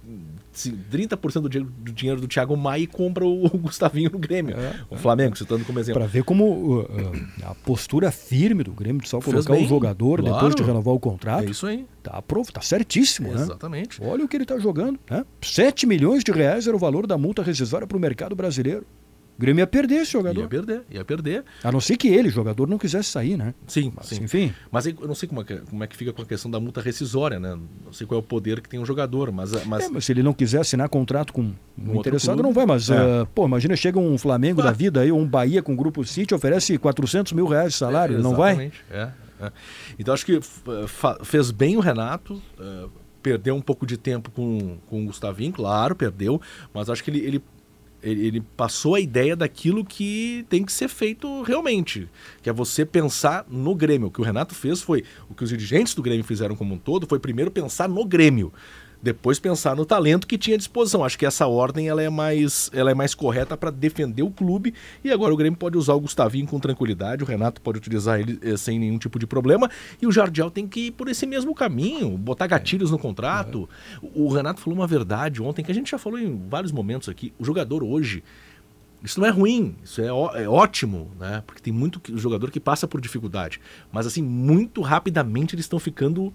trinta por cento do dinheiro, do dinheiro do Thiago Maia e compra o, o Gustavinho no Grêmio. É, o Flamengo, citando como exemplo. Para ver como uh, uh, a postura firme do Grêmio de só colocar bem, o jogador claro. depois de renovar o contrato. É isso aí. Tá, provo, tá certíssimo, Exatamente. né? Exatamente. Olha o que ele tá jogando, né? sete milhões de reais era o valor da multa rescisória para o mercado brasileiro. O Grêmio ia perder esse jogador. Ia perder, ia perder. A não ser que ele, jogador, não quisesse sair, né? Sim, Mas, sim. Enfim. Mas eu não sei como é, que, como é que fica com a questão da multa rescisória, né? Não sei qual é o poder que tem um jogador, mas... mas... É, mas se ele não quiser assinar contrato com um, um interessado, clube, não vai. Mas, é. uh, pô, imagina, chega um Flamengo ah. da vida aí, um Bahia com o Grupo City, oferece quatrocentos mil reais de salário, é, não vai? É, é. Então acho que fez bem o Renato, uh, perdeu um pouco de tempo com, com o Gustavinho, claro, perdeu, mas acho que ele... ele Ele passou a ideia daquilo que tem que ser feito realmente, que é você pensar no Grêmio. O que o Renato fez foi, o que os dirigentes do Grêmio fizeram como um todo, foi primeiro pensar no Grêmio, depois pensar no talento que tinha à disposição. Acho que essa ordem ela é mais, ela é mais correta para defender o clube, e agora o Grêmio pode usar o Gustavinho com tranquilidade, o Renato pode utilizar ele eh, sem nenhum tipo de problema, e o Jardiel tem que ir por esse mesmo caminho, botar gatilhos no contrato. É. O Renato falou uma verdade ontem, que a gente já falou em vários momentos aqui, o jogador hoje, isso não é ruim, isso é, ó, é ótimo, né? Porque tem muito jogador que passa por dificuldade, mas assim, muito rapidamente eles estão ficando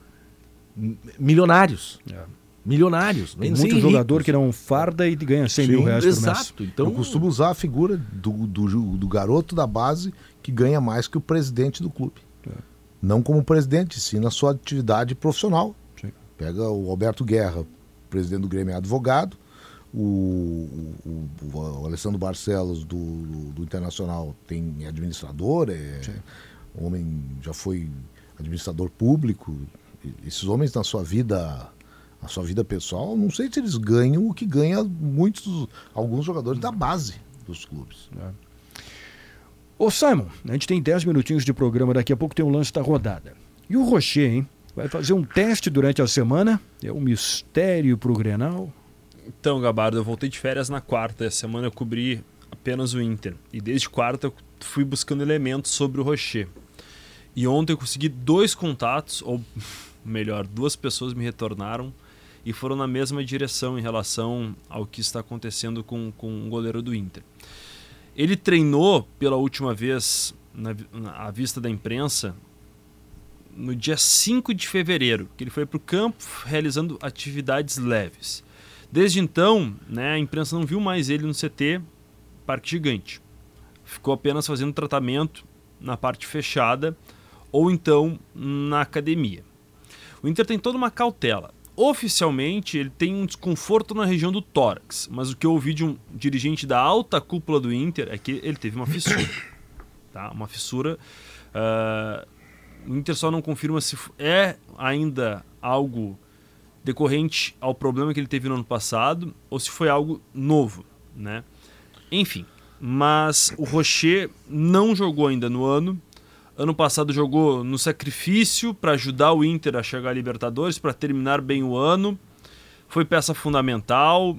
milionários. É. Milionários. Tem muito sem jogador ricos. que não farda e ganha cem Sim, mil reais por mês. Exato. Então... Eu costumo usar a figura do, do, do garoto da base que ganha mais que o presidente do clube. É. Não como presidente, sim na sua atividade profissional. Sim. Pega o Alberto Guerra, presidente do Grêmio, é advogado. O, o, o Alessandro Barcelos, do, do, do Internacional, tem é administrador. É, o homem já foi administrador público. Esses homens na sua vida... A sua vida pessoal, não sei se eles ganham o que ganha muitos, alguns jogadores da base dos clubes. É. Ô Simon, a gente tem dez minutinhos de programa, daqui a pouco tem um lance da rodada. E o Rocher, hein? Vai fazer um teste durante a semana? É um mistério pro Grenal? Então, Gabardo, eu voltei de férias na quarta, essa semana eu cobri apenas o Inter. E desde quarta eu fui buscando elementos sobre o Rocher. E ontem eu consegui dois contatos, ou melhor, duas pessoas me retornaram e foram na mesma direção em relação ao que está acontecendo com, com o goleiro do Inter. Ele treinou pela última vez na, na, à vista da imprensa no dia cinco de fevereiro, que ele foi para o campo realizando atividades leves. Desde então, né, a imprensa não viu mais ele no C T Parque Gigante. Ficou apenas fazendo tratamento na parte fechada ou então na academia. O Inter tem toda uma cautela. Oficialmente, ele tem um desconforto na região do tórax, mas o que eu ouvi de um dirigente da alta cúpula do Inter é que ele teve uma fissura. Tá? Uma fissura. Uh, o Inter só não confirma se é ainda algo decorrente ao problema que ele teve no ano passado ou se foi algo novo, né? Enfim, mas o Rocher não jogou ainda no ano. Ano passado jogou no sacrifício para ajudar o Inter a chegar à Libertadores, para terminar bem o ano. Foi peça fundamental,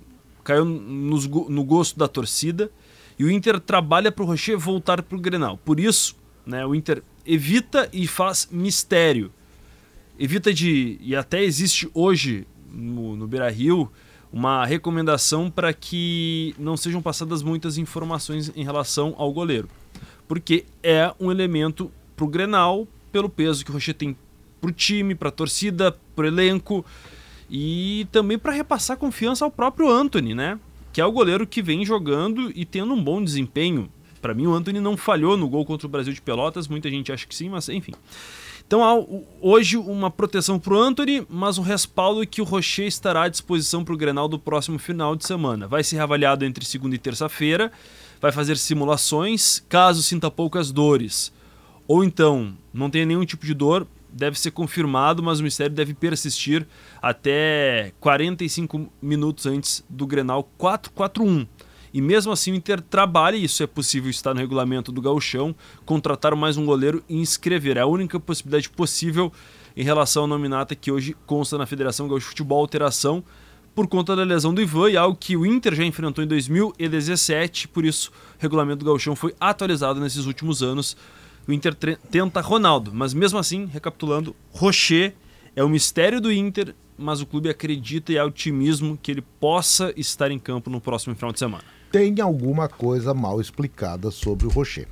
caiu nos, no gosto da torcida e o Inter trabalha para o Rocher voltar para o Grenal. Por isso, né, o Inter evita e faz mistério. Evita de... E até existe hoje no, no Beira-Rio uma recomendação para que não sejam passadas muitas informações em relação ao goleiro. Porque é um elemento para o Grenal, pelo peso que o Rocher tem para o time, para a torcida, para o elenco e também para repassar confiança ao próprio Antony, né? Que é o goleiro que vem jogando e tendo um bom desempenho. Para mim, o Antony não falhou no gol contra o Brasil de Pelotas, muita gente acha que sim, mas enfim. Então há hoje uma proteção para o Antony, mas um respaldo que o Rocher estará à disposição para o Grenal do próximo final de semana. Vai ser reavaliado entre segunda e terça-feira, vai fazer simulações, caso sinta poucas dores. Ou então, não tenha nenhum tipo de dor, deve ser confirmado, mas o mistério deve persistir até quarenta e cinco minutos antes do Grenal quatro quatro um. E mesmo assim o Inter trabalha, e isso é possível estar no regulamento do Gauchão, contratar mais um goleiro e inscrever. É a única possibilidade possível em relação à nominata que hoje consta na Federação Gaúcha de Futebol, alteração por conta da lesão do Ivan, e algo que o Inter já enfrentou em dois mil e dezessete, por isso o regulamento do Gauchão foi atualizado nesses últimos anos. O Inter tenta Ronaldo, mas mesmo assim, recapitulando, Rocher é o mistério do Inter, mas o clube acredita e há otimismo que ele possa estar em campo no próximo final de semana. Tem alguma coisa mal explicada sobre o Rocher.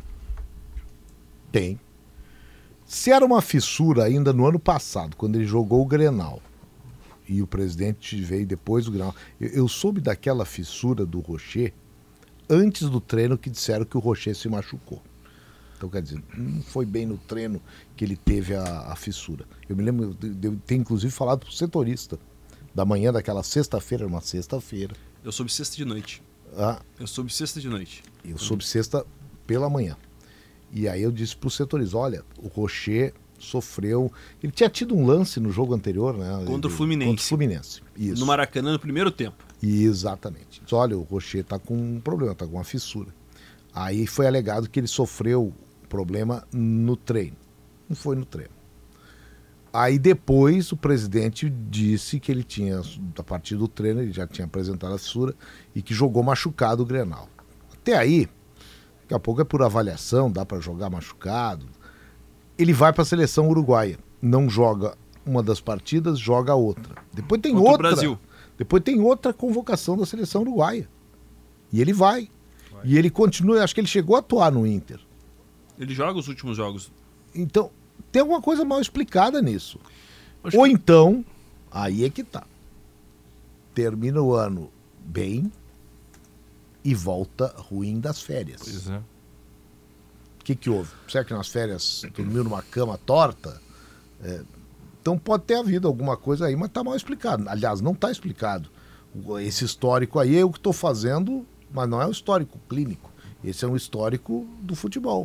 Tem. Se era uma fissura ainda no ano passado, quando ele jogou o Grenal, e o presidente veio depois do Grenal, eu, eu soube daquela fissura do Rocher antes do treino que disseram que o Rocher se machucou. Então, quer dizer, não foi bem no treino que ele teve a, a fissura. Eu me lembro de, de ter inclusive falado para o setorista da manhã daquela sexta-feira, uma sexta-feira. Eu soube sexta de noite. Ah, eu soube sexta de noite. Eu soube sexta pela manhã. E aí eu disse para o setorista, olha, o Rocher sofreu... Ele tinha tido um lance no jogo anterior, né? Contra ele, o Fluminense. Contra o Fluminense, isso. No Maracanã, no primeiro tempo. Exatamente. Disse, olha, o Rocher está com um problema, está com uma fissura. Aí foi alegado que ele sofreu problema no treino. Não foi no treino. Aí depois o presidente disse que ele tinha, a partir do treino, ele já tinha apresentado a fissura e que jogou machucado o Grenal. Até aí, daqui a pouco é por avaliação, dá para jogar machucado. Ele vai para a seleção uruguaia. Não joga uma das partidas, joga a outra. Depois tem Contra outra. o Brasil. Depois tem outra convocação da seleção uruguaia. E ele vai. vai. E ele continua, acho que ele chegou a atuar no Inter. Ele joga os últimos jogos. Então, tem alguma coisa mal explicada nisso. Acho Ou que... então, aí é que tá. Termina o ano bem e volta ruim das férias. Pois é. O que que houve? Será que nas férias dormiu numa cama torta? É, então pode ter havido alguma coisa aí, mas tá mal explicado. Aliás, não tá explicado. Esse histórico aí é o que estou fazendo, mas não é um histórico clínico. Esse é um histórico do futebol.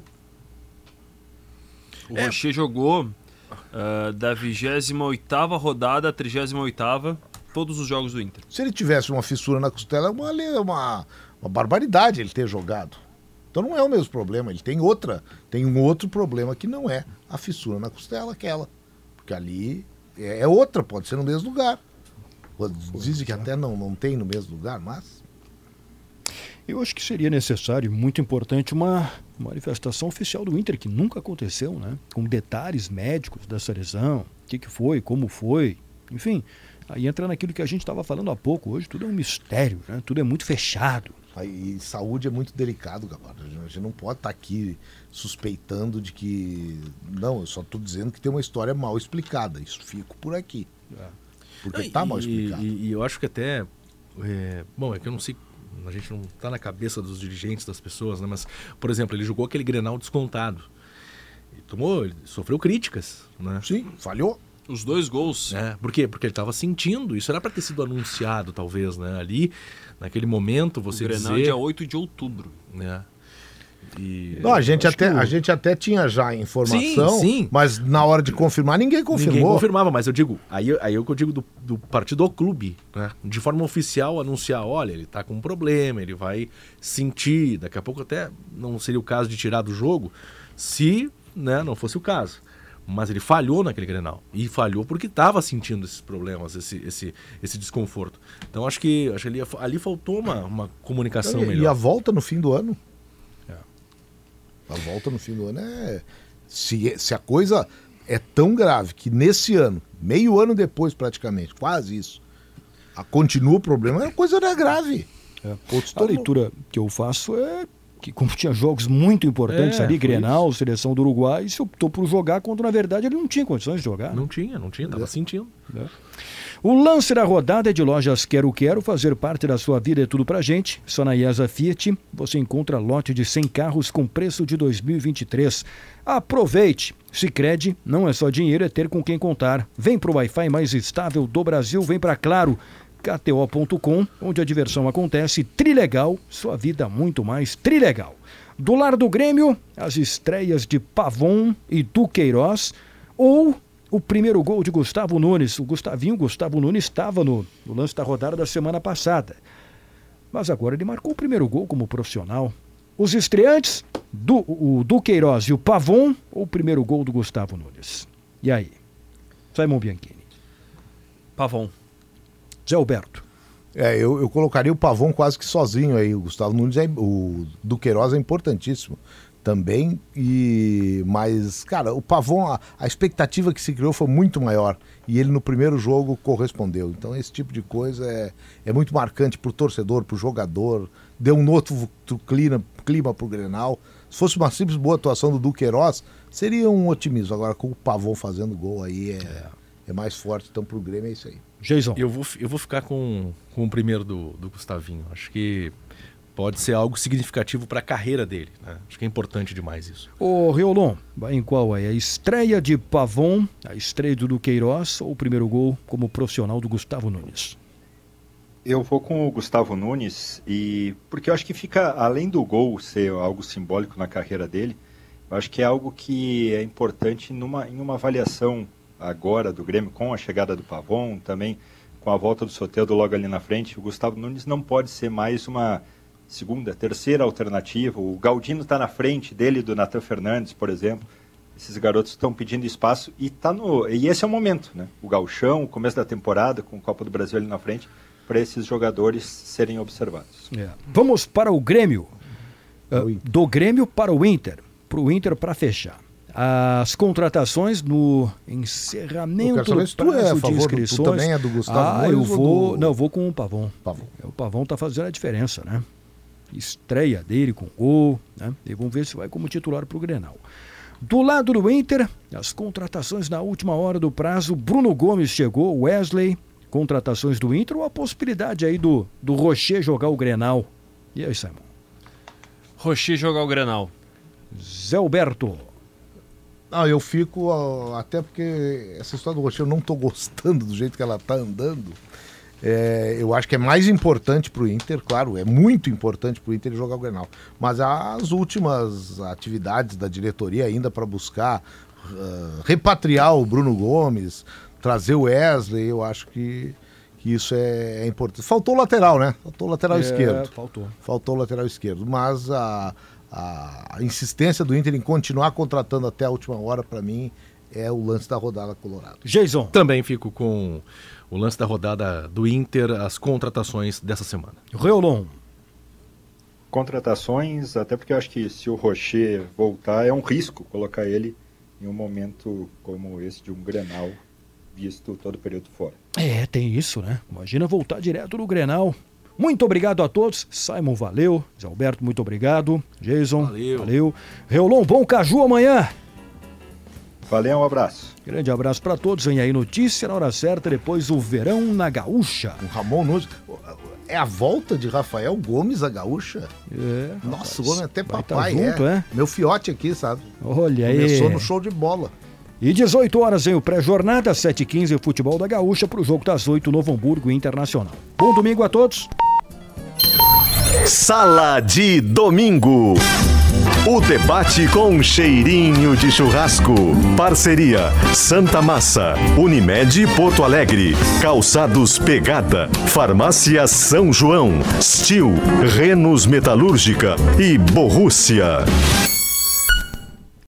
O É. Rocher jogou uh, da vigésima oitava rodada à trigésima oitava todos os jogos do Inter. Se ele tivesse uma fissura na costela, é uma, uma, uma barbaridade ele ter jogado. Então não é o mesmo problema, ele tem outra, tem um outro problema que não é a fissura na costela, aquela. Porque ali é, é outra, pode ser no mesmo lugar. Dizem que até não, não tem no mesmo lugar, mas... Eu acho que seria necessário, muito importante, uma manifestação oficial do Inter, que nunca aconteceu, né? Com detalhes médicos dessa lesão, o que, que foi, como foi, enfim. Aí entra naquilo que a gente estava falando há pouco, hoje tudo é um mistério, né? Tudo é muito fechado. E saúde é muito delicado, Gabardo. A gente não pode estar aqui suspeitando de que... Não, eu só estou dizendo que tem uma história mal explicada. Isso fico por aqui. É. Porque Não, está e, mal explicado. E, e eu acho que até... É, bom, é que eu não sei... A gente não está na cabeça dos dirigentes, das pessoas, né? Mas, por exemplo, ele jogou aquele Grenal descontado. Ele tomou, ele sofreu críticas, né? Sim, falhou. Os dois gols. É, por quê? Porque ele estava sentindo. Isso era para ter sido anunciado, talvez, né? Ali, naquele momento, você o Grenal dizer... dia oito de outubro. Né? E... Não, a gente, até, o... a gente até tinha já a informação, sim, sim. mas na hora de confirmar ninguém confirmou. Ninguém confirmava, mas eu digo, aí, aí é o que eu digo do, do partido do clube, né? De forma oficial anunciar, olha, ele tá com um problema, ele vai sentir, daqui a pouco até não seria o caso de tirar do jogo, se, né, não fosse o caso. mas ele falhou naquele Grenal. E falhou porque estava sentindo esses problemas, esse, esse, esse desconforto. Então acho que, acho que ali, ali faltou uma, uma comunicação e, melhor. E a volta no fim do ano? É. A volta no fim do ano é... Se, se a coisa é tão grave que nesse ano, meio ano depois praticamente, quase isso, a, continua o problema, a coisa não é grave. É. A leitura que eu faço é que, como tinha jogos muito importantes É, ali, foi Grenal, seleção do Uruguai, se optou por jogar, quando na verdade ele não tinha condições de jogar. Não tinha, não tinha, estava sentindo. É. O lance da rodada é de Lojas Quero Quero, fazer parte da sua vida é tudo pra gente. Só na IESA Fiat você encontra lote de cem carros com preço de dois mil e vinte e três. Aproveite! Sicredi não é só dinheiro, é ter com quem contar. Vem pro Wi-Fi mais estável do Brasil, vem pra Claro. K T O ponto com, onde a diversão acontece. Trilegal, sua vida muito mais trilegal. Do lar do Grêmio, as estreias de Pavon e Duqueiroz, ou o primeiro gol de Gustavo Nunes. O Gustavinho, Gustavo Nunes, estava no, no lance da rodada da semana passada. Mas agora ele marcou o primeiro gol como profissional. Os estreantes, do, o Duqueiroz e o Pavon, ou o primeiro gol do Gustavo Nunes? E aí? Simon Bianchini. Pavon. Zé Alberto. É, eu, eu colocaria o Pavon quase que sozinho aí. O Gustavo Nunes, é, o Duqueiroz é importantíssimo também. E, mas, cara, o Pavon, a, a expectativa que se criou foi muito maior. E ele no primeiro jogo correspondeu. Então esse tipo de coisa é, é muito marcante pro torcedor, pro jogador. Deu um outro clima, clima pro Grenal. Se fosse uma simples boa atuação do Duqueiroz, seria um otimismo. Agora com o Pavon fazendo gol aí é, é. é mais forte. Então pro Grêmio é isso aí. Jason. Eu vou, eu vou ficar com, com o primeiro do, do Gustavinho. Acho que pode ser algo significativo para a carreira dele, né? Acho que é importante demais isso. Ô, Riolon, vai em qual aí? A estreia de Pavon, a estreia do Duqueiroz ou o primeiro gol como profissional do Gustavo Nunes? Eu vou com o Gustavo Nunes, e porque eu acho que fica, além do gol ser algo simbólico na carreira dele, eu acho que é algo que é importante numa, em uma avaliação agora do Grêmio, com a chegada do Pavon, também com a volta do Soteldo logo ali na frente. O Gustavo Nunes não pode ser mais uma segunda, terceira alternativa. O Galdino está na frente dele, do Nathan Fernandes, por exemplo. Esses garotos estão pedindo espaço e, tá no, e esse é o momento, né? O gauchão, o começo da temporada, com o Copa do Brasil ali na frente, para esses jogadores serem observados. É. Vamos para o Grêmio. Uh, do Grêmio para o Inter. Para o Inter para fechar. As contratações no encerramento do prazo tu é a favor de inscrições. Do, tu também é do Gustavo Ah, eu vou, do... não, eu vou com o Pavon. Pavon. O Pavon tá fazendo a diferença, né? Estreia dele com gol, né? E vamos ver se vai como titular pro Grenal. Do lado do Inter, as contratações na última hora do prazo, Bruno Gomes chegou, Wesley, contratações do Inter, ou a possibilidade aí do, do Rocher jogar o Grenal. E aí, Simon? Rocher jogar o Grenal. Zé Alberto. Não, eu fico, até porque essa história do Rocher eu não estou gostando do jeito que ela está andando. É, eu acho que é mais importante para o Inter, claro, é muito importante para o Inter jogar o Grenal. Mas as últimas atividades da diretoria ainda para buscar uh, repatriar o Bruno Gomes, trazer o Wesley, eu acho que, que isso é, é importante. Faltou o lateral, né? Faltou o lateral é, esquerdo. Faltou. Faltou o lateral esquerdo, mas a... A insistência do Inter em continuar contratando até a última hora, para mim, é o lance da rodada colorado. Jason. Também fico com o lance da rodada do Inter, as contratações dessa semana. Reolon. Contratações, até porque eu acho que se o Rocher voltar, é um risco colocar ele em um momento como esse de um Grenal, visto todo o período fora. É, tem isso, né? Imagina voltar direto no Grenal. Muito obrigado a todos. Simon, valeu. Zé Alberto, muito obrigado. Jason, valeu. valeu. Reolon, bom caju amanhã. Valeu, um abraço. Grande abraço para todos. Vem aí notícia na hora certa, depois o Verão na Gaúcha. O Ramon Nunes. É a volta de Rafael Gomes a Gaúcha? É. Nossa, o Gomes é até vai papai, tá junto, é. é. Meu fiote aqui, sabe? Olha aí. Começou no show de bola. E dezoito horas em o pré-jornada, sete e quinze, o futebol da Gaúcha para o jogo das oito, Novo Hamburgo Internacional. Bom domingo a todos. Sala de Domingo. O debate com cheirinho de churrasco. Parceria Santa Massa, Unimed Porto Alegre, Calçados Pegada, Farmácia São João, Stil, Renos Metalúrgica e Borrússia.